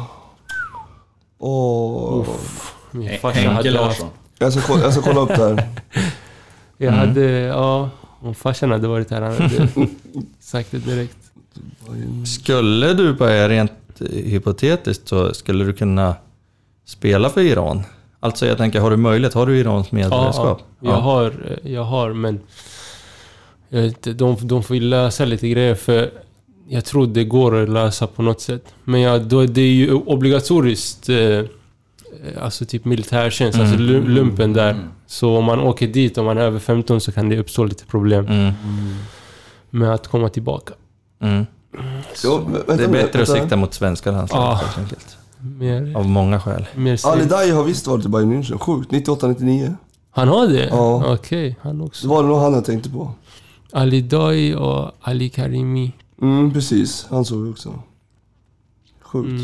Henke Larsson. Jag ska kolla upp där. Jag hade, om farsan hade varit här, han hade sagt det direkt. Skulle du bara rent hypotetiskt så skulle du kunna spela för Iran? Alltså jag tänker, har du möjlighet? Har du Irans medborgarskap? Ja, jag har, men jag vet inte, de får ju lösa lite grejer för jag tror det går att lösa på något sätt. Men det är ju obligatoriskt alltså typ militärtjänst, alltså lumpen där. Så om man åker dit, om man är över 15 så kan det uppstå lite problem med att komma tillbaka. Det är bättre att sikta mot svenska landslaget helt enkelt. Mer, Av många skäl. Ali Daei har visst varit i Bayern München. Sjukt, 98-99. Han har det? Ja. Okej, han också. Det var nog han jag tänkte på. Ali Daei och Ali Karimi. Precis. Han såg vi också. Sjukt.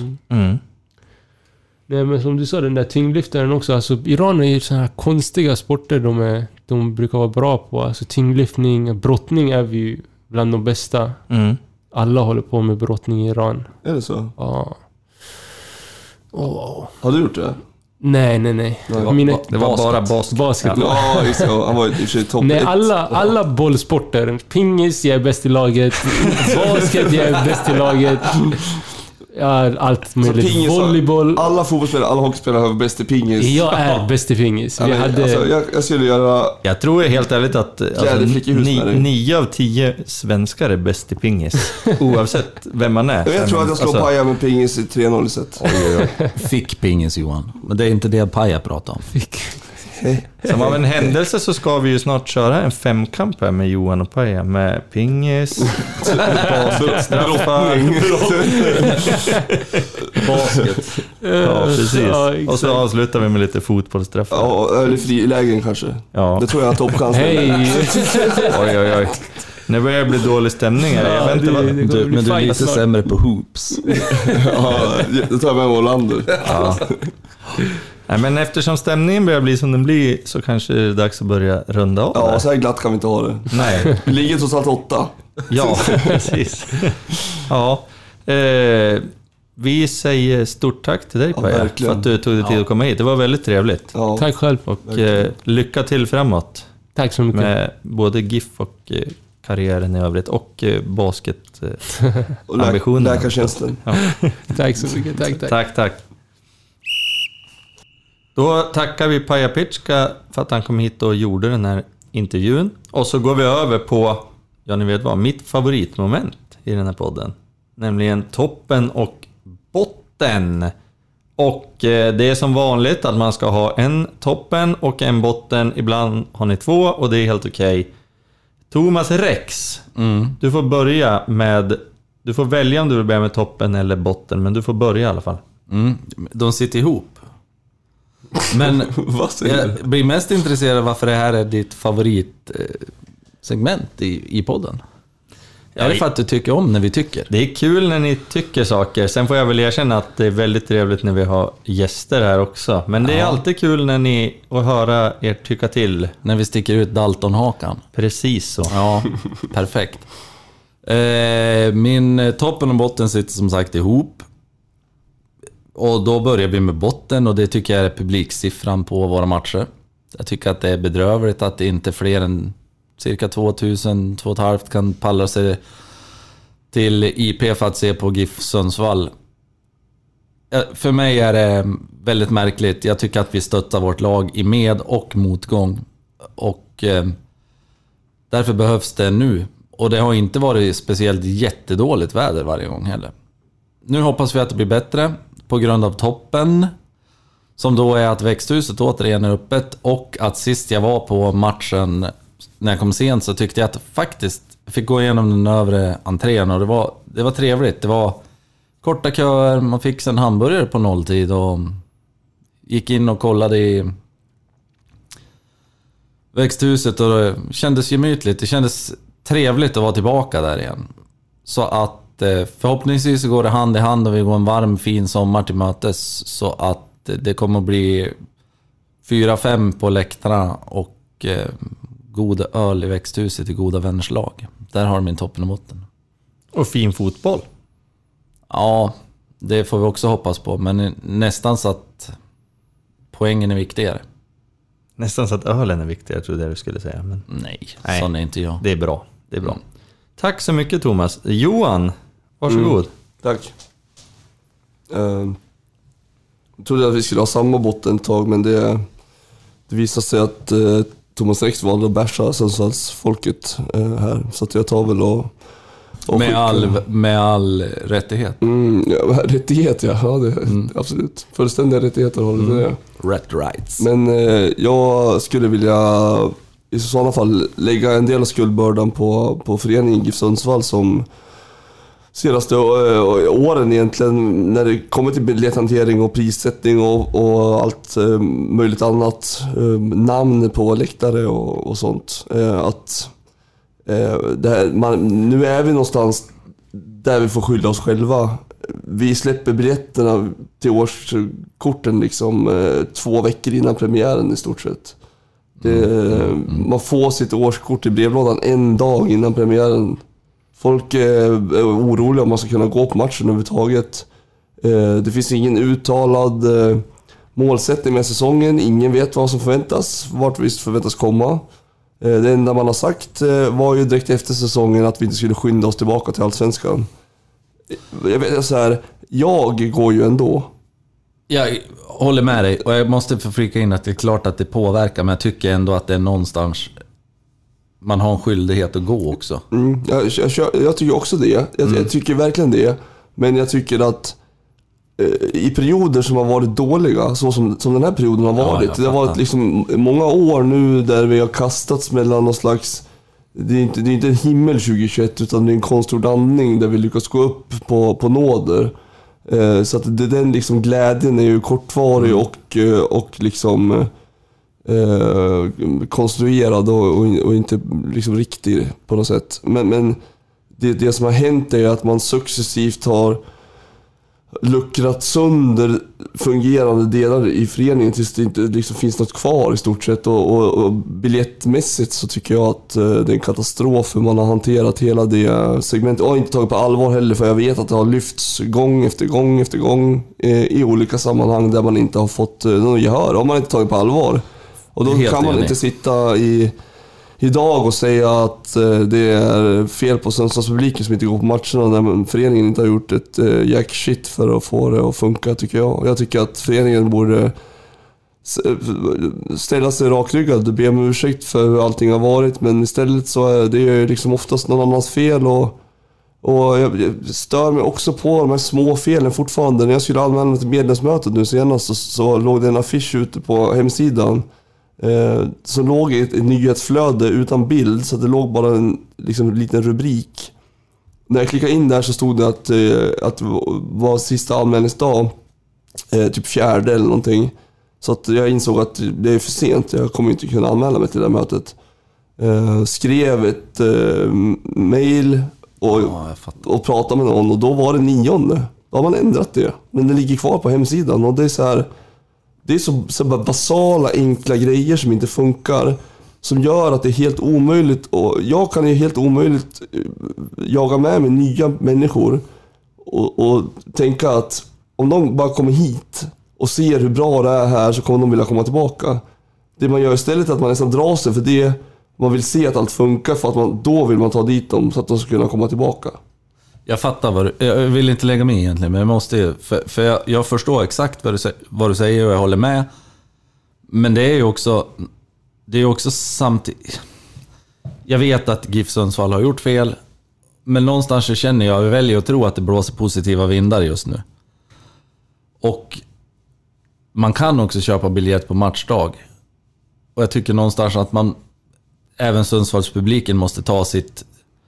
Nej, men som du sa, den där tyngdlyftaren också. Alltså, Iran är ju såna här konstiga sporter de brukar vara bra på. Alltså tyngdlyftning, brottning är vi ju bland de bästa. Alla håller på med brottning i Iran. Är det så? Ja. Har du gjort det? Nej. Det var bara basket. Ja, just det. Han var ju i och för sig topp 1. Nej, alla bollsporter. Pingis, jag är bäst i laget. Basket, jag är bäst i laget. Ja, allt möjligt. Volleyboll. Alla fotbollsspelare, alla hockeyspelare har bäst i pingis. Jag är bäst i pingis. Jag skulle göra... Jag tror helt ärligt att 9 av 10 svenskar är bäst i pingis. Oavsett vem man är. Jag tror att jag slår Paja med pingis i 3-0 set. Fick pingis, Johan. Men det är inte det Paja pratar om. Som av en händelse så ska vi ju snart köra en 5-kamp här med Johan och Paja. Med pingis, straffar, basket. Ja, precis. Och så avslutar vi med lite fotbollsträffar. Ja, eller frilägen kanske. Ja. Det tror jag har toppchans. Hej! Oj. Nu börjar det bli dålig stämning här. Jag vet inte vad... Men du är lite sämre på hoops. Ja, det tar jag med Olander. Ja. Nej, men eftersom stämningen börjar bli som den blir så kanske det är dags att börja runda av. Ja, så här glatt kan vi inte ha det. Nej. Vi ligger trots allt 8. Ja, precis. Ja. Vi säger stort tack till dig, Paja, för att du tog dig tid att komma hit. Det var väldigt trevligt. Ja. Tack själv. Och lycka till framåt. Tack så mycket. Med både GIF och karriären i övrigt och basketambitionen. Och läkartjänsten. Ja. Tack så mycket. Tack. Då tackar vi Paja Pitschka för att han kom hit och gjorde den här intervjun. Och så går vi över på, ja ni vet vad, mitt favoritmoment i den här podden. Nämligen toppen och botten. Och det är som vanligt att man ska ha en toppen och en botten. Ibland har ni 2 och det är helt okej. Thomas Rex, du får börja med... Du får välja om du vill börja med toppen eller botten, men du får börja i alla fall. De sitter ihop. Men jag blir mest intresserad av varför det här är ditt favoritsegment i podden. Är det för att du tycker om när vi tycker? Det är kul när ni tycker saker. Sen får jag väl erkänna att det är väldigt trevligt när vi har gäster här också. Men det är alltid kul när ni att höra er tycka till. När vi sticker ut Dalton-hakan. Precis så. Ja, perfekt. Min toppen och botten sitter som sagt ihop. Och då börjar vi med botten och det tycker jag är publiksiffran på våra matcher. Jag tycker att det är bedrövligt att det inte fler än cirka 2,5 kan palla sig till IP för att se på GIF Sundsvall. För mig är det väldigt märkligt. Jag tycker att vi stöttar vårt lag i med- och motgång. Och därför behövs det nu. Och det har inte varit speciellt jättedåligt väder varje gång heller. Nu hoppas vi att det blir bättre på grund av toppen. Som då är att växthuset återigen är öppet. Och att sist jag var på matchen när jag kom sent så tyckte jag att faktiskt fick gå igenom den övre entrén. Och det var trevligt. Det var korta köer. Man fick en hamburgare på nolltid och gick in och kollade i växthuset och det kändes gemytligt. Det kändes trevligt att vara tillbaka där igen. Så att förhoppningsvis så går det hand i hand och vi går en varm fin sommar till mötes så att det kommer att bli 4-5 på läktarna och goda öl i växthuset i goda vänners lag. Där har min toppen och botten. Och fin fotboll. Ja, det får vi också hoppas på. Men nästan så att poängen är viktigare. Nästan så att ölen är viktigare, jag tror det du skulle säga. Men... Nej, sån är inte jag. Det är bra. Tack så mycket, Thomas. Johan, varsågod. Tack. Jag trodde att vi skulle ha samma botten ett tag, men det visade sig att Thomas Rex valde att bärsa Sundsvallsfolket här. Så att jag tar väl och med all rättighet. Rättighet, ja det, absolut. Fullständiga rättigheter har det. Rätt rights. Men jag skulle vilja i sådana fall lägga en del av skuldbördan på föreningen GIF Sundsvall som senaste åren egentligen, när det kommer till biljetthantering och prissättning och allt möjligt annat, namn på läktare och sånt, att det här, nu är vi någonstans där vi får skylla oss själva. Vi släpper biljetterna till årskorten liksom 2 veckor innan premiären i stort sett. Man får sitt årskort i brevlådan en dag innan premiären. Folk är oroliga om man ska kunna gå på matchen överhuvudtaget. Det finns ingen uttalad målsättning med säsongen. Ingen vet vad som förväntas, vart vi förväntas komma. Det enda man har sagt var ju direkt efter säsongen att vi inte skulle skynda oss tillbaka till Allsvenskan. Jag vet så här, jag går ju ändå. Jag håller med dig, och jag måste förflika in att det är klart att det påverkar, men jag tycker ändå att det är någonstans man har en skyldighet att gå också. Jag tycker också det. Jag tycker verkligen det. Men jag tycker att i perioder som har varit dåliga, så som den här perioden har varit, det har varit liksom många år nu där vi har kastats mellan någon slags, det är inte en himmel 2021, utan det är en konstgjord andning där vi lyckas gå upp på nåder. Så att den liksom glädjen är ju kortvarig och liksom konstruerad och inte liksom riktig på något sätt. Men det som har hänt är att man successivt har luckrat sönder fungerande delar i föreningen tills det inte liksom finns något kvar i stort sett, och biljettmässigt så tycker jag att det är en katastrof hur man har hanterat hela det segmentet, och inte tagit på allvar heller, för jag vet att det har lyfts gång efter gång i olika sammanhang där man inte har fått någon gehör, om man inte tagit på allvar. Och då kan man inte sitta idag och säga att det är fel på Sundsvallspubliken som inte går på matcherna när föreningen inte har gjort ett jack shit för att få det att funka, tycker jag. Jag tycker att föreningen borde ställa sig rakryggad och be om ursäkt för hur allting har varit, men istället så är det ju liksom oftast någon annans fel, och jag stör mig också på de här små felen fortfarande. När jag skulle anmäla mig till medlemsmötet nu senast så låg det en affisch ute på hemsidan som låg i ett nyhetsflöde utan bild, så det låg bara en liksom liten rubrik. När jag klickade in där så stod det att det var sista anmälningsdag, typ 4 eller någonting. Så att jag insåg att det är för sent, jag kommer inte kunna anmäla mig till det här mötet. Skrev ett mail och pratade med någon, och då var det 9:e. Då har man ändrat det, men det ligger kvar på hemsidan, och det är så här. Det är så basala, enkla grejer som inte funkar, som gör att det är helt omöjligt, och jag kan ju helt omöjligt jaga med mig nya människor och tänka att om de bara kommer hit och ser hur bra det är här så kommer de vilja komma tillbaka. Det man gör istället är att man nästan drar sig för det, man vill se att allt funkar, för att då vill man ta dit dem så att de ska kunna komma tillbaka. Jag fattar jag vill inte lägga mig egentligen, men jag måste, för jag förstår exakt vad du säger och jag håller med. Men det är ju också samtidigt, jag vet att GIF Sundsvall har gjort fel, men någonstans så känner jag väljer att tro att det blåser positiva vindar just nu. Och man kan också köpa biljett på matchdag. Och jag tycker någonstans att även Sundsvallspubliken måste ta sitt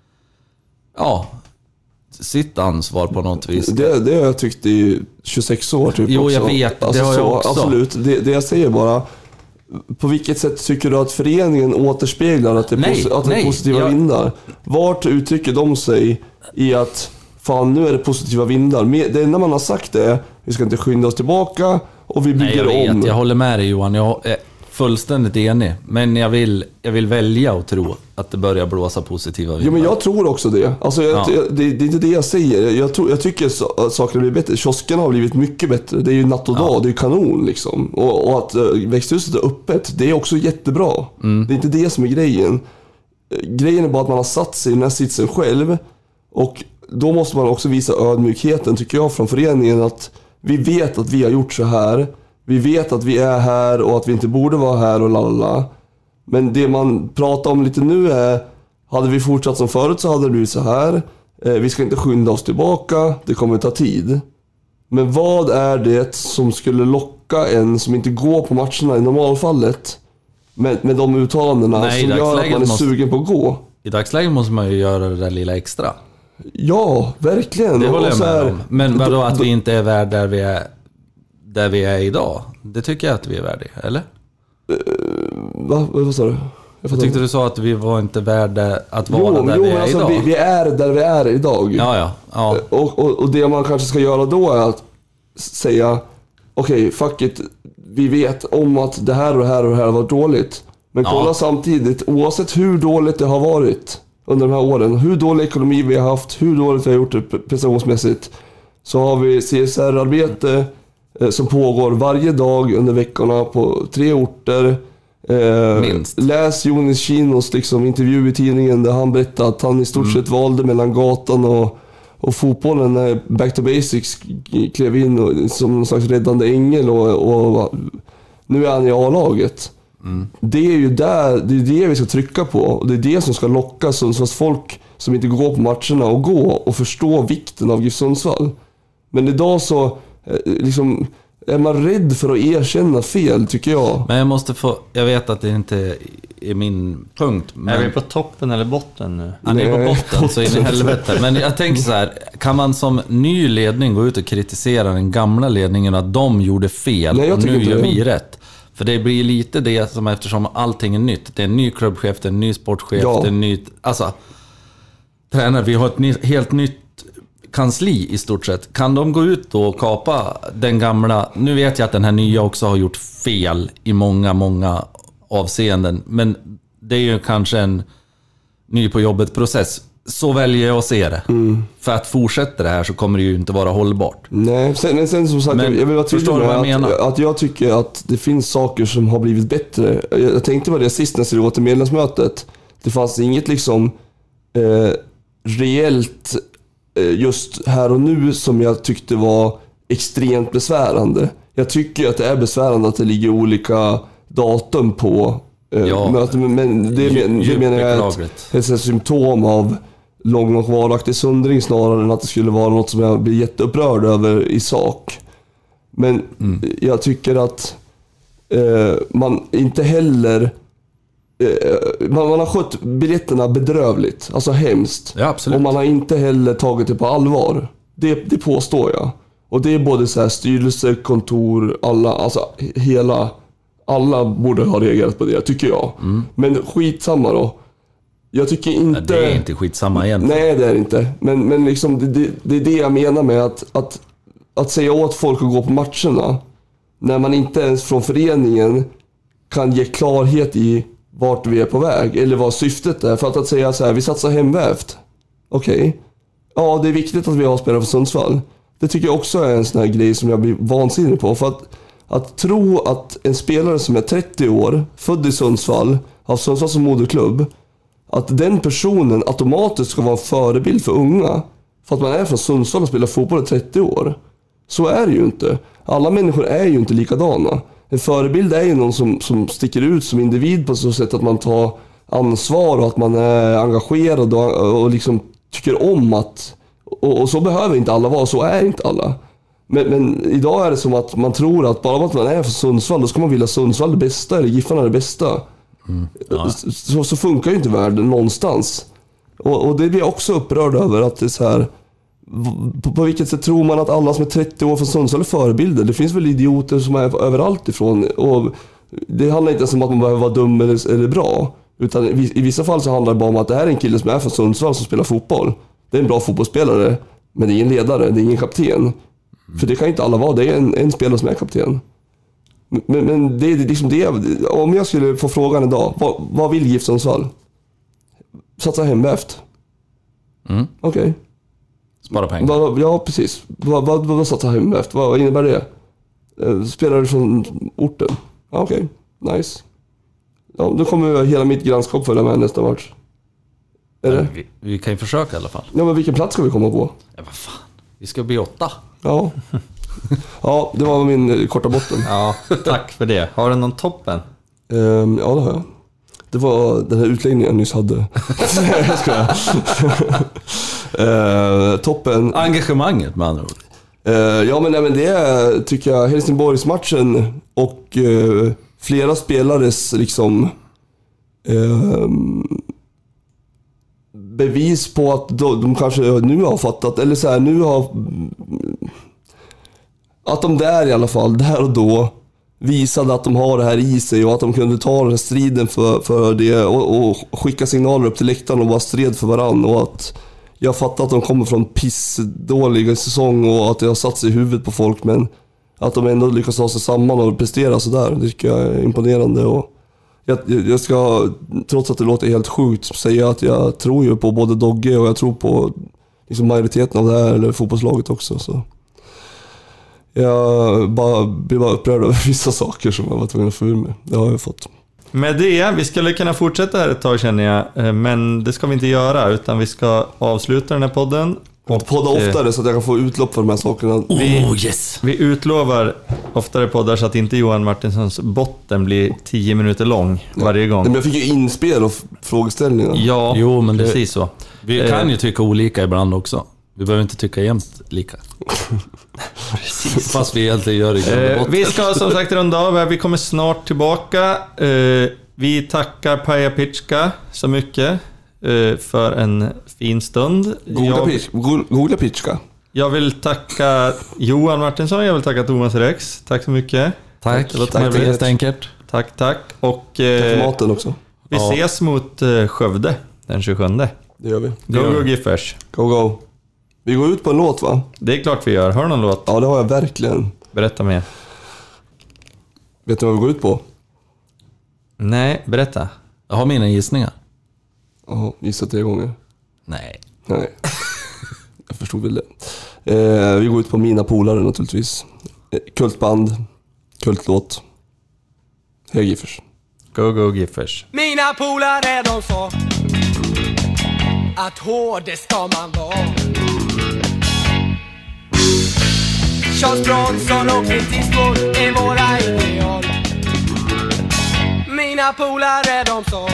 ansvar på något vis. Det har jag tyckt i 26 år typ. Jo, också. jag vet. Alltså, det har jag också. Absolut. Det jag säger bara, på vilket sätt tycker du att föreningen återspeglar att det är positiva vindar? Vart uttrycker de sig i att fan, nu är det positiva vindar? Det enda man har sagt är vi ska inte skynda oss tillbaka och vi bygger om. Jag håller med dig, Johan. Jag är fullständigt enig. Men jag vill välja att tro att det börjar blåsa positiva vindar. Ja, men jag tror också det. Alltså, det är inte det jag säger. Jag tycker att saker blir bättre. Kioskerna har blivit mycket bättre. Det är ju natt och dag. Det är kanon liksom. Och att växthuset är öppet, det är också jättebra. Det är inte det som är grejen. Grejen är bara att man har satt sig i den här sitsen själv. Och då måste man också visa ödmjukheten, tycker jag, från föreningen, att vi vet att vi har gjort så här. Vi vet att vi är här och att vi inte borde vara här och lalala. Men det man pratar om lite nu är, hade vi fortsatt som förut så hade det blivit så här. Vi ska inte skynda oss tillbaka, det kommer ta tid. Men vad är det som skulle locka en som inte går på matcherna i normalfallet med de uttalandena som gör att man är sugen på att gå? I dagsläget måste man ju göra det där lilla extra. Ja, verkligen. Det håller jag så med om. Men vadå att vi inte är värd där vi är idag? Det tycker jag att vi är värda, eller? Vad sa du? Jag tyckte du sa att vi var inte värda att vara där vi är idag. Vi är där vi är idag. Ja. Och det man kanske ska göra då är att säga okej, fuck it. Vi vet om att det här och det här och det här var dåligt. Men kolla samtidigt, oavsett hur dåligt det har varit under de här åren, hur dålig ekonomi vi har haft, hur dåligt vi har gjort det prestationsmässigt, så har vi CSR-arbete som pågår varje dag under veckorna på 3 orter. Minst. Läs Jonas Chinos liksom, intervju i tidningen där han berättade att han i stort sett valde mellan gatan och fotbollen när Back to Basics klev in som någon slags räddande ängel och nu är han i A-laget. Det är ju det är det vi ska trycka på, och det är det som ska locka så att folk som inte går på matcherna och gå och förstå vikten av GIF Sundsvall. Men idag så liksom är man rädd för att erkänna fel, tycker jag. Men jag vet att det inte är min punkt, men Är vi på toppen eller botten nu? han är på botten, så in i helvete. Men jag tänker så här, kan man som ny ledning gå ut och kritisera den gamla ledningen att de gjorde fel? Nej, och nu gör det. vi rätt? För det blir lite det som, eftersom allting är nytt. Det är en ny klubbchef, det är en ny sportchef, det är en ny... Alltså, tränare, vi har ett helt nytt kansli i stort sett. Kan de gå ut då och kapa den gamla... Nu vet jag att den här nya också har gjort fel i många avseenden. Men det är ju kanske en ny på jobbet process. Så väljer jag att se det. För att fortsätta det här så kommer det ju inte vara hållbart. Nej, men sen som sagt, jag vill vara tydlig med att jag tycker att det finns saker som har blivit bättre. Jag tänkte på det sist när jag åt till medlemsmötet. Det fanns inget liksom reellt just här och nu som jag tyckte var extremt besvärande. Jag tycker att det är besvärande att det ligger olika datum på möten, men det menar jag är ett symptom av lång och varaktig söndring snarare än att det skulle vara något som jag blir jätteupprörd över i sak. Men jag tycker att man inte heller man har skött biljetterna bedrövligt, alltså hemskt. Ja, absolut. Och man har inte heller tagit det på allvar. Det påstår jag. Och det är både så här styrelse, kontor, alla borde ha reagerat på det, tycker jag. Men skitsamma då. Jag tycker inte... Ja, det är inte skitsamma egentligen. Nej, det är inte. Men liksom, det är det jag menar med att säga åt folk att gå på matcherna när man inte ens från föreningen kan ge klarhet i vart vi är på väg eller vad syftet är. För att säga så här, vi satsar hemvävt. Okej. Ja, det är viktigt att vi har spelare för Sundsvall. Det tycker jag också är en sån här grej som jag blir vansinnig på. För att tro att en spelare som är 30 år, född i Sundsvall, har Sundsvall som moderklubb, att den personen automatiskt ska vara en förebild för unga för att man är från Sundsvall och spelar fotboll i 30 år. Så är det ju inte. Alla människor är ju inte likadana. En förebild är ju någon som sticker ut som individ på så sätt att man tar ansvar och att man är engagerad och liksom tycker om att... Och så behöver inte alla vara, så är inte alla. Men idag är det som att man tror att bara att man är från Sundsvall, då ska man vilja Sundsvall det bästa eller Giffarna det bästa. Ja. Så funkar ju inte världen någonstans. Och det blir jag också upprörd över, att det är så här. På vilket sätt tror man att alla som är 30 år från Sundsvall är förebilder? Det finns väl idioter som är överallt ifrån. Och det handlar inte ens om att man behöver vara dum eller bra. Utan i vissa fall så handlar det bara om att det här är en kille som är från Sundsvall som spelar fotboll. Det är en bra fotbollsspelare, men det är ingen ledare, det är ingen kapten. För det kan ju inte alla vara, det är en spelare som är kapten. Men det är liksom det. Om jag skulle få frågan idag, vad vill GIF Sundsvall? Satsa hemvävt. Okej. Spara pengar. Ja, precis. Vad satsa hemvävt? Vad innebär det? Spelare från orten? Ja, okej. Nice. Ja, då kommer hela mitt grannskap följa med nästa match. Eller? Vi kan ju försöka i alla fall. Ja, men vilken plats ska vi komma på? Ja, vad fan. Vi ska bli 8. Ja. Ja, det var min korta botten. Ja, tack för det. Har du någon toppen? Ja, det har jag. Det var den här utläggningen jag nyss hade. Jag skojar. Toppen. Engagemanget med andra ord. Ja, men det tycker jag Helsingborgsmatchen och flera spelares liksom bevis på att de kanske nu har fattat, eller så här, nu har att de där i alla fall, där och då visade att de har det här i sig och att de kunde ta den här striden för det och skicka signaler upp till läktaren och bara stred för varann, och att jag fattar att de kommer från pissdåliga säsong och att det har satt sig i huvudet på folk, men att de ändå lyckas ta sig samman och prestera så där, det tycker jag är imponerande. Och jag ska, trots att det låter helt sjukt, säga att jag tror ju på både Dogge och jag tror på liksom majoriteten av det här, eller fotbollslaget också, så jag blir bara upprörd över vissa saker som jag var tvungen att få ur mig. Det har jag fått. Med det, vi skulle kunna fortsätta här ett tag känner jag, men det ska vi inte göra, utan vi ska avsluta den här podden. Och podda oftare så att jag kan få utlopp för de här sakerna. Vi utlovar oftare poddar så att inte Johan Martinssons botten blir 10 minuter lång varje gång. Men jag fick ju inspel och frågeställningar. Ja, jo, men precis så. Vi kan ju tycka olika ibland också. Vi behöver inte tycka jämt lika. Precis. Fast vi egentligen gör det. Vi ska som sagt runda av här. Vi kommer snart tillbaka. Vi tackar Paja Pitchka så mycket för en fin stund. Googla Pitchka. Jag vill tacka Johan Martinsson. Jag vill tacka Thomas Rex. Tack så mycket. Tack. Det var tack. Tack. Och tack för maten också. Vi ses mot Skövde den 27. Det gör vi. Go Giffers. Go. Vi går ut på en låt, va? Det är klart vi gör. Har du någon låt? Ja, det har jag verkligen. Berätta mer. Vet du vad vi går ut på? Nej, berätta. Jag har mina gissningar. Ja, gissa 3 gånger. Nej. Jag förstod väl det. Vi går ut på Mina polare naturligtvis. Kultband. Kultlåt. Hej Giffers. Go Giffers. Mina polare de sa att hård det ska man vara. Charles Bronson och Clint Eastwood är våra ideal. Mina polare de sa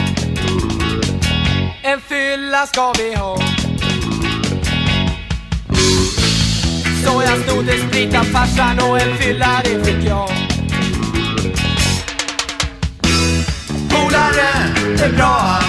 en fylla ska vi ha. Så jag snodde sprit av farsan och en fylla det fick jag. Polare är bra.